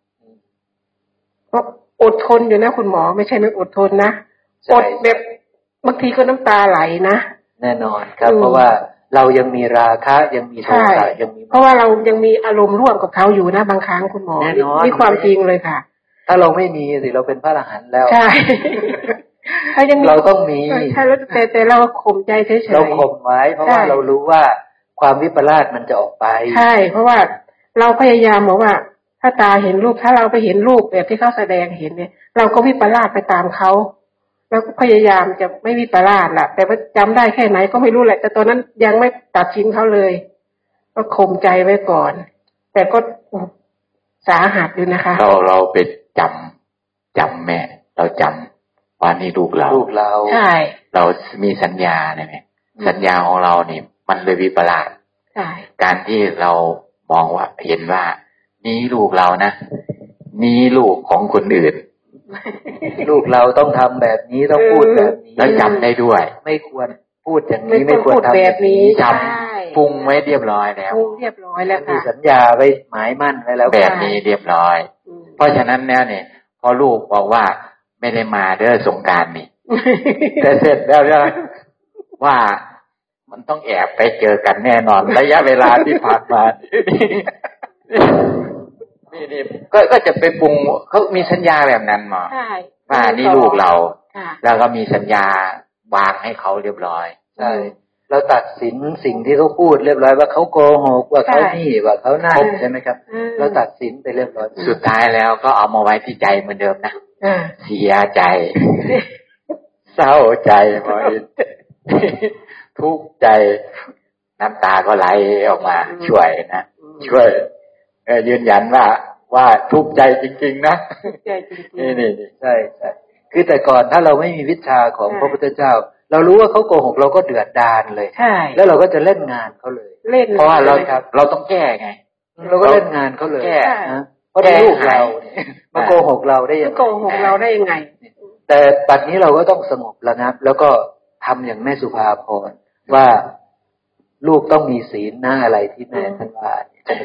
ก็อดทนอยู่นะคุณหมอไม่ใช่ไม่อดทนนะอดแบบบางทีก็น้ำตาไหลนะแน่นอนครับเพราะว่าเรายังมีราคะยังมีโทสะยังมีเพราะว่าเรายังมีอารมณ์ร่วมกับเขาอยู่นะบางครั้งคุณหมอนี่ความจริงเลยค่ะถ้าเราไม่มีสิเราเป็นพระอรหันต์แล้วใช่ถ้ายังเราต้องมีใช่แล้วแต่แต่เราข่มใจเฉยๆเราข่มไว้เพราะว่าเรารู้ว่าความวิปลาสมันจะออกไปใช่เพราะว่าเราพยายามบอกว่าถ้าตาเห็นรูปถ้าเราไปเห็นรูปแบบที่เขาแสดงเห็นเนี่ยเราก็วิปลาสไปตามเขาแล้วพยายามจะไม่วิปลาสล่ะแต่ว่าจำได้แค่ไหนก็ไม่รู้แหละแต่ตอนนั้นยังไม่ตัดสินเขาเลยก็ข่มใจไว้ก่อนแต่ก็สาหัสอยู่นะคะเราเราไปจำจำแม่เราจำว่านี่ลูกเราลูกเราใช่เรามีสัญญาเนี่ยสัญญาของเรานี่มันเลยวิปลาสใช่การที่เรามองว่าเห็นว่านี่ลูกเรานะนี่ลูกของคนอื่นลูกเราต้องทำแบบนี้ต้องพูดแบบนี้แล้วจำได้ด้วยไม่ควรพูดอย่างนี้ไม่ควรทำแบบนี้จำปรุงไว้เรียบร้อยแล้วปรุงเรียบร้อยแล้วค่ะมีสัญญาไว้หมายมั่นไว้แล้วแบบนี้เรียบร้อยเพราะฉะนั้นแล้วเนี่ยพอลูกบอกว่าไม่ได้มาเด้อสงกรานต์นี่แต่เสร็จแล้วเนี่ยว่ามันต้องแอบไปเจอกันแน่นอนระยะเวลาที่ผ่านมานี่นี่ก็ก็จะไปปรุงเขามีสัญญาแบบนั้นมาว่านี่ลูกเราแล้วก็มีสัญญาวางให้เขาเรียบร้อยใช่เราตัดสินสิ่งที่เขาพูดเรียบร้อยว่าเขาโกหกว่าเขานี่ว่าเขานั่นใช่ไหมครับเราตัดสินไปเรียบร้อยสุดท้ายแล้วก็เอามาไว้ที่ใจเหมือนเดิมนะเสียใจเศร้าใจหมดทุกข์ใจน้ำตาก็ไหลออกมาช่วยนะช่วยยืนยันว่าว่าทุกข์ใจจริงๆนะนี่นี่ใช่ใช่คือแต่ก่อนถ้าเราไม่มีวิชาของพระพุทธเจ้าเรารู้ว่าเขาโกหกเราก็เดือดดาลเลยใช่แล้วเราก็จะเล่นงานเขาเลยเพราะว่าเราเราต้องแก้ไงเราก็เล่นงานเขาเลยนะเพราะลูกเรามาโกหกเราได้ยังไงโกหกเราได้ยังไงแต่ปัจจุบันนี้เราก็ต้องสงบระงับแล้วก็ทำอย่างแม่สุภาพรว่าลูกต้องมีศีลนะอะไรที่แม่ท่านว่าใช่ไหมครับ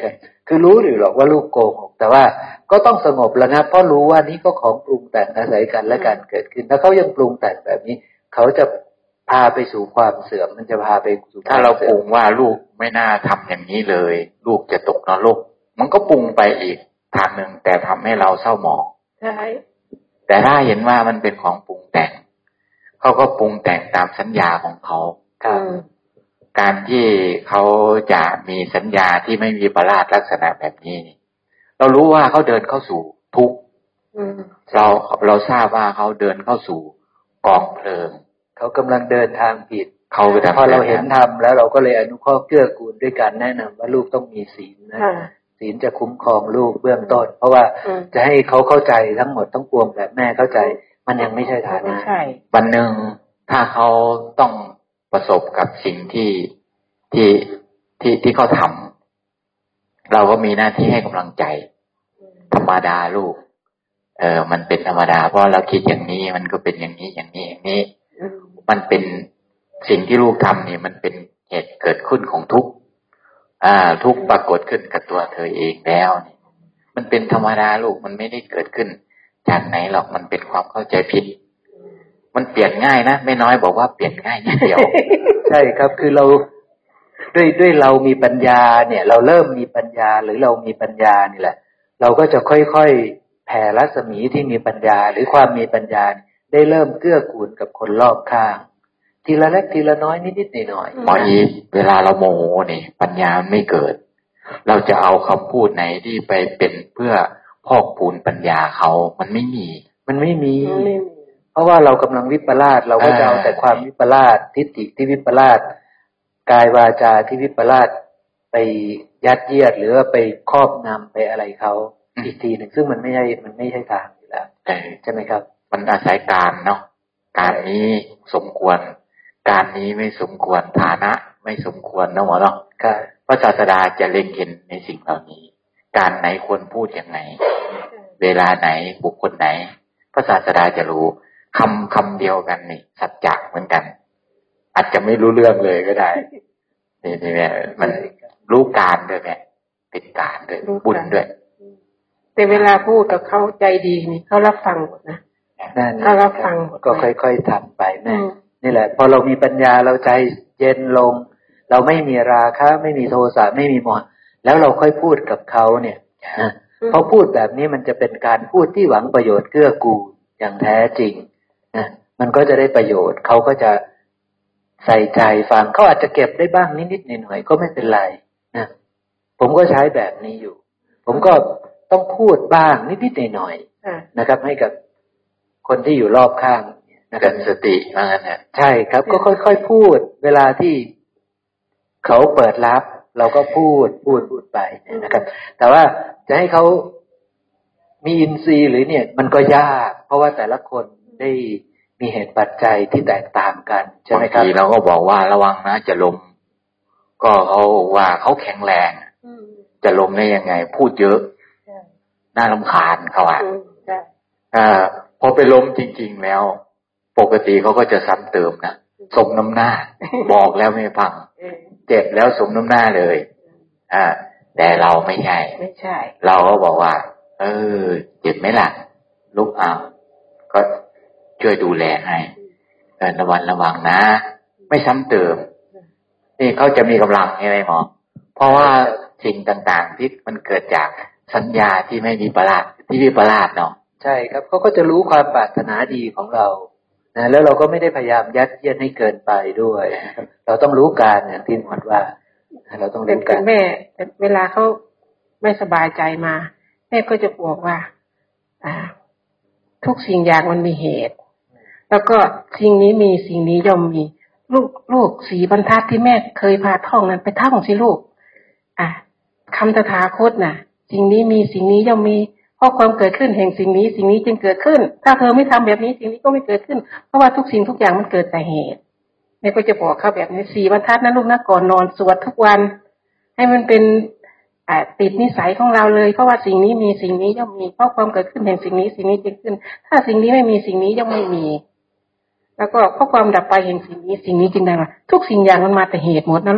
คือรู้อยู่หรอกว่าลูกโกหกแต่ว่าก็ต้องสงบระงับเพราะรู้ว่านี่ก็ของปรุงแต่งอาศัยกันและการเกิดขึ้นถ้าเขายังปรุงแต่งแบบนี้เขาจะพาไปสู่ความเสื่อมมันจะพาไปสู่ถ้าเราปรุงว่าลูกไม่น่าทำอย่างนี้เลยลูกจะตกนรกมันก็ปรุงไปอีกทางหนึ่งแต่ทำให้เราเศร้าหมองใช่แต่ถ้าเห็นว่ามันเป็นของปรุงแต่งเขาก็ปรุงแต่งตามสัญญาของเขาครับการที่เขาจะมีสัญญาที่ไม่มีประหลาดลักษณะแบบนี้เรารู้ว่าเขาเดินเข้าสู่ทุกข์เราเราทราบว่าเขาเดินเข้าสู่กองเพลิงเขากำลังเดินทางผิดเขาพอเราเห็นธรรมแล้วเราก็เลยอนุเคราะห์เกื้อกูลด้วยการแนะนำว่าลูกต้องมีศีลนะศีลจะคุ้มครองลูกเบื้องต้นเพราะว่าจะให้เขาเข้าใจทั้งหมดทั้งปวงแบบแม่เข้าใจมันยังไม่ใช่ฐานะวันหนึ่งถ้าเขาต้องประสบกับสิ่งที่ที่ที่ที่เขาทำเราก็มีหน้าที่ให้กำลังใจธรรมดาลูกเออมันเป็นธรรมดาเพราะเราคิดอย่างนี้มันก็เป็นอย่างนี้อย่างนี้อย่างนี้มันเป็นสิ่งที่ลูกทำนี่มันเป็นเหตุเกิดขึ้นของทุกข์อ่าทุกข์ปรากฏขึ้นกับตัวเธอเองแล้วนี่มันเป็นธรรมดาลูกมันไม่ได้เกิดขึ้นจากไหนหรอกมันเป็นความเข้าใจผิดมันเปลี่ยนง่ายนะไม่น้อยบอกว่าเปลี่ยนง่ายนิดเดียว ใช่ครับคือเราด้วยด้วยเรามีปัญญาเนี่ยเราเริ่มมีปัญญาหรือเรามีปัญญานี่แหละเราก็จะค่อยๆแผ่รัศมีที่มีปัญญาหรือความมีปัญญาได้เริ่มเกื้อกูลกับคนรอบข้างทีละเล็กทีละน้อยนิดๆหน่อยๆหมออีเวลาเราโมโหนี่ปัญญาไม่เกิดเราจะเอาคำพูดไหนที่ไปเป็นเพื่อพอกพูนปัญญาเขามันไม่มีมันไม่มีเพราะว่าเรากำลังวิปลาสเราก็จะเอาแต่ความวิปลาสทิฏฐิที่วิปลาสกายวาจาที่วิปลาสไปยัดเยียดหรือว่าไปครอบงำไปอะไรเขาอีกทีหนึ่งซึ่งมันไม่ใช่มันไม่ใช่ทางอยู่แล้วใช่ไหมครับมันอาศัยการเนาะการนี้สมควรการนี้ไม่สมควรฐานะไม่สมควรนะหมอเนาะพระศาสดาจะเล็งเห็นในสิ่งเหล่านี้การไหนควรพูดอย่างไหนเวลาไหนบุคคลไหนพระศาสดาจะรู้คำคำเดียวกันนี่สัจจะเหมือนกันอาจจะไม่รู้เรื่องเลยก็ได้นี่นี่แม่มันรู้การด้วยแม่เป็นการด้วยบุญด้วยแต่เวลาพูดกับเขาใจดีนี่เขารับฟังหมดนะเขารับฟังหมดก็ค่อยๆทำไปแม่นี่แหละพอเรามีปัญญาเราใจเย็นลงเราไม่มีราคะไม่มีโทสะไม่มีโมหะแล้วเราค่อยพูดกับเขาเนี่ยนะพอพูดแบบนี้มันจะเป็นการพูดที่หวังประโยชน์เกื้อกูลอย่างแท้จริงนะมันก็จะได้ประโยชน์เขาก็จะใส่ใจฟังเขาอาจจะเก็บได้บ้างนิดๆหน่อยๆก็ไม่เป็นไรนะผมก็ใช้แบบนี้อยู่ผมก็ต้องพูดบ้างนิดๆหน่อยๆนะครับให้กับคนที่อยู่รอบข้างนะครับสติว่างั้นนะใช่ครับก็ค่อยๆพูดเวลาที่เขาเปิดรับเราก็พูดพูดพูดไปนะครับแต่ว่าจะให้เขามีอินทรีย์หรือเนี่ยมันก็ยากเพราะว่าแต่ละคนได้มีเหตุปัจจัยที่แตกต่างกันใช่ไหมครับบางทีเราก็บอกว่าระวังนะจะล้มก็เขาว่าเขาแข็งแรงจะล้มได้ยังไงพูดเยอะน่ารำคาญเขาอ่ะอ่าพอไปล้มจริงๆแล้วปกติเขาก็จะซ้ำเติมนะสมน้ำหน้าบอกแล้วไม่ฟังเจ็บแล้วสมน้ำหน้าเลยอ่าแต่เราไม่ใช่ไม่ใช่เราก็บอกว่าเออเจ็บไหมล่ะลุกเอาก็ช่วยดูแลให้เออระวังระวังนะไม่ซ้ำเติมนี่เขาจะมีกำลังใช่ไหมหมอเพราะว่าสิ่งต่างๆที่มันเกิดจากสัญญาที่ไม่มีประหลาดที่วิปลาสเนาะใช่ครับเขาก็จะรู้ความปรารถนาดีของเรานะแล้วเราก็ไม่ได้พยายามยัดเยียดให้เกินไปด้วยเราต้องรู้การอย่างที่หมดว่าเราต้องรู้การแม่เวลาเขาไม่สบายใจมาแม่ก็จะบอกว่าอ่าทุกสิ่งอย่างมันมีเหตุแล้วก็สิ่งนี้มีสิ่งนี้ย่อมมีลูกลูกสีบรรทัดที่แม่เคยพาท่องนั้นไปท่องสิลูกอ่ะคำตถาคตน่ะสิ่งนี้มีสิ่งนี้ย่อมมีเพราะความเกิดขึ้นแห่งสิ่งนี้สิ่งนี้จึงเกิดขึ้นถ้าเธอไม่ทำแบบนี้สิ่งนี้ก็ไม่เกิดขึ้นเพราะว่าทุกสิ่งทุกอย่างมันเกิดแต่เหตุแม่ก็จะบอกเขาแบบนี้สี่บรรทัดนะลูกนะก่อนนอนสวดทุกวันให้มันเป็นอ่าติดนิสัยของเราเลยเพราะว่าสิ่งนี้มีสิ่งนี้ย่อมมีเพราะความเกิดขึ้นแห่งสิ่งนี้สิ่งนี้จึงขึ้นถ้าสิ่งนี้ไม่มีสิ่งนี้ย่อมไม่มีแล้วก็เพราะความดับไปแห่งสิ่งนี้สิ่งนี้จึงได้มาทุกสิ่งอย่างมันมาแต่เหตุหมดนะลูก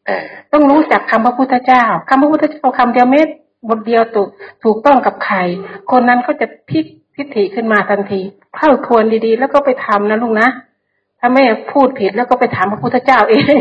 เออต้องรู้จักคำพระพุทธเจ้าคำพระพุทธเจ้าคำเดียวเม็ดบทเดียวถูกถูกต้องกับใครคนนั้นก็จะพลิกทิฏฐิขึ้นมาทันทีเข้าทวนดีๆแล้วก็ไปทำนะลุงนะถ้าไม่พูดผิดแล้วก็ไปถามพระพุทธเจ้าเอง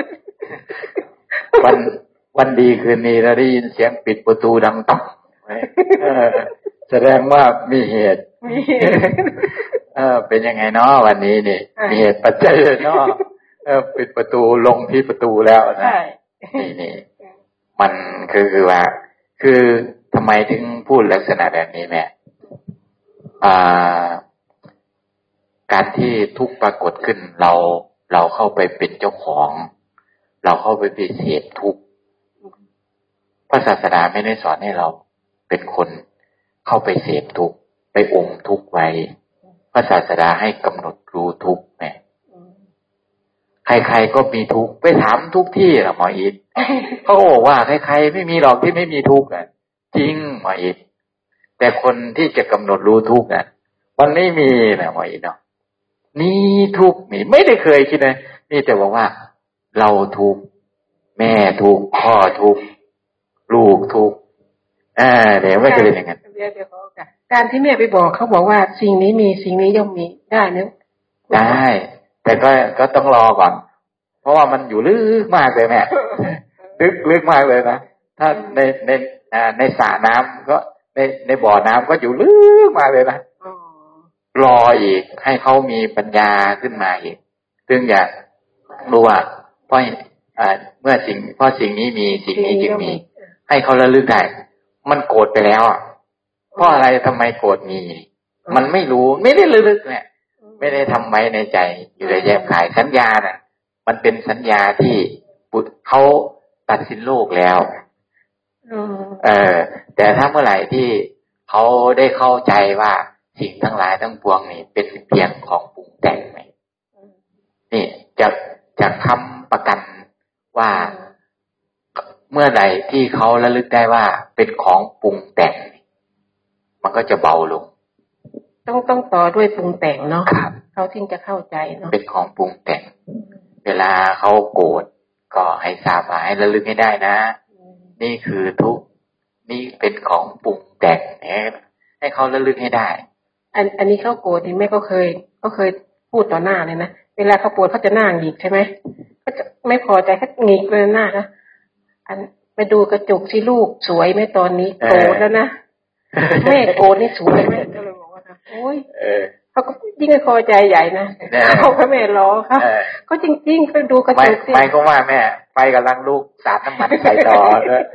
วันวันดีคืนนี้เราได้ยินเสียงปิดประตูดังต๊อกแสดงว่ามีเหตุมีเหตุเออเป็นยังไงเนาะวันนี้นี่มีเหตุปัจจัยเนาะเออปิดประตูลงที่ประตูแล้วนะนี่นี่มันคือคือว่าคือทำไมถึงพูดลักษณะแบบนี้แม่อ่าการที่ทุกข์ปรากฏขึ้นเราเราเข้าไปเป็นเจ้าของเราเข้าไปเป็นเสพทุกข์พระศาสดาไม่ได้สอนให้เราเป็นคนเข้าไปเสพทุกข์ไปอมทุกข์ไว้พระศาสดาให้กำหนดรู้ทุกข์แม่ใครๆก็มีทุกข์ไปถามทุกที่หรอหมออิทเขาบอกว่าใครๆไม่มีหรอกที่ไม่มีทุกข์อ่ะจริงหมออิทแต่คนที่จะกำหนดรู้ทุกข์อ่ะมันไม่มีนะหมออิทเนาะนี่ทุกข์นี่ไม่ได้เคยคิดเลยนี่แต่บอกว่าเราทุกข์แม่ทุกข์พ่อทุกข์ลูกทุกข์อ่าเดี๋ยวไม่จะเป็นอย่างนั้นเดี๋ยวเดี๋ยวเขาการที่แม่ไปบอกเขาบอกว่าสิ่งนี้มีสิ่งนี้ย่อมมีได้เนอะได้แต่ก็ก็ต้องรอก่อนเพราะว่ามันอยู่ลึกมากเลยแม่ลึกลึกมากเลยนะถ้าในในอ่าในสระน้ำก็ในในบ่อน้ำก็อยู่ลึกมากเลยนะรออีกให้เขามีปัญญาขึ้นมาอีกซึ่งอยากรู้ว่าเพราะอ่าเมื่อสิ่งเพราะสิ่งนี้มีสิ่งนี้จึงมีให้เขาระลึกได้มันโกรธไปแล้วอ่ะเพราะอะไรทำไมโกรธมีมันไม่รู้ไม่ได้ระลึกเนี่ยไม่ได้ทำไว้ในใจอยู่ในแยบขายสัญญาน่ะมันเป็นสัญญาที่บุตรเขาตัดสินโลกแล้วเออแต่ถ้าเมื่อไหร่ที่เขาได้เข้าใจว่าสิ่งทั้งหลายทั้งปวงนี่เป็นเพียงของปรุงแต่งไหมนี่จะจะคำประกันว่าเมื่อไหร่ที่เขาระลึกได้ว่าเป็นของปรุงแต่งมันก็จะเบาลงต้องต้องต่อด้วยปรุงแต่งเนาะเขาถึงจะเข้าใจเนาะเป็นของปรุงแต่งเวลาเขาโกรธก็ให้ทราบว่าให้ระลึกให้ได้นะนี่คือทุกข์นี่เป็นของปรุงแต่งเนี่ยให้เขาระลึกให้ได้อันอันนี้เขาโกรธนี่แม่ก็เคยก็เคยพูดต่อหน้าเลยนะเวลาเขาโกรธเขาจะหน้าหงิกใช่ไหมเขาจะไม่พอใจเขาหงิกเลยหน้านะอันไปดูกระจกสิลูกสวยไหมตอนนี้โกรธแล้วนะแม่โกรธนี่สวยไหมก็เลยบอกว่านะโอ้ยเขาก็ยิ่งไม่พอใจใหญ่นะเขาก็แม่ล้อเขาก็จริงๆไปดูกระจกสิไม่ก็ว่าแม่ไปกำลังลูกสาดน้ำมันใส่ต่อเลย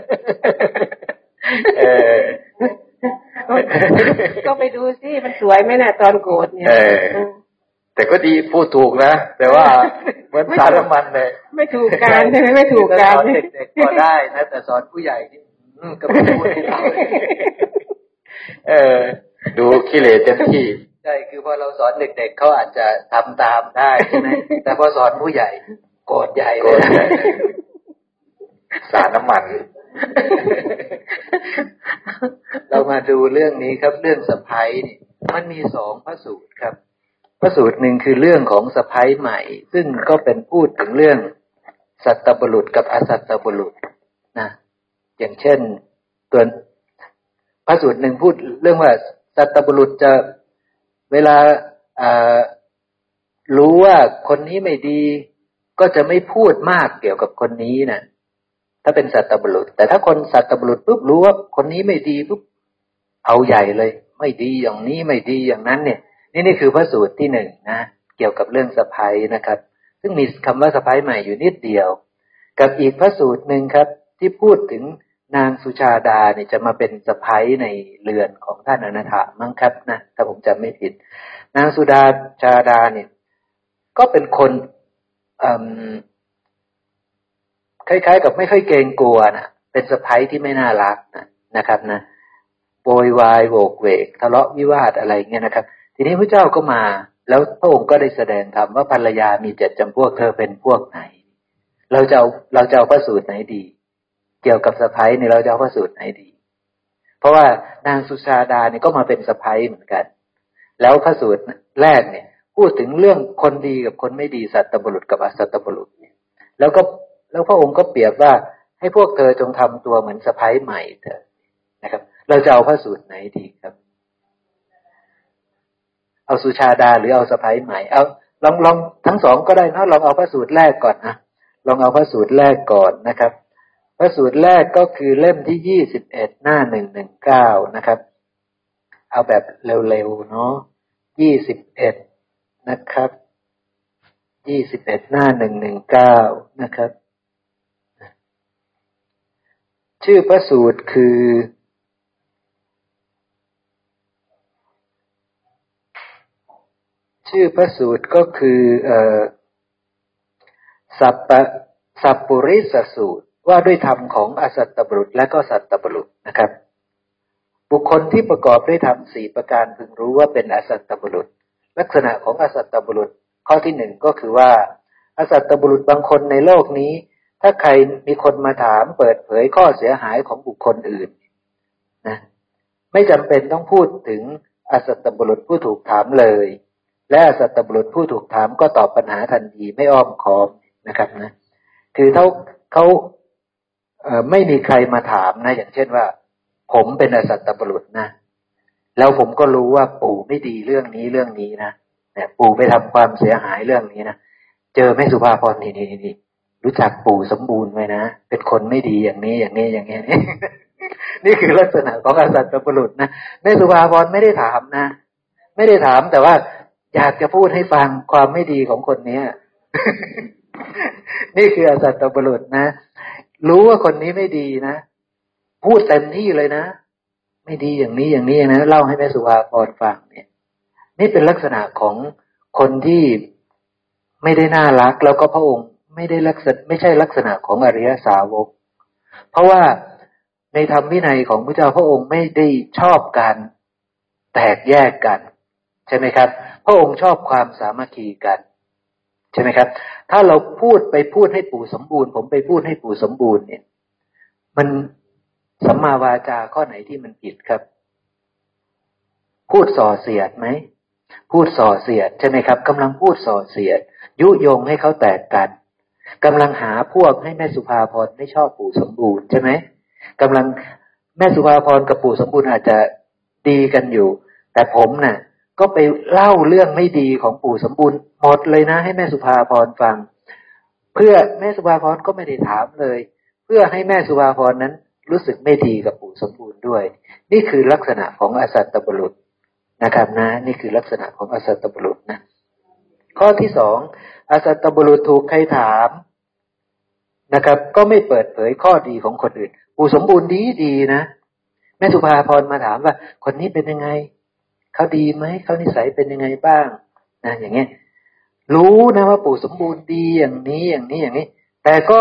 เออก็ไปดูสิมันสวยไหมเนี่ยตอนโกรธเนี่ยแต่ก็ดีพูดถูกนะแต่ว่าเหมือนสาดน้ำมันเลยไม่ถูกการใช่ไหมไม่ถูกการเด็กๆก็ได้นะแต่สอนผู้ใหญ่นี่ก็ไม่พูดให้เราเออดูขี้เหร่เต็มที่ใช่คือพอเราสอนเด็กๆเขาอาจจะทำตามได้ใช่ไหมแต่พอสอนผู้ใหญ่โกรธใหญ่เลยสาดน้ำมันเรามาดูเรื่องนี้ครับเรื่องสะใภ้นี่มันมีสองพระสูตรครับพระสูตรหนึ่งคือเรื่องของสะใภ้ใหม่ซึ่งก็เป็นพูดถึงเรื่องสัตตบุรุษกับอสัตตบุรุษนะอย่างเช่นตัวพระสูตรหนึ่งพูดเรื่องว่าสัตตบุรุษจะเวลารู้ว่าคนนี้ไม่ดีก็จะไม่พูดมากเกี่ยวกับคนนี้นะถ้าเป็นสัตตบุรุษแต่ถ้าคนสัตตบุรุษปุ๊บรู้ว่าคนนี้ไม่ดีปุ๊บเอาใหญ่เลยไม่ดีอย่างนี้ไม่ดีอย่างนั้นเนี่ยนี่นี่คือพระสูตรที่หนึ่งนะเกี่ยวกับเรื่องสะใภ้นะครับซึ่งมีคำว่าสะใภ้ใหม่อยู่นิดเดียวกับอีกพระสูตรหนึ่งครับที่พูดถึงนางสุชาดาเนี่ยจะมาเป็นสะใภ้ในเรือนของท่านอนาถามั้งครับนะถ้าผมจำไม่ผิดนางสุดาชาดาเนี่ยก็เป็นคนคล้ายๆกับไม่ค่อยเกรงกลัวนะเป็นสะใภ้ที่ไม่น่ารักนะนะครับนะโวยวายโวกเวกทะเลาะวิวาทอะไรเงี้ยนะครับทีนี้พระเจ้าก็มาแล้วพระองค์ก็ได้แสดงธรรมว่าภรรยามีเจ็ดจำพวกเธอเป็นพวกไหนเราจะเอาเราจะเอาพระสูตรไหนดีเกี่ยวกับสะใภ้เนี่ยเราจะเอาพระสูตรไหนดีเพราะว่านางสุชาดาเนี่ยก็มาเป็นสะใภ้เหมือนกันแล้วพระสูตรแรกเนี่ยพูดถึงเรื่องคนดีกับคนไม่ดีสัตตบุรุษกับอสัตตบุรุษเนี่ยแล้วก็แล้วพระองค์ก็เปรียบว่าให้พวกเธอจงทำตัวเหมือนสะใภ้ใหม่เถอะนะครับเราจะเอาพระสูตรไหนดีครับเอาสุชาดาหรือเอาสะใภ้ใหม่เอาลองลองทั้งสองก็ได้นะลองเอาพระสูตรแรกก่อนนะลองเอาพระสูตรแรกก่อนนะครับพระสูตรแรกก็คือเล่มที่ยี่สิบเอ็ดหน้าหนึ่งหนึ่งเก้านะครับเอาแบบเร็วๆเนาะยี่สิบเอ็ดนะครับยี่สิบเอ็ดหน้าหนึ่งหนึ่งเก้านะครับชื่อพระสูตรคือชื่อพระสูตรก็คือเอ่อสัพปะสัพปุริสสูตรว่าด้วยธรรมของอสัตตบุรุษและก็สัตตบุรุษนะครับบุคคลที่ประกอบด้วยธรรมสี่ประการพึงรู้ว่าเป็นอสัตตบุรุษลักษณะของอสัตตบุรุษข้อที่หนึ่งก็คือว่าอสัตตบุรุษบางคนในโลกนี้ถ้าใครมีคนมาถามเปิดเผยข้อเสียหายของบุคคลอื่นนะไม่จำเป็นต้องพูดถึงอสัตตบุรุษผู้ถูกถามเลยและอสัตตบุรุษผู้ถูกถามก็ตอบปัญหาทันทีไม่อ้อมค้อมนะครับนะคือเขาเขาเอ่อไม่มีใครมาถามนะอย่างเช่นว่าผมเป็นอสัตตบุรุษนะแล้วผมก็รู้ว่าปู่ไม่ดีเรื่องนี้เรื่องนี้นะเนี่ยปู่ไปทำความเสียหายเรื่องนี้นะเจอแม่สุภาพรนี่นี่นี่รู้จักปู่สมบูรณ์ไหมนะเป็นคนไม่ดีอย่างนี้อย่างนี้อย่างนี้ นี่คือลักษณะของอสัตตบุรุษนะแม่สุภาพรไม่ได้ถามนะไม่ได้ถามแต่ว่าอยากจะพูดให้ฟังความไม่ดีของคนนี้ นี่คืออสัตตบุรุษนะรู้ว่าคนนี้ไม่ดีนะพูดเต็มที่เลยนะไม่ดีอย่างนี้อย่างนี้นะเล่าให้แม่สุภาพรฟังเนี่ยนี่เป็นลักษณะของคนที่ไม่ได้น่ารักแล้วก็พระองค์ไม่ได้ลักษณะไม่ใช่ลักษณะของอริยสาวกเพราะว่าในธรรมวินัยของพระเจ้าพระองค์ไม่ได้ชอบการแตกแยกกันใช่ไหมครับพระองค์ชอบความสามัคคีกันใช่ไหมครับถ้าเราพูดไปพูดให้ปู่สมบูรณ์ผมไปพูดให้ปู่สมบูรณ์เนี่ยมันสัมมาวาจาข้อไหนที่มันผิดครับพูดส่อเสียดไหมพูดส่อเสียดใช่ไหมครับกำลังพูดส่อเสียดยุยงให้เขาแตกกันกำลังหาพวกให้แม่สุภาพรไม่ชอบปู่สมบูรณ์ใช่ไหมกำลังแม่สุภาพรกับปู่สมบูรณ์อาจจะดีกันอยู่แต่ผมน่ะก็ไปเล่าเรื่องไม่ดีของปู่สมบูรณ์หมดเลยนะให้แม่สุภาพรฟังเพื่อแม่สุภาพรก็ไม่ได้ถามเลยเพื่อให้แม่สุภาพรนั้นรู้สึกไม่ดีกับปู่สมบูรณ์ด้วยนี่คือลักษณะของอสัตตบุรุษนะครับนะนี่คือลักษณะของอสัตตบุรุษนะข้อที่สองอสัตตบุรุษถูกใครถามนะครับก็ไม่เปิดเผยข้อดีของคนอื่นปู่สมบูรณ์ดีดีนะแม่สุภาพรมาถามว่าคนนี้เป็นยังไงเขาดีไหมเขานิสัยเป็นยังไงบ้างนะอย่างเงี้ยรู้นะว่าปู่สมบูรณ์ดีอย่างนี้อย่างนี้อย่างนี้แต่ก็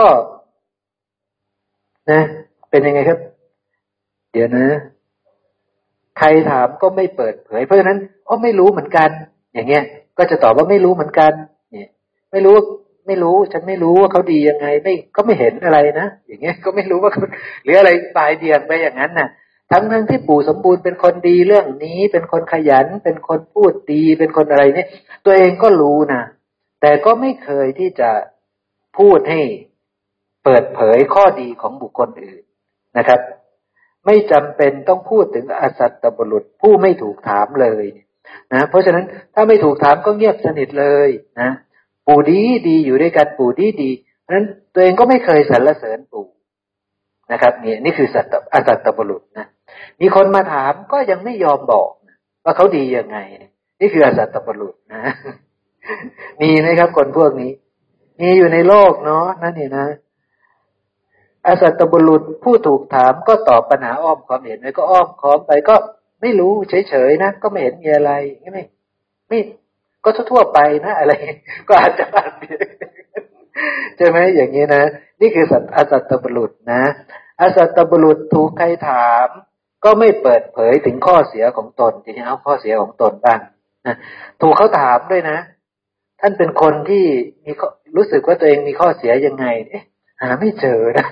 นะเป็นยังไงครับเดี๋ยวนะใครถามก็ไม่เปิดเผยเพราะฉะนั้นอ๋อไม่รู้เหมือนกันอย่างเงี้ยก็จะตอบว่าไม่รู้เหมือนกันเนี่ยไม่รู้ไม่รู้ฉันไม่รู้ว่าเขาดียังไงไม่ก็ไม่เห็นอะไรนะอย่างเงี้ยก็ไม่รู้ว่าหรืออะไรปลายเดียงไปอย่างนั้นน่ะทั้งทั้งที่ปู่สมบูรณ์เป็นคนดีเรื่องนี้เป็นคนขยันเป็นคนพูดดีเป็นคนอะไรเนี่ยตัวเองก็รู้นะแต่ก็ไม่เคยที่จะพูดให้เปิดเผยข้อดีของบุคคลอื่นนะครับไม่จำเป็นต้องพูดถึงอสัตตบุรุษผู้ไม่ถูกถามเลยนะเพราะฉะนั้นถ้าไม่ถูกถามก็เงียบสนิทเลยนะปู่ดีดีอยู่ด้วยกันปู่ดีดีเพราะฉะนั้นตัวเองก็ไม่เคยสรรเสริญปู่นะครับนี่นี่คือสัตตอสัตตบุรุษนะมีคนมาถามก็ยังไม่ยอมบอกนะว่าเขาดียังไงนี่คืออสัตตบุรุษนะมีไหมครับคนพวกนี้มีอยู่ในโลกเนาะนั่นนี่นะอสัตตบุรุษผู้ถูกถามก็ตอบปัญหาอ้อมค้อมเห็นไหมก็อ้อมค้อมไปก็ไม่รู้เฉยๆนะก็ไม่เห็นมีอะไรไม่ไม่ก็ทั่วๆไปนะอะไรก็อาจจะอาจใช่ไหมอย่างนี้นะนี่คือสัตอสัตตบุรุษนะอสัตตบุรุษถูกใครถามก็ไม่เปิดเผยถึงข้อเสียของตนทีนี้เอาข้อเสียของตนบ้างนะถูกเขาถามด้วยนะท่านเป็นคนที่มีรู้สึกว่าตัวเองมีข้อเสียยังไงเอ๊ะหาไม่เจอนะ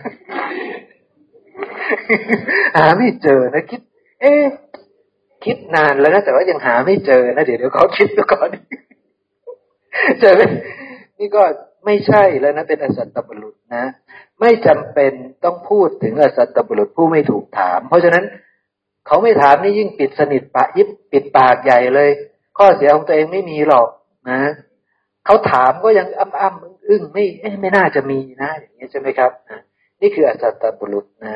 หาไม่เจอนะคิดเอ๊ะคิดนานแล้วนะแต่ว่ายังหาไม่เจอนะเดี๋ยวเดี๋ยวเขาคิดดูก่อน ใช่ไหมนี่ก็ไม่ใช่แล้วนะเป็นอสัตตบุรุษนะไม่จำเป็นต้องพูดถึงอสัตตบุรุษผู้ไม่ถูกถามเพราะฉะนั้นเขาไม่ถามนี่ยิ่งปิดสนิทปะยิบปิดปากใหญ่เลยข้อเสียของตัวเองไม่มีหรอกนะเขาถามก็ยังอ้ำอ้ำอึ้งไม่ไม่น่าจะมีนะอย่างนี้ใช่ไหมครับนะนี่คืออสัตตบุรุษนะ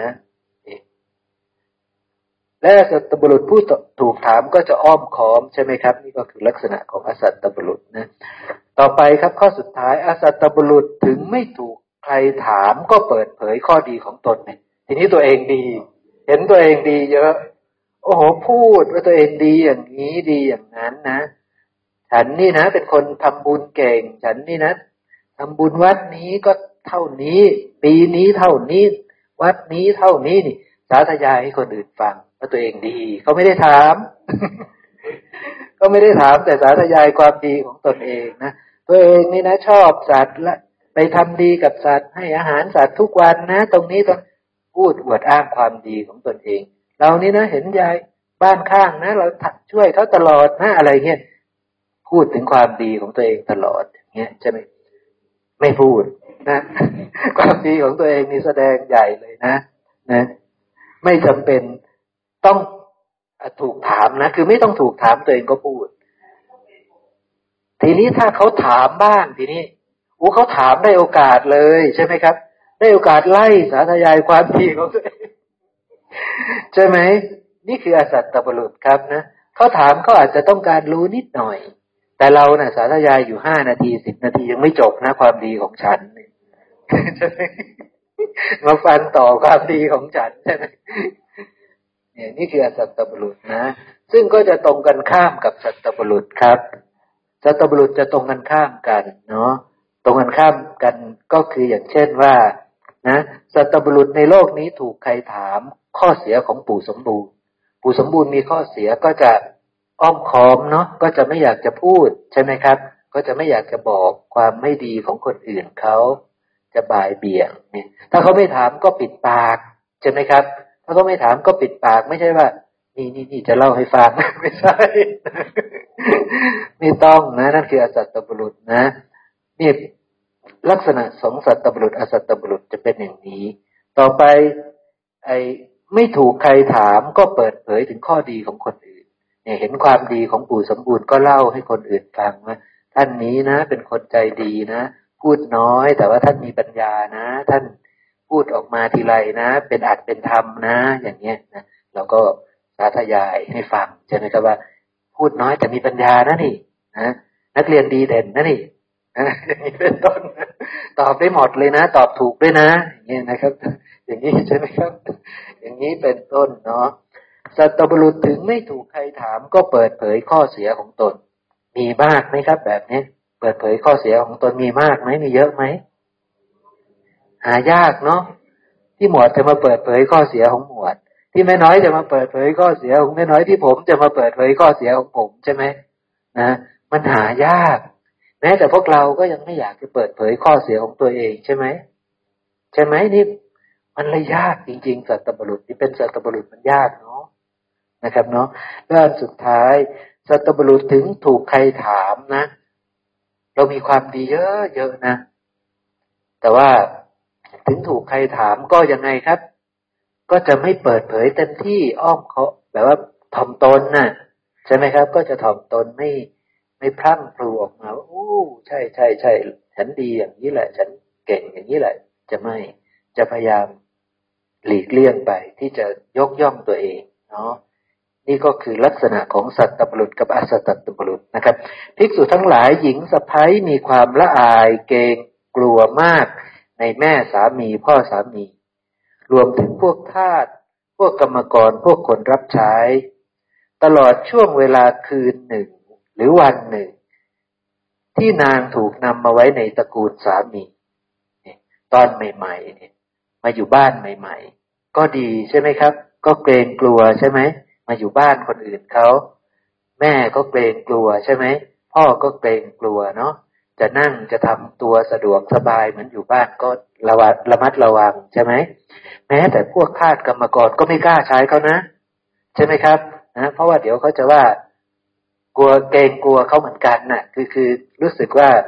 และอสัตตบุรุษผู้ถูกถามก็จะอ้อมค้อมใช่ไหมครับนี่ก็คือลักษณะของอสัตตบุรุษนะต่อไปครับข้อสุดท้ายอสัตตบุรุษถึงไม่ถูกใครถามก็เปิดเผยข้อดีของตนเนี่ยทีนี้ตัวเองดีเห็นตัวเองดีเยอะโอ้โหพูดว่าตัวเองดีอย่างนี้ดีอย่างนั้นนะฉันนี่นะเป็นคนทำบุญเก่งฉันนี่นะทำบุญวัดนี้ก็เท่านี้ปีนี้เท่านี้วัดนี้เท่านี้นี่สาธยายให้คนอื่นฟังว่าตัวเองดีเขาไม่ได้ถาม ก็ไม่ได้ถามแต่สาธยายความดีของตนเองนะตัวเองนี่นะชอบสัตว์และไปทำดีกับสัตว์ให้อาหารสัตว์ทุกวันนะตรงนี้ต้องพูดอวดอ้างความดีของตนเองเรานี่นะเห็นยายบ้านข้างนะเราช่วยเขาตลอดนะอะไรเงี้ยพูดถึงความดีของตัวเองตลอดอย่างเงี้ยใช่ไหมไม่พูดนะ ความดีของตัวเองนี่แสดงใหญ่เลยนะนะไม่จำเป็นต้องถูกถามนะคือไม่ต้องถูกถามตัวเองก็พูดทีนี้ถ้าเขาถามบ้างทีนี้โอ้เขาถามได้โอกาสเลยใช่ไหมครับได้โอกาสไล่สาธยายความดีของตัวเองใช่ไหมนี่คืออสัตตบุรุษครับนะเขาถามเขาอาจจะต้องการรู้นิดหน่อยแต่เราน่ะสาธยายอยู่ห้านาทีสิบนาทียังไม่จบนะความดีของฉันใช่ไหมมาฟันต่อความดีของฉันใช่ไหมเนี่ยนี่คืออสัตตบุรุษนะซึ่งก็จะตรงกันข้ามกับสัตตบุรุษครับสัตตบุรุษจะตรงกันข้ามกันเนาะตรงกันข้ามกันก็คืออย่างเช่นว่านะสัตตบุรุษในโลกนี้ถูกใครถามข้อเสียของปู่สมบูรณ์ปู่สมบูรณ์มีข้อเสียก็จะอ้อมค้อมเนาะก็จะไม่อยากจะพูดใช่ไหมครับก็จะไม่อยากจะบอกความไม่ดีของคนอื่นเขาจะบ่ายเบี่ยงเนี่ยถ้าเขาไม่ถามก็ปิดปากใช่ไหมครับถ้าเขาไม่ถามก็ปิดปากไม่ใช่ว่านี่นี่นี่จะเล่าให้ฟังไม่ใช่ ไม่ต้องนะนั่นคืออสัตตบุรุษนะนี่ลักษณะของสัตตบุรุษอสัตตบุรุษจะเป็นอย่างนี้ต่อไปไอ้ไม่ถูกใครถามก็เปิดเผยถึงข้อดีของคนอื่นเนี่ยเห็นความดีของปู่สมบูรณ์ก็เล่าให้คนอื่นฟังว่าท่านนี้นะเป็นคนใจดีนะพูดน้อยแต่ว่าท่านมีปัญญานะท่านพูดออกมาทีไรนะเป็นอัตเป็นธรรมนะอย่างเงี้ยนะเราก็สาธยายให้ฟังใช่ไหมครับว่าพูดน้อยแต่มีปัญญานะนี่นะนักเรียนดีเด่นนะนี่อย่างนี้เป็นต้นตอบได้หมดเลยนะตอบถูกด้วยนะอย่างเงี้ยนะครับอย่างนี้ใช่ไหมครับอย่างนี้เป็นต้นเนาะสัตตบุรุษถึงไม่ถูกใครถามก็เปิดเผยข้อเสียของตนมีมากไหมครับแบบนี้เปิดเผยข้อเสียของตนมีมากไหมมีเยอะไหมหายากเนาะที่หมวดจะมาเปิดเผยข้อเสียของหมวดที่แม่น้อยจะมาเปิดเผยข้อเสียของแม่น้อยที่ผมจะมาเปิดเผยข้อเสียของผมใช่ไหมนะมันหายากแม้แต่พวกเราก็ยังไม่อยากจะเปิดเผยข้อเสียของตัวเองใช่ไหมใช่ไหมนี่มันเลยยากจริงๆสัตตบุรุษที่เป็นสัตตบุรุษมันยากเนาะนะครับเนาะด้านสุดท้ายสัตตบุรุษถึงถูกใครถามนะเรามีความดีเยอะๆนะแต่ว่าถึงถูกใครถามก็ยังไงครับก็จะไม่เปิดเผยเต็มที่อ้อมเขาแบบว่าถ่อมตนน่ะใช่ไหมครับก็จะถ่อมตนไม่ไม่พลั่งพลูออกมาว่าโอ้ใช่ใช่ใช่ฉันดีอย่างนี้แหละฉันเก่งอย่างนี้แหละจะไม่จะพยายามหลีกเลี่ยงไปที่จะยกย่องตัวเองเนาะนี่ก็คือลักษณะของสัตตบุรุษกับอสัตตบุรุษนะครับภิกษุทั้งหลายหญิงสะใภ้มีความละอายเกรงกลัวมากในแม่สามีพ่อสามีรวมถึงพวกทาสพวกกรรมกรพวกคนรับใช้ตลอดช่วงเวลาคืนหนึ่งหรือวันหนึ่งที่นางถูกนำมาไว้ในตระกูลสามีตอนใหม่ๆเนี่ยมาอยู่บ้านใหม่ๆก็ดีใช่ไหมครับก็เกรงกลัวใช่ไหมมาอยู่บ้านคนอื่นเขาแม่ก็เกรงกลัวใช่ไหมพ่อก็เกรงกลัวเนาะจะนั่งจะทำตัวสะดวกสบายเหมือนอยู่บ้านก็ระวังระมัดระวังใช่ไหมแม้แต่พวกทาสกรรมกรก็ไม่กล้าใช้เขานะใช่ไหมครับนะเพราะว่าเดี๋ยวเขาจะว่ากลัวเกรงกลัวเขาเหมือนกันน่ะคือคือรู้สึกว่า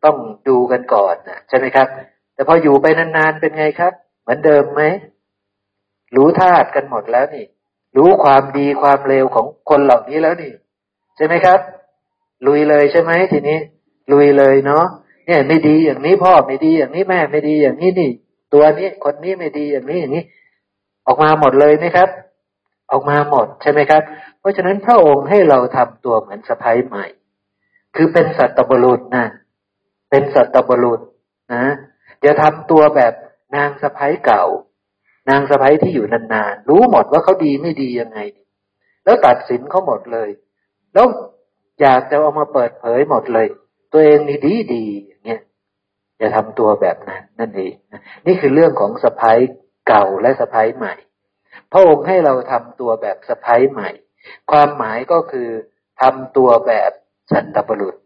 ต้องดูกันก่อนนะใช่ไหมครับแต่พออยู่ไปนานๆเป็นไงครับเหมือนเดิมไหมรู้ธาตุกันหมดแล้วนี่รู้ความดีความเลวของคนเหล่านี้แล้วนี่ใช่ไหมครับลุยเลยใช่ไหมทีนี้ลุยเลยเนาะเนี่ยไม่ดีอย่างนี้พ่อไม่ดีอย่างนี้แม่ไม่ดีอย่างนี้นี่ตัวนี้คนนี้ไม่ดีอย่างนี้อย่างนี้ออกมาหมดเลยไหมครับออกมาหมดใช่ไหมครับเพราะฉะนั้นพระองค์ให้เราทำตัวเหมือนสะใภ้ใหม่คือเป็นสัตบุรุษนะเป็นสัตบุรุษนะอย่าทำตัวแบบนางสะใภ้เก่านางสะใภ้ที่อยู่นานๆรู้หมดว่าเขาดีไม่ดียังไงแล้วตัดสินเขาหมดเลยแล้วอยากจะเอามาเปิดเผยหมดเลยตัวเองนี่ดีดีอย่างเงี้ยอย่าทำตัวแบบนั้นนั่นเองนี่คือเรื่องของสะใภ้เก่าและสะใภ้ใหม่พระองค์ให้เราทำตัวแบบสะใภ้ใหม่ความหมายก็คือทำตัวแบบสัตบุรุษ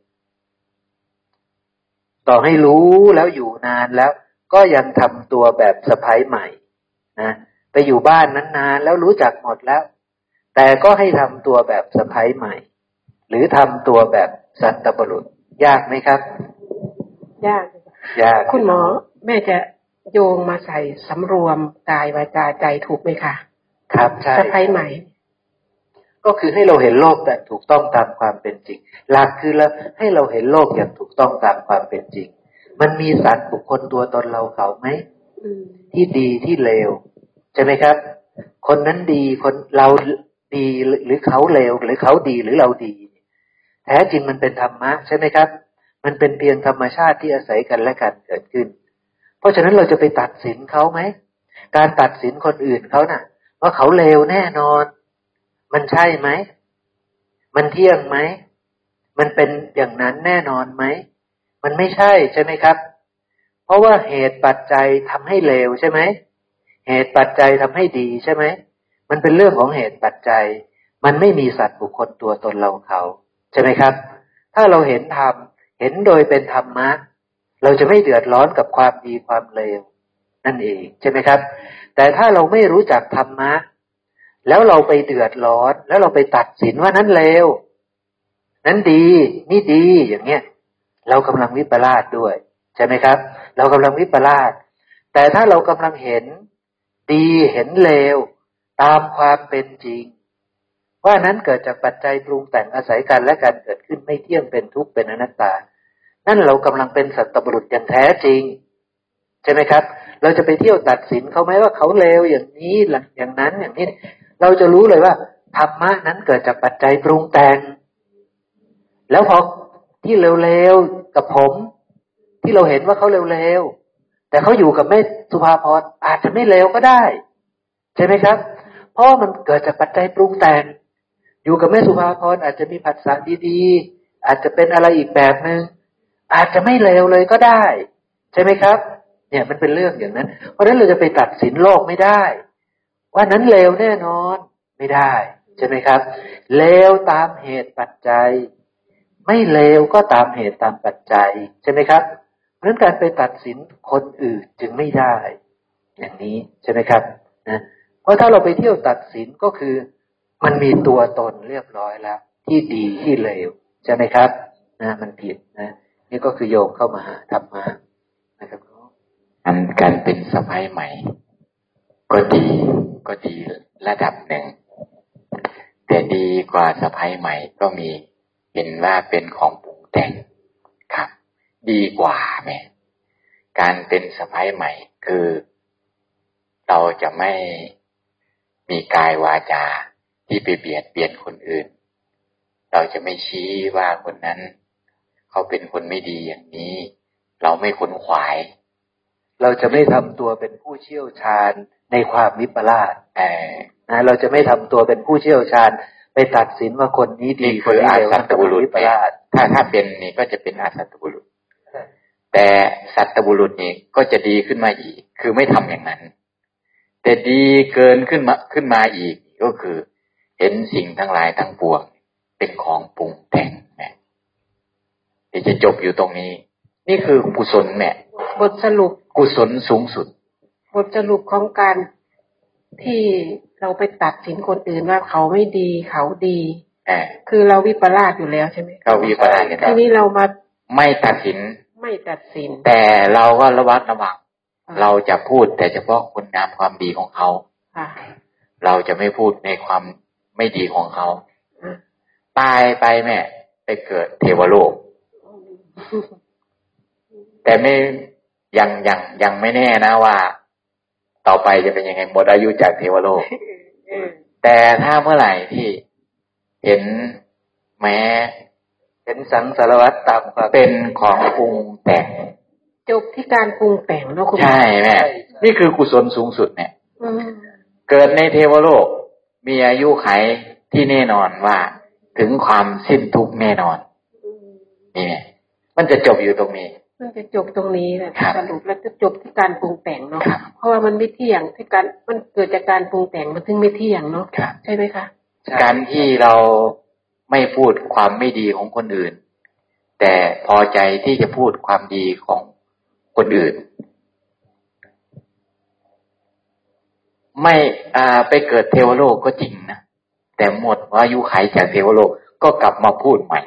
ต่อให้รู้แล้วอยู่นานแล้วก็ยังทำตัวแบบสะใภ้ใหม่นะไปอยู่บ้านนั้นนานแล้วรู้จักหมดแล้วแต่ก็ให้ทำตัวแบบสะใภ้ใหม่หรือทำตัวแบบสัตบุรุษยากไหมครับยากยากคุณหมอแม่จะโยงมาใส่สำรวมกายวาจาใจถูกไหมคะครับใช่สะใภ้ใหม่ก็คือให้เราเห็นโลกแต่ถูกต้องตามความเป็นจริงหลักคือเราให้เราเห็นโลกอย่างถูกต้องตามความเป็นจริงมันมีสัตว์บุคคลตัวตนเราเขาไหมที่ดีที่เลวใช่ไหมครับคนนั้นดีคนเราดีหรือเขาเลวหรือเขาดีหรือเราดีแท้จริงมันเป็นธรรมะใช่ไหมครับมันเป็นเพียงธรรมชาติที่อาศัยกันและกันเกิดขึ้นเพราะฉะนั้นเราจะไปตัดสินเขาไหมการตัดสินคนอื่นเขาน่ะว่าเขาเลวแน่นอนมันใช่ไหมมันเที่ยงไหมมันเป็นอย่างนั้นแน่นอนไหมมันไม่ใช่ใช่ไหมครับเพราะว่าเหตุปัจจัยทำให้เลวใช่ไหมเหตุปัจจัยทำให้ดีใช่ไหมมันเป็นเรื่องของเหตุปัจจัยมันไม่มีสัตว์บุคคลตัวตนเราเขาใช่ไหมครับถ้าเราเห็นธรรมเห็นโดยเป็นธรรมะเราจะไม่เดือดร้อนกับความดีความเลวนั่นเองใช่ไหมครับแต่ถ้าเราไม่รู้จักธรรมะแล้วเราไปเดือดร้อนแล้วเราไปตัดสินว่านั้นเลวนั้นดีนี่ดีอย่างเงี้ยเรากำลังวิปลาสด้วยใช่ไหมครับเรากำลังวิปลาสแต่ถ้าเรากำลังเห็นดีเห็นเลวตามความเป็นจริงว่านั้นเกิดจากปัจจัยปรุงแต่งอาศัยกันและการเกิดขึ้นไม่เที่ยงเป็นทุกข์เป็นอนัตตานั่นเรากำลังเป็นสัตบุรุษอย่างแท้จริงใช่ไหมครับเราจะไปเที่ยวตัดสินเขาไหมว่าเขาเลวอย่างนี้อย่างนั้นอย่างนี้เราจะรู้เลยว่าธรรมะนั้นเกิดจากปัจจัยปรุงแต่งแล้วพอที่เลวๆกับผมที่เราเห็นว่าเขาเลวๆแต่เขาอยู่กับแม่สุภาพรอาจจะไม่เลวก็ได้ใช่ไหมครับเพราะมันเกิดจากปัจจัยปรุงแต่งอยู่กับแม่สุภาพรอาจจะมีผัสสะดีๆอาจจะเป็นอะไรอีกแบบนึงอาจจะไม่เลวเลยก็ได้ใช่ไหมครับเนี่ยมันเป็นเรื่องอย่างนั้นเพราะฉะนั้นเราจะไปตัดสินโลกไม่ได้ว่านั้นเลวแน่นอนไม่ได้ใช่ไหมครับเลวตามเหตุปัจจัยไม่เลวก็ตามเหตุตามปัจจัยใช่ไหมครับเพราะฉะนั้นการไปตัดสินคนอื่นจึงไม่ได้อย่างนี้ใช่ไหมครับนะเพราะถ้าเราไปเที่ยวตัดสินก็คือมันมีตัวตนเรียบร้อยแล้วที่ดีที่เลวใช่ไหมครับนะมันผิดนะนี่ก็คือโยมเข้ามาหาธรรมะนะครับอันการเป็นสะใภ้ใหม่ก็ดีก็ดีระดับหนึ่งแต่ดีกว่าสะใภ้ใหม่ก็มีเห็นว่าเป็นของปรุงแต่งครับดีกว่าแม่การเป็นสะใภ้ใหม่คือเราจะไม่มีกายวาจาที่ไปเบียดเบียนคนอื่นเราจะไม่ชี้ว่าคนนั้นเขาเป็นคนไม่ดีอย่างนี้เราไม่ขนขวายเราจะไม่ทำตัวเป็นผู้เชี่ยวชาญในความวิปลาสเออนะเราจะไม่ทำตัวเป็นผู้เชี่ยวชาญไปตัดสินว่าคนนี้ดีคนนี้เลวสัตบุรุษถ้าถ้าเป็นนี่ก็จะเป็นอาสัตบุรุษแต่สัตบุรุษนี่ก็จะดีขึ้นมาอีกคือไม่ทำอย่างนั้นแต่ดีเกินขึ้นมาขึ้นมาอีกก็คือเห็นสิ่งทั้งหลายทั้งปวงเป็นของปรุงแต่งแม่ที่จะจบอยู่ตรงนี้นี่คือกุศลแม่บทสรุปกุศลสูงสุดบทสรุปของการที่เราไปตัดสินคนอื่นว่าเขาไม่ดีเขาดีคือเราวิปลาสอยู่แล้วใช่ไหมเราวิปลาสกันทีนี้เรามาไม่ตัดสินไม่ตัดสินแต่เราก็ระวัดระวังเราจะพูดแต่เฉพาะคุณงามความดีของเขาเราจะไม่พูดในความไม่ดีของเขาตายไปแม่ไปเกิดเทวโลกแต่ไม่ยังยังยังไม่แน่นะว่าต่อไปจะเป็นยังไงหมดอายุจากเทวโลกแต่ถ้าเมื่อไหร่ที่เห็นแม้เห็นสังสารวัฏตามความเป็นของปรุงแต่งจบที่การปรุงแต่งเนาะคุณใช่แม่นี่คือกุศลสูงสุดเนี่ยเกิดในเทวโลกมีอายุขัยที่แน่นอนว่าถึงความสิ้นทุกข์แน่นอนนี่เนี่ยมันจะจบอยู่ตรงนี้มันจะจบตรงนี้แหละสรุปแล้วจะจบที่การปรุงแต่งเนาะเพราะว่ามันไม่เที่ยงที่การมันเกิดจากการปรุงแต่งมันถึงไม่เที่ยงเนาะใช่ไหมคะการที่เราไม่พูดความไม่ดีของคนอื่นแต่พอใจที่จะพูดความดีของคนอื่นไม่อ่าไปเกิดเทวโลกก็จริงนะแต่หมดอายุขัยจากเทวโลกก็กลับมาพูดใหม่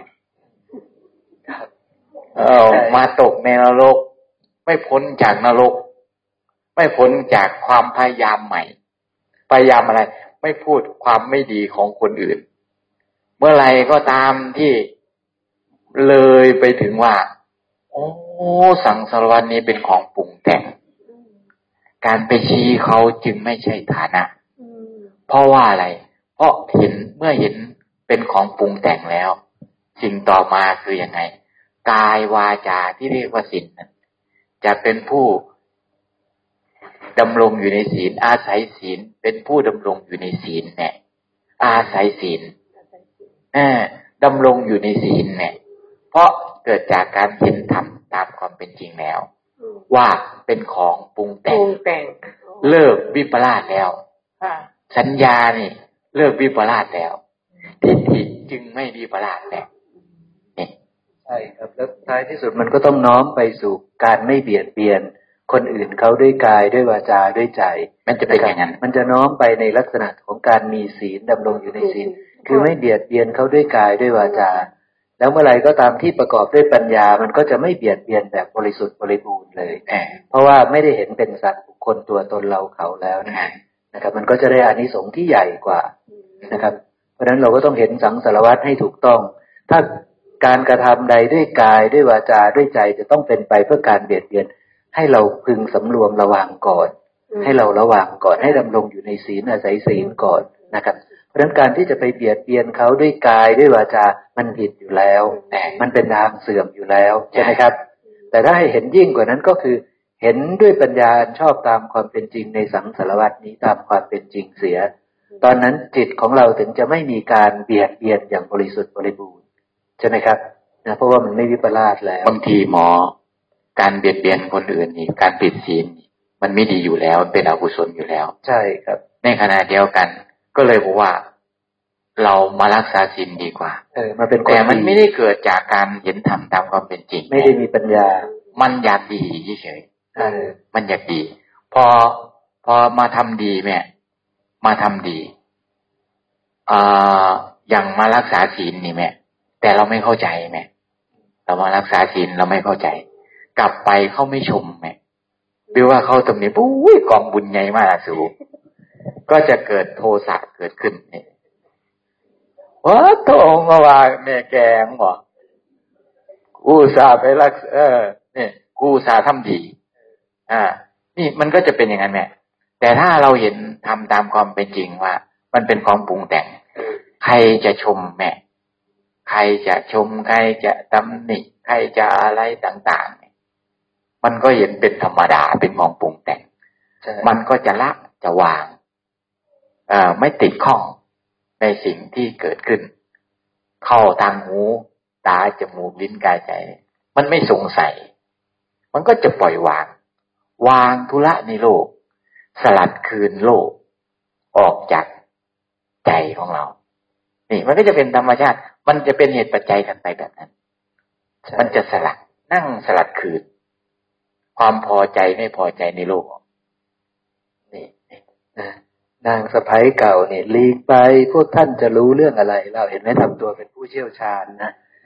เออมาตกในนรกไม่พ้นจากนรกไม่พ้นจากความพยายามใหม่พยายามอะไรไม่พูดความไม่ดีของคนอื่นเมื่อไหร่ก็ตามที่เลยไปถึงว่าโอ้สังสารวัฏนี้เป็นของปรุงแต่งการไปชี้เขาจึงไม่ใช่ฐานะเพราะว่าอะไรเพราะเห็นเมื่อเห็นเป็นของปรุงแต่งแล้วสิ่งต่อมาคือยังไงกายวาจาที่เรียกว่าศีลนั้นจะเป็นผู้ดำรงอยู่ในศีลอาศัยศีลเป็นผู้ดำรงอยู่ในศีลเนี่ยอาศัยศีลเออดำรงอยู่ในศีลเนี่ยเพราะเกิดจากการเห็นธรรมตามความเป็นจริงแล้วว่าเป็นของปรุงแต่งเลิกวิปลาสแล้วสัญญานี่เลิกวิปลาสแล้วทิฏฐิจึงไม่วิปลาสแล้วใช่ครับแล้วท้ายที่สุดมันก็ต้องน้อมไปสู่การไม่เบียดเบียนคนอื่นเขาด้วยกายด้วยวาจาด้วยใจมันจะเป็นอย่างนั้นมันจะน้อมไปในลักษณะของการมีศีลดำรงอยู่ในศีลคือไม่เบียดเบียนเขาด้วยกายด้วยวาจาแล้วเมื่อไหร่ก็ตามที่ประกอบด้วยปัญญามันก็จะไม่เบียดเบียนแบบบริสุทธิ์บริบูรณ์เลยเพราะว่าไม่ได้เห็นเป็นสัตว์บุคคลตัวตนเราเขาแล้วนะครับมันก็จะได้อานิสงส์ที่ใหญ่กว่านะครับเพราะฉะนั้นเราก็ต้องเห็นสังสารวัฏให้ถูกต้องถ้าการกระทำใดด้วยกายด้วยวาจาด้วยใจจะต้องเป็นไปเพื่อการเบียดเบียนให้เราพึงสำรวมระวังก่อนให้เราระวังก่อนให้ดำรงอยู่ในศีลอาศัยศีลก่อนนะครับเพราะฉะนั้นการที่จะไปเบียดเบียนเขาด้วยกายด้วยวาจามันผิดอยู่แล้วมันเป็นทางเสื่อมอยู่แล้วใช่ไหมครับแต่ถ้าให้เห็นยิ่งกว่านั้นก็คือเห็นด้วยปัญญาชอบตามความเป็นจริงในสังสารวัฏนี้ตามความเป็นจริงเสียตอนนั้นจิตของเราถึงจะไม่มีการเบียดเบียนอย่างบริสุทธิ์บริบูรณ์ใช่ไหมครับนะเพราะว่ามันไม่วิปลาสแล้วบางทีหมอการเบียดเบียนคนอื่นนี่การผิดศีลมันไม่ดีอยู่แล้วเป็นอกุศลอยู่แล้วใช่ครับในขณะเดียวกันก็เลยบอกว่าเรามารักษาศีลดีกว่าเออมันเป็นแต่มันไม่ได้เกิดจากการเห็นธรรมตามความเป็นจริงไม่ได้มีปัญญามันอยากดีเฉยๆเออมันอยากดีพอพอมาทำดีแม่มาทำดีอ่าอย่างมารักษาศีลนี่แม่แต่เราไม่เข้าใจแม่เรามารักษาศีลเราไม่เข้าใจกลับไปเขาไม่ชมแม่หรือว่าเขาตำหนิปุ้ยกองบุญใหญ่มากสูงก็จะเกิดโทสะเกิดขึ้นนี่ว่าโตงว่าแม่แกงบอกกูสาไปรักเออนี่กูสาทำดีอ่านี่มันก็จะเป็นอย่างนั้นแม่แต่ถ้าเราเห็นทำตามความเป็นจริงว่ามันเป็นของปรุงแต่งใครจะชมแม่ใครจะชมใครจะตำหนิใครจะอะไรต่างๆมันก็เห็นเป็นธรรมดาเป็นของปรุงแต่งมันก็จะละจะวางเอ่อไม่ติดข้องในสิ่งที่เกิดขึ้นเข้าทางหูตาจมูกลิ้นกายใจมันไม่สงสัยมันก็จะปล่อยวางวางธุระในโลกสลัดคืนโลกออกจากใจของเรานี่มันก็จะเป็นธรรมชาติมันจะเป็นเหตุปัจจัยกันไปแบบนั้นมันจะสลัดนั่งสลัดคืนความพอใจไม่พอใจในโลกนี่นะนางสะใภ้เก่าเนี่ยลีกไปพวกท่านจะรู้เรื่องอะไรเราเห็นไหมทำตัวเป็นผู้เชี่ยวชาญนะ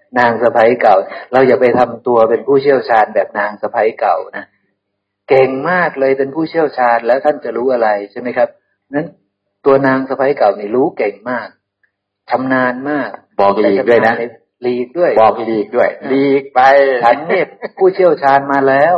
นางสะใภ้เก่าเราอย่าไปทำตัวเป็นผู้เชี่ยวชาญแบบนางสะใภ้เก่านะเก่งมากเลยเป็นผู้เชี่ยวชาญแล้วท่านจะรู้อะไรใช่ไหมครับนั้นตัวนางสะใภ้เก่านี่รู้เก่งมากชำนาญมากบอกหลีกด้วยนะหลีกด้วยบอกหลีกด้วยหลีกไปฉันเนี่ยผู้เชี่ยวชาญมาแล้ว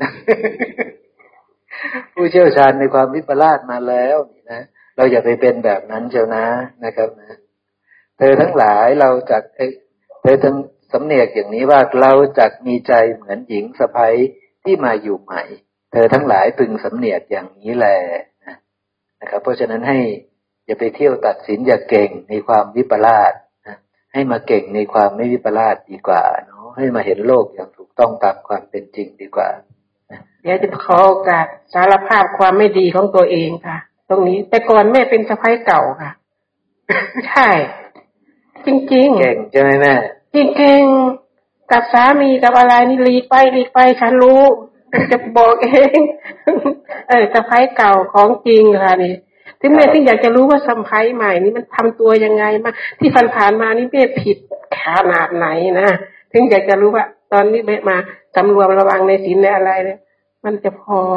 ผู้เชี่ยวชาญในความวิปลาสมาแล้วนะเราอย่าไปเป็นแบบนั้นเชียวนะนะครับนะเธอทั้งหลายเราจักเธอทั้งสำเนียกอย่างนี้ว่าเราจักมีใจเหมือนหญิงสะใภ้ที่มาอยู่ใหม่เธอทั้งหลายพึงสำเนียกอย่างนี้แลนะครับเพราะฉะนั้นให้อย่าไปเที่ยวตัดสินอย่าเก่งในความวิปลาสนะให้มาเก่งในความไม่วิปลาสดีกว่าเนาะให้มาเห็นโลกอย่างถูกต้องตามความเป็นจริงดีกว่าเดี๋ยวจะขอโอกาสสารภาพความไม่ดีของตัวเองค่ะตรงนี้แต่ก่อนแม่เป็นสะใภ้เก่าค่ะใช่จริงๆเก่งใช่ไหมแม่จริงเก่งกับสามีกับอะไรนี่หลีกไปหลีกไปฉันรู้จะบอกเองเออสะใภ้เก่าของจริงค่ะนี่ถึงแม่ถึงอยากจะรู้ว่าสะใภ้ใหม่นี่มันทำตัวยังไงมาที่ผ่านๆมานี่แม่ผิดขนาดไหนนะถึงอยากจะรู้ว่าตอนนี้แม่มาสำรวมระวังในศีลในอะไรเนี่ยมันจะพอ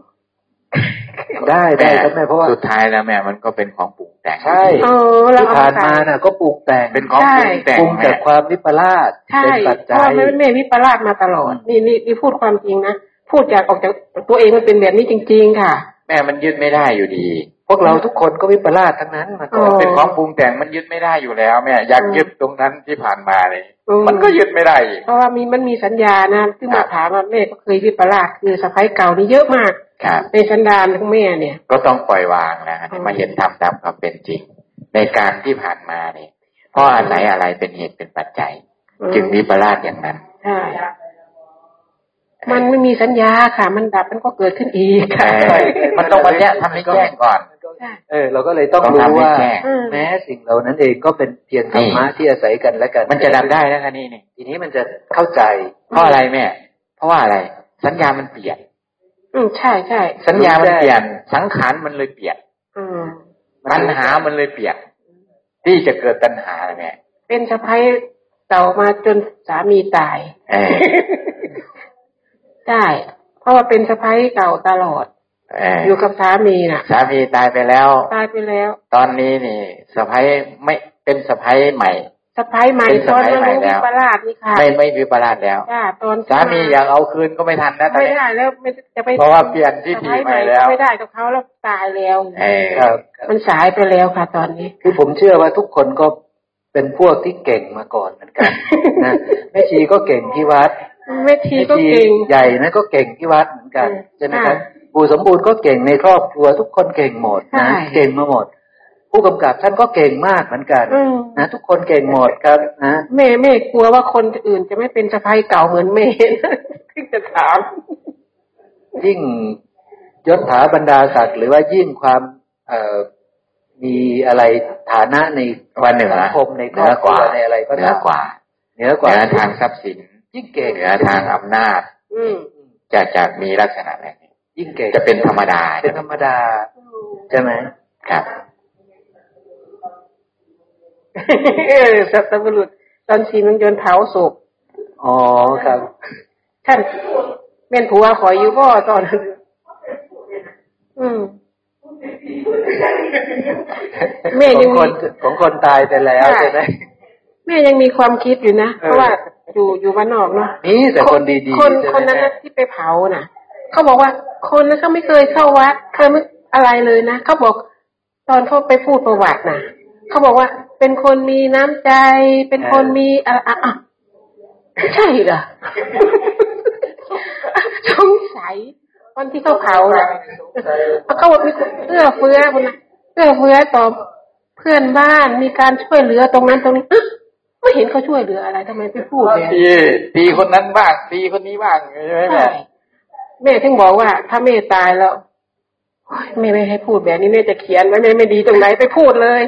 ได้ได้ครับแม่เพราะว่าสุดท้ายแล้วแม่มันก็เป็นของปรุงแต่งใช่ที่ผ่านมาน่ะก็ปรุงแต่งเป็นของปรุงแต่งปรุงจากความวิปลาสเป็นปัจจัยเพราะแม่แม่วิปลาสมาตลอดนี่นี่นี่พูดความจริงนะพูดจากออกจากตัวเองมันเป็นแบบนี้จริงๆค่ะแม่มันยึดไม่ได้อยู่ดีพวกเราทุกคนก็วิปลาสทั้งนั้นมาก่อนเป็นของปรุงแต่งมันยึดไม่ได้อยู่แล้วแม่อยากยึดตรงนั้นที่ผ่านมาเลยมันก็ยึดไม่ได้เพราะว่ามีมันมีสัญญานะที่มาถามว่าแม่ก็เคยวิปลาสคือสะใภ้เก่านี่เยอะมากในสันดานของแม่เนี่ยก็ต้องปล่อยวางนะมาเห็นธรรมตามความเป็นจริงในการที่ผ่านมาเนี่ยเพราะอาศัยอะไรเป็นเหตุเป็นปัจจัยจึงวิปลาสอย่างนั้นใช่มันไม่มีสัญญาค่ะมันดับมันก็เกิดขึ้นอีกค่ะมันต้องมาแยกทำให้แจ้งก่อนเออเราก็เลยต้องรู้ว่าแม้สิ่งเหล่านั้นเองก็เป็นเพียงธรรมะที่อาศัยกันและกันมันจะดับได้แล้วค่ะนี่นี่ทีนี้มันจะเข้าใจเพราะอะไรแม่เพราะว่าอะไรสัญญามันเปลี่ยนอืมใช่ใช่สัญญามันเปลี่ยนสังขารมันเลยเปลี่ยนอืมปัญหามันเลยเปลี่ยนที่จะเกิดปัญหาแม่เป็นสะใภ้เก่ามาจนสามีตายใช่เพราะว่าเป็นสะใภ้เก่าตลอดอยู่กับสามีน่ะสามีตายไปแล้วตายไปแล้วตอนนี้นี่สะใภ้ไม่เป็นสะใภ้ใหม่สะใภ้ใหม่ตอนนั้นวิปลาสนี่ค่ะไม่ไม่วิปลาสแล้วตอนสามีอยากเอาคืนก็ไม่ทันนะไม่ได้แล้วจะไปเพราะว่าเปลี่ยนที่ทีใหม่แล้วไม่ได้กับเขาแล้วตายแล้วครับมันสายไปแล้วค่ะตอนนี้คือผมเชื่อว่าทุกคนก็เป็นพวกที่เก่งมาก่อนเหมือนกันนะแม่ชีก็เก่งที่วัดแม่ชีก็เก่งใหญ่นะก็เก่งที่วัดเหมือนกันใช่ไหมครับปู่สมบูรณ์ก็เก่งในครอบครัวทุกคนเก่งหมดนะเก่งมาหมดผู้กำกับท่านก็เก่งมากเหมือนกันนะทุกคนเก่งหมดครับนะแม่แม่กลัวว่าคนอื่นจะไม่เป็นสะใภ้เก่าเหมือนแม่ที่จะถามยิ่งยศถาบรรดาศักดิ์หรือว่ายิ่งความเอ่อมีอะไรฐานะในวันหนึ่งสังคมในครอบครัวในอะไรก็เหนือกว่าเหนือกว่าทางทรัพย์สินยิ่งเก่งเหนือทางอำนาจจะจะมีลักษณะอะไรยิ่งเก่งจะเป็นธรรมดาเป็นธรรมดาใช่ไหมครับเออสัตบุรุษตอนชีมันยนเผาศพอ๋อครับท่านเม่นผัวขออยู่บ่ตอนอืมแม่ยังคนของคนตายไปแล้วใช่ไหมแม่ยังมีความคิดอยู่นะเพราะว่าอยู่อยู่บ้านนอกเนาะนี่แต่คนดีๆคนคนนั้นที่ไปเผาน่ะเขาบอกว่าคนนั้นเขาไม่เคยเข้าวัดเคยไม่อะไรเลยนะเขาบอกตอนเขาไปพูดประวัติน่ะเขาบอกว่าเป็นคนมีน้ำใจเป็นคนมีอ่ะอ่ะใช่เหรอสงสัยวันที่เขาเผาน่ะเขาบอกมีเอื้อเฟื้อคนน่ะเอื้อเฟื้อต่อเพื่อนบ้านมีการช่วยเหลือตรงนั้นตรงนี้ไม่เห็นเขาช่วยเหลืออะไรทำไมไปพูดเนี่ยตีตีคนนั้นบ้างตีคนนี้บ้างใช่ไหมแม่แม่ถึงบอกว่าถ้าแม่ตายแล้วแม่ไม่ให้พูดแบบนี้แม่จะเขียนไว้แม่ไม่ดีตรงไหนไปพูดเลย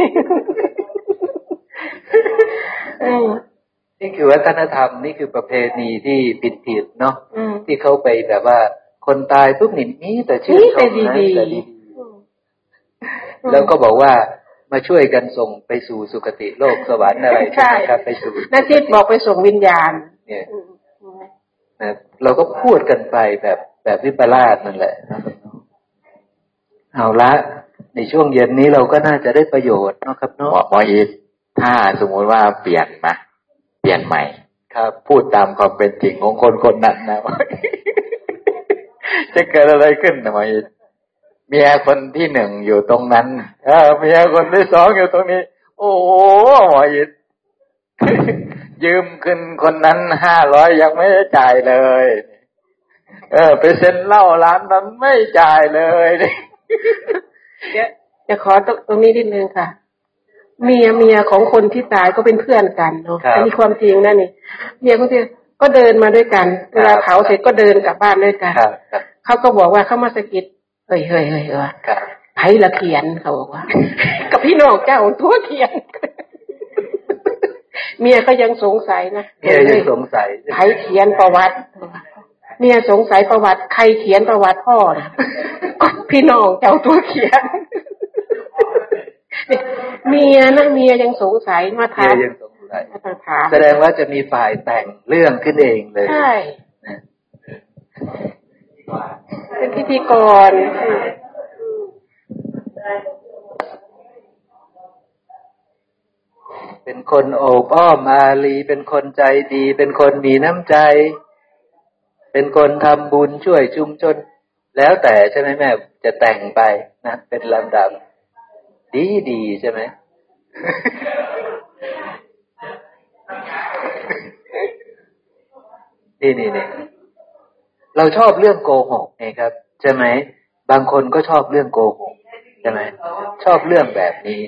นี่คือวัฒนธรรมนี่คือประเพณีที่ผิดๆเนาะที่เขาไปแบบว่าคนตายปุ๊บนี่นี่แต่ชื่อชมนะแต่ดีๆแล้วก็บอกว่ามาช่วยกันส่งไปสู่สุคติโลกสวรรค์อะไรใช่ไหมครับไปสู่นาทิตบอกไปส่งวิญญาณเนี่ยนะเราก็พูดกันไปแบบแบบวิปลาสนั่นแหละเอาละในช่วงเย็นนี้เราก็น่าจะได้ประโยชน์เนาะครับเนาะหมออีทถ้าสมมติว่าเปลี่ยนมาเปลี่ยนใหม่ครับพูดตามความเป็นจริงของคนคนนั้นนะ จะเกิดอะไรขึ้นนะหมออีทเมียคนที่หนึ่งอยู่ตรงนั้นเออเมียคนที่สองอยู่ตรงนี้โอ้โหหมออีท ยืมขึ้นคนนั้นห้าร้อยยังไม่ได้จ่ายเลยเออไปเซ็นเหล้าร้านนั้นไม่จ่ายเลยเดี๋ยวจะขอตรงนี้นิดนึงค่ะเมียเมียของคนที่ตายก็เป็นเพื่อนกันเนาะอันนี้ความจริงนะนี่เมียคนที่ก็เดินมาด้วยกันเวลาเผาเสร็จก็เดินกลับบ้านด้วยกันเขาก็บอกว่าเขามาสะกิดเฮ้ยเฮ้ยเฮ้ยว่าไผ่ละเขียนเขาบอกว่า กับพี่น้องเจ้าตัวเขียน เมียก็ยังสงสัยนะเมียยังสงสัยไผ่เขียนประวัติเมียสงสัยประวัติใครเขียนประวัติพ่อนะพี่น้องเจ้าตัวเขียนเมียนะเมียยังสงสัยมาถามเมียยังสงสัยแสดงว่าจะมีฝ่ายแต่งเรื่องขึ้นเองเลยใช่เป็นพิธีกรเป็นคนโอบอ้อมอารีเป็นคนใจดีเป็นคนมีน้ำใจเป็นคนทำบุญช่วยชุมชนแล้วแต่ใช่ไหมแม่จะแต่งไปนะเป็นลำดับดีดีใช่ไหม นี่นี่นี่เราชอบเรื่องโกหกไงครับใช่ไหมบางคนก็ชอบเรื่องโกหกใช่ไหมชอบเรื่องแบบนี้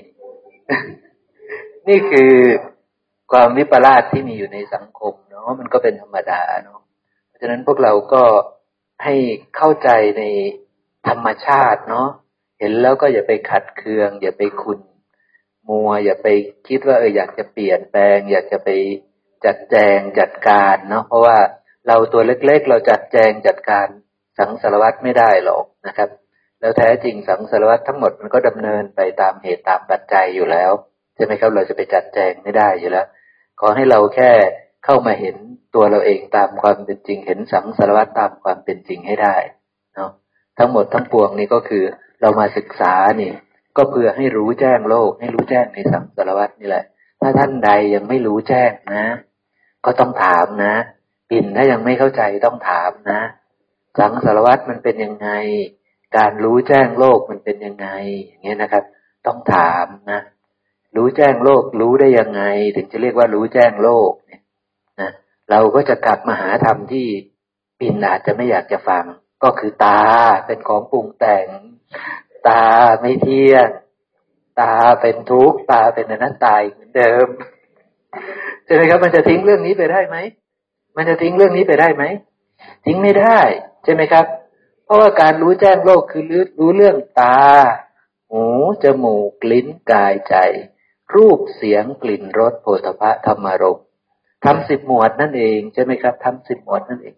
นี่คือความวิปลาสที่มีอยู่ในสังคมเนาะมันก็เป็นธรรมดาเนาะเพราะฉะนั้นพวกเราก็ให้เข้าใจในธรรมชาติเนาะเห็นแล้วก็อย่าไปขัดเคืองอย่าไปขุ่นมัวอย่าไปคิดว่าเอออยากจะเปลี่ยนแปลงอยากจะไปจัดแจงจัดการเนาะเพราะว่าเราตัวเล็กๆเราจัดแจงจัดการสังสารวัฏไม่ได้หรอกนะครับแล้วแท้จริงสังสารวัฏทั้งหมดมันก็ดำเนินไปตามเหตุตามปัจจัยอยู่แล้วใช่ไหมครับเราจะไปจัดแจงไม่ได้อยู่แล้วขอให้เราแค่เข้ามาเห็นตัวเราเองตามความเป็นจริงเห็นสังสารวัฏตามความเป็นจริงให้ได้เนาะทั้งหมดทั้งปวงนี้ก็คือเรามาศึกษานี่ก็เพื่อให้รู้แจ้งโลกให้รู้แจ้งในสังสารวัฏนี่แหละถ้าท่านใดยังไม่รู้แจ้งนะก็ต้องถามนะปิ่นถ้ายังไม่เข้าใจต้องถามนะสังสารวัฏมันเป็นยังไงการรู้แจ้งโลกมันเป็นยังไงอย่างเงี้ยนะครับต้องถามนะรู้แจ้งโลกรู้ได้ยังไงถึงจะเรียกว่ารู้แจ้งโลกเนี่ยนะเราก็จะกลับมาหาธรรมที่ปิ่นอาจจะไม่อยากจะฟังก็คือตาเป็นของปรุงแต่งตาไม่เที่ยงตาเป็นทุกข์ตาเป็นอนัตตาเหมือนเดิมใช่ไหมครับมันจะทิ้งเรื่องนี้ไปได้ไหมมันจะทิ้งเรื่องนี้ไปได้ไหมทิ้งไม่ได้ใช่ไหมครับเพราะว่าการรู้แจ้งโลกคือรู้รู้เรื่องตาหูจมูกลิ้นกายใจรูปเสียงกลิ่นรสโผฏฐัพพะธรรมารมณ์ทำสิบหมวดนั่นเองใช่ไหมครับทำสิบหมวดนั่นเอง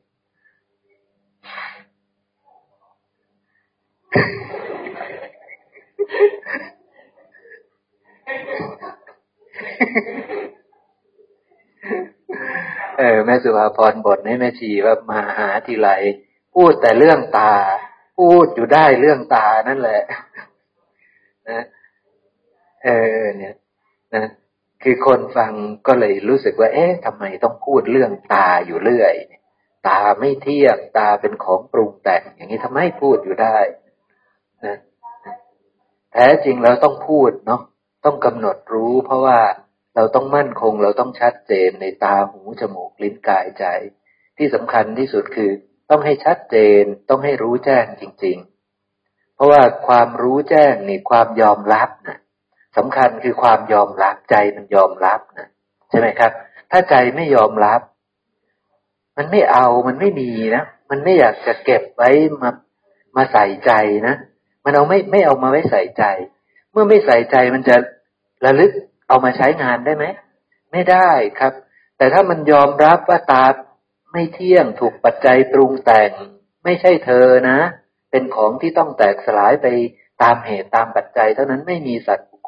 เออแม่สุภาพรบ่นให้แม่ชีว่ามาหาทีไรพูดแต่เรื่องตาพูดอยู่ได้เรื่องตานั่นแหละนะเออเนี่ยนะคือคนฟังก็เลยรู้สึกว่าเอ๊ะทำไมต้องพูดเรื่องตาอยู่เรื่อยตาไม่เที่ยงตาเป็นของปรุงแต่งอย่างนี้ทำไมพูดอยู่ได้นะแท้จริงเราต้องพูดเนาะต้องกำหนดรู้เพราะว่าเราต้องมั่นคงเราต้องชัดเจนในตาหูจมูกลิ้นกายใจที่สำคัญที่สุดคือต้องให้ชัดเจนต้องให้รู้แจ้งจริงๆเพราะว่าความรู้แจ้งนี่ความยอมรับนะสำคัญคือความยอมรับใจมันยอมรับนะใช่ไหมครับถ้าใจไม่ยอมรับมันไม่เอามันไม่มีนะมันไม่อยากจะเก็บไว้มามาใส่ใจนะมันเอาไม่ไม่เอามาไว้ใส่ใจเมื่อไม่ใส่ใจมันจะระลึกเอามาใช้งานได้ไหมไม่ได้ครับแต่ถ้ามันยอมรับว่าตาไม่เที่ยงถูกปัจจัยปรุงแต่งไม่ใช่เธอนะเป็นของที่ต้องแตกสลายไปตามเหตุตามปัจจัยเท่านั้นไม่มีสัตว์บุคค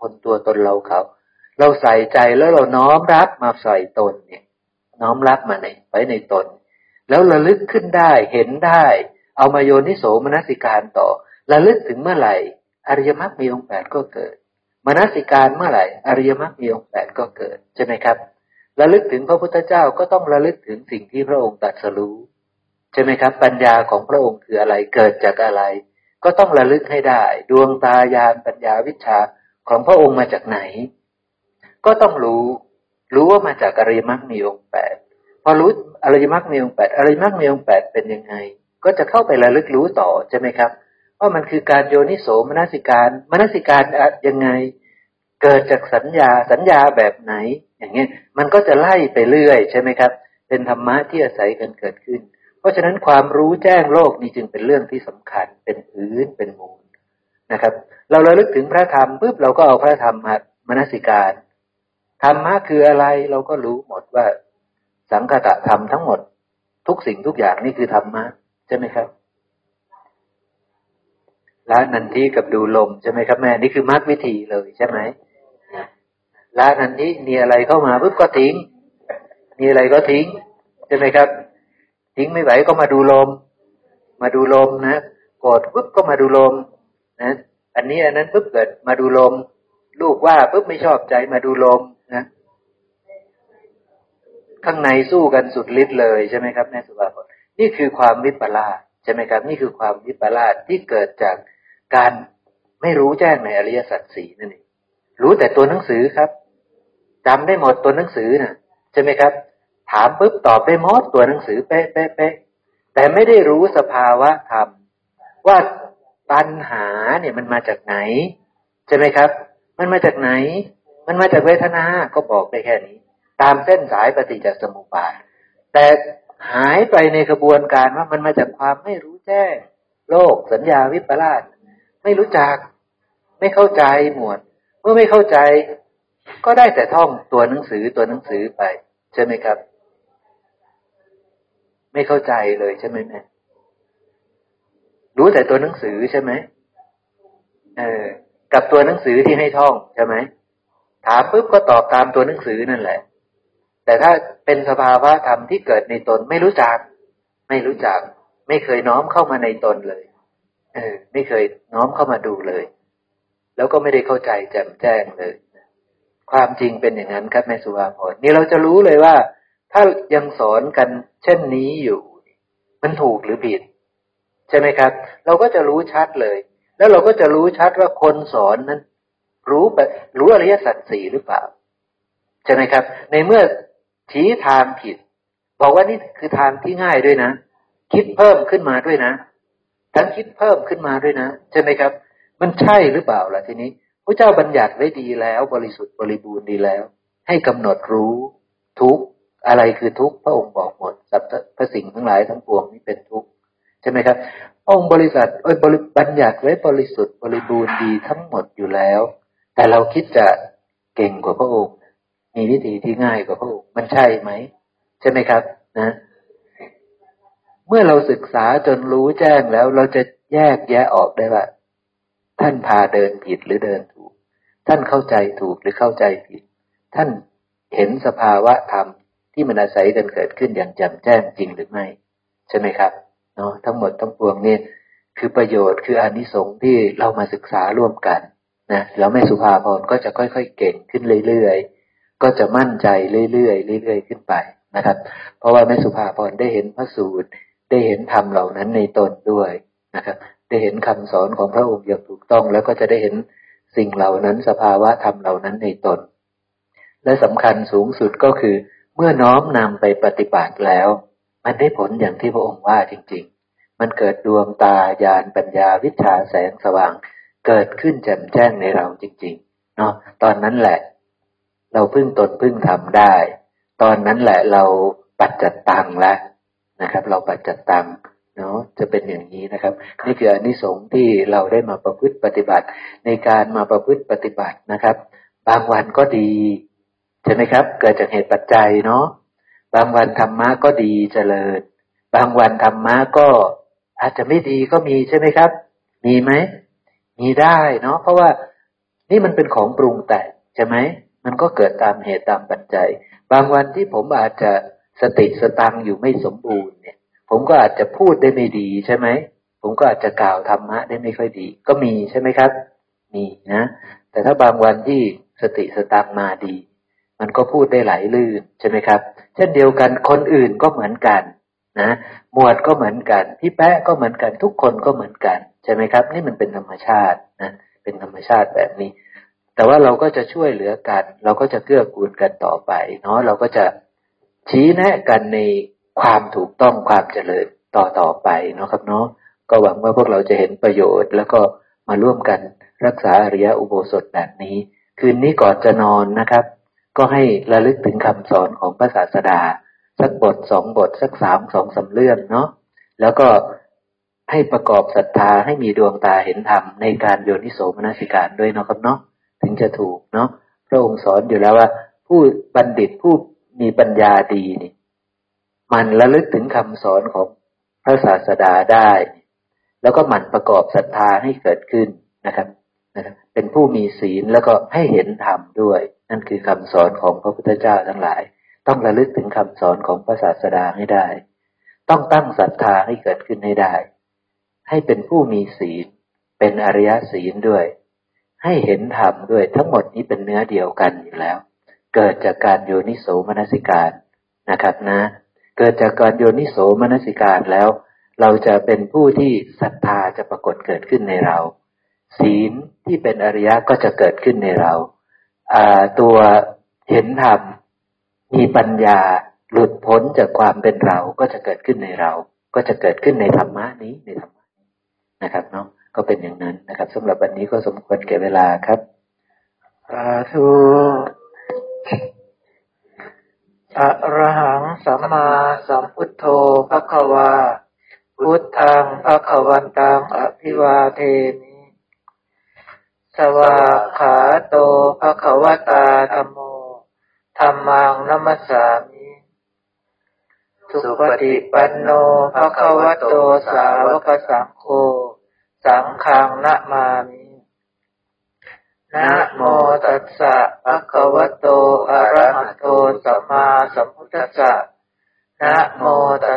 คนตัวตนเราเขาเราใส่ใจแล้วเราน้อมรับมาใส่ตนเนี่ยน้อมรับมาในไว้ในตนแล้วระลึกขึ้นได้เห็นได้เอามาโยนิโสมนสิการต่อระลึกถึงเมื่อไหร่อริยมรรคมีองค์แปดก็เกิดมนสิการเมื่อไหร่อริยมรรคมีองค์แปดก็เกิดใช่ไหมครับระลึกถึงพระพุทธเจ้าก็ต้องระลึกถึงสิ่งที่พระองค์ตรัสรู้ใช่ไหมครับปัญญาของพระองค์คืออะไรเกิดจากอะไรก็ต้องระลึกให้ได้ดวงตาญาณปัญญาวิชชาของพระองค์มาจากไหนก็ต้องรู้รู้ว่ามาจากอริยมรรคมีองค์แปดพอรู้อริยมรรคมีองค์แปดอริยมรรคมีองค์แปดเป็นยังไงก็จะเข้าไประลึกรู้ต่อใช่ไหมครับว่ามันคือการโยนิโสมนสิการมนสิการยังไงเกิดจากสัญญาสัญญาแบบไหนอย่างเงี้ยมันก็จะไล่ไปเรื่อยใช่ไหมครับเป็นธรรมะที่อาศัยกันเกิดขึ้นเพราะฉะนั้นความรู้แจ้งโลกนี้จึงเป็นเรื่องที่สำคัญเป็นพื้นเป็นมูลนะครับเราระลึกถึงพระธรรมปุ๊บเราก็เอาพระธรรมมามนสิการธรรมะคืออะไรเราก็รู้หมดว่าสังคตธรรมทั้งหมดทุกสิ่งทุกอย่างนี่คือธรรมะใช่ไหมครับละนันทิกับดูลมใช่ไหมครับแม่นี่คือมรรควิธีเลยใช่ไหมละนันทิมีอะไรเข้ามาปุ๊บก็ทิ้งมีอะไรก็ทิ้งใช่ไหมครับทิ้งไม่ไหวก็มาดูลมมาดูลมนะโกรธปุ๊บก็มาดูลมนะอันนี้อันนั้นปุ๊บเกิดมาดูลมลูกว่าปุ๊บไม่ชอบใจมาดูลมนะข้างในสู้กันสุดฤทธิ์เลยใช่ไหมครับแม่สุภาพรนี่คือความวิปลาสใช่ไหมครับนี่คือความวิปลาสที่เกิดจากการไม่รู้แจ้งในอริยสัจสี่นั่นเองรู้แต่ตัวหนังสือครับจำได้หมดตัวหนังสือน่ะใช่ไหมครับถามปุ๊บตอบได้หมดตัวหนังสือเป๊ะเป๊ะเป๊ะแต่ไม่ได้รู้สภาวะธรรมว่าตัณหาเนี่ยมันมาจากไหนใช่ไหมครับมันมาจากไหนมันมาจากเวทนาก็บอกได้แค่นี้ตามเส้นสายปฏิจจสมุปบาทแต่หายไปในกระบวนการว่ามันมาจากความไม่รู้แจ้งโลกสัญญาวิปลาสไม่รู้จักไม่เข้าใจหมวดเมื่อไม่เข้าใจก็ได้แต่ท่องตัวหนังสือตัวหนังสือไปใช่ไหมครับไม่เข้าใจเลยใช่ไหมแม่รู้แต่ตัวหนังสือใช่ไหมเออกับตัวหนังสือที่ให้ท่องใช่ไหมถามปุ๊บก็ตอบตามตัวหนังสือนั่นแหละแต่ถ้าเป็นสภาวะธรรมที่เกิดในตนไม่รู้จักไม่รู้จักไม่เคยน้อมเข้ามาในตนเลยเออไม่เคยน้อมเข้ามาดูเลยแล้วก็ไม่ได้เข้าใจแจ่มแจ้งเลยความจริงเป็นอย่างนั้นครับแม่สุภาพรนี่เราจะรู้เลยว่าถ้ายังสอนกันเช่นนี้อยู่มันถูกหรือผิดใช่ไหมครับเราก็จะรู้ชัดเลยแล้วเราก็จะรู้ชัดว่าคนสอนนั้นรู้แบบรู้อริยสัจสี่หรือเปล่าใช่ไหมครับในเมื่อชี้ทางผิดบอกว่านี่คือทางที่ง่ายด้วยนะคิดเพิ่มขึ้นมาด้วยนะทั้งคิดเพิ่มขึ้นมาด้วยนะใช่ไหมครับมันใช่หรือเปล่าล่ะทีนี้พระเจ้าบัญญัติไว้ดีแล้วบริสุทธิ์บริบูรณ์ดีแล้วให้กำหนดรู้ทุกข์อะไรคือทุกข์พระองค์บอกหมดสรรพสิ่งทั้งหลายทั้งปวงนี้เป็นทุกข์ใช่ไหมครับองค์บริษัทเอ้ยบัญญัติไว้บริสุทธิ์บริบูรณ์ดีทั้งหมดอยู่แล้วแต่เราคิดจะเก่งกว่าพระองค์มีวิธีที่ง่ายกว่าพระองค์มันใช่ไหมใช่ไหมครับนะเมื่อเราศึกษาจนรู้แจ้งแล้วเราจะแยกแยะออกได้ว่าท่านพาเดินผิดหรือเดินถูกท่านเข้าใจถูกหรือเข้าใจผิดท่านเห็นสภาวะธรรมที่มันอาศัยกันเกิดขึ้นอย่างแจ่มแจ้งจริงหรือไม่ใช่ไหมครับเนาะทั้งหมดทั้งปวงนี่คือประโยชน์คืออานิสงส์ที่เรามาศึกษาร่วมกันนะแล้วแม่สุภาพรก็จะค่อยๆเก่งขึ้นเรื่อยๆก็จะมั่นใจเรื่อยๆเรื่อยๆขึ้นไปนะครับเพราะว่าแม่สุภาพรได้เห็นพระสูตรได้เห็นธรรมเหล่านั้นในตนด้วยนะครับได้เห็นคำสอนของพระองค์อย่างถูกต้องแล้วก็จะได้เห็นสิ่งเหล่านั้นสภาวะธรรมเหล่านั้นในตนและสำคัญสูงสุดก็คือเมื่อน้อมนำไปปฏิบัติแล้วมันได้ผลอย่างที่พระองค์ว่าจริงๆมันเกิดดวงตาญาณปัญญาวิชชาแสงสว่างเกิดขึ้นแจ่มแจ้งในเราจริงๆเนาะตอนนั้นแหละเราพึ่งตนพึ่งธรรมได้ตอนนั้นแหละเราปัจจัตตังแล้วนะครับเราปัจจัตตังเนาะจะเป็นอย่างนี้นะครับนี่คืออานิสงส์ที่เราได้มาประพฤติปฏิบัติในการมาประพฤติปฏิบัตินะครับบางวันก็ดีใช่ไหมครับเกิดจากเหตุปัจจัยเนาะบางวันธรรมะก็ดีเจริญบางวันธรรมะก็อาจจะไม่ดีก็มีใช่ไหมครับมีไหมมีได้เนาะเพราะว่านี่มันเป็นของปรุงแต่งใช่ไหมมันก็เกิดตามเหตุตามปัจจัยบางวันที่ผมอาจจะสติสตังอยู่ไม่สมบูรณ์เนี่ยผมก็อาจจะพูดได้ไม่ดีใช่ไหมผมก็อาจจะกล่าวธรรมะได้ไม่ค่อยดีก็มีใช่ไหมครับมีนะแต่ถ้าบางวันที่สติสตังมาดีมันก็พูดได้ไหลลื่นใช่ไหมครับเช่นเดียวกันคนอื่นก็เหมือนกันนะหมวดก็เหมือนกันพี่แป๊ะก็เหมือนกันทุกคนก็เหมือนกันใช่ไหมครับนี่มันเป็นธรรมชาตินะเป็นธรรมชาติแบบนี้แต่ว่าเราก็จะช่วยเหลือกันเราก็จะเกื้อกูลกันต่อไปเนาะเราก็จะชี้แนะกันในความถูกต้องความเจริญต่อต่อไปเนาะครับเนาะก็หวังว่าพวกเราจะเห็นประโยชน์แล้วก็มาร่วมกันรักษาอริยอุโบสถแบบนี้คืนนี้ก่อนจะนอนนะครับก็ให้ระลึกถึงคำสอนของพระศาสดาสักบทสองบทสักสามสองสามเรื่องเนาะแล้วก็ให้ประกอบศรัทธาให้มีดวงตาเห็นธรรมในการโยนิโสมนสิการด้วยเนาะครับเนาะถึงจะถูกเนาะพระองค์สอนอยู่แล้วว่าผู้บัณฑิตผู้มีปัญญาดีนี่มันระลึกถึงคำสอนของพระศาสดาได้แล้วก็หมั่นประกอบศรัทธาให้เกิดขึ้นนะครับนะครับเป็นผู้มีศีลแล้วก็ให้เห็นธรรมด้วยนั่นคือคำสอนของพระพุทธเจ้าทั้งหลายต้องระลึกถึงคำสอนของพระศาสดาให้ได้ต้องตั้งศรัทธาให้เกิดขึ้นให้ได้ให้เป็นผู้มีศีลเป็นอริยศีลด้วยให้เห็นธรรมด้วยทั้งหมดนี้เป็นเนื้อเดียวกันอยู่แล้วเกิดจากการโยนิโสมนสิการนะครับนะเกิดจากการโยนิโสมนสิการแล้วเราจะเป็นผู้ที่ศรัทธาจะปรากฏเกิดขึ้นในเราศีลที่เป็นอริยะก็จะเกิดขึ้นในเราอ่าตัวเห็นธรรมมีปัญญาหลุดพ้นจากความเป็นเราก็จะเกิดขึ้นในเราก็จะเกิดขึ้นในธรรมะนี้ในธรรมะนี้นะครับเนาะก็เป็นอย่างนั้นนะครับสำหรับวันนี้ก็สมควรแก่เวลาครับสาธุอะระหังสัมมาสัมพุทโธภควาพุทธังภควันตังอภิวาเทมิสวากขาโตภควตาธัมโมธัมมังนัมสสามิสุปฏิปันโนภควโตสาวกสังโฆสังฆังนะมามินะโมตัสสะภะคะวะโตอะระหะโตสัมมาสัมพุทธัสสะนะโมตัส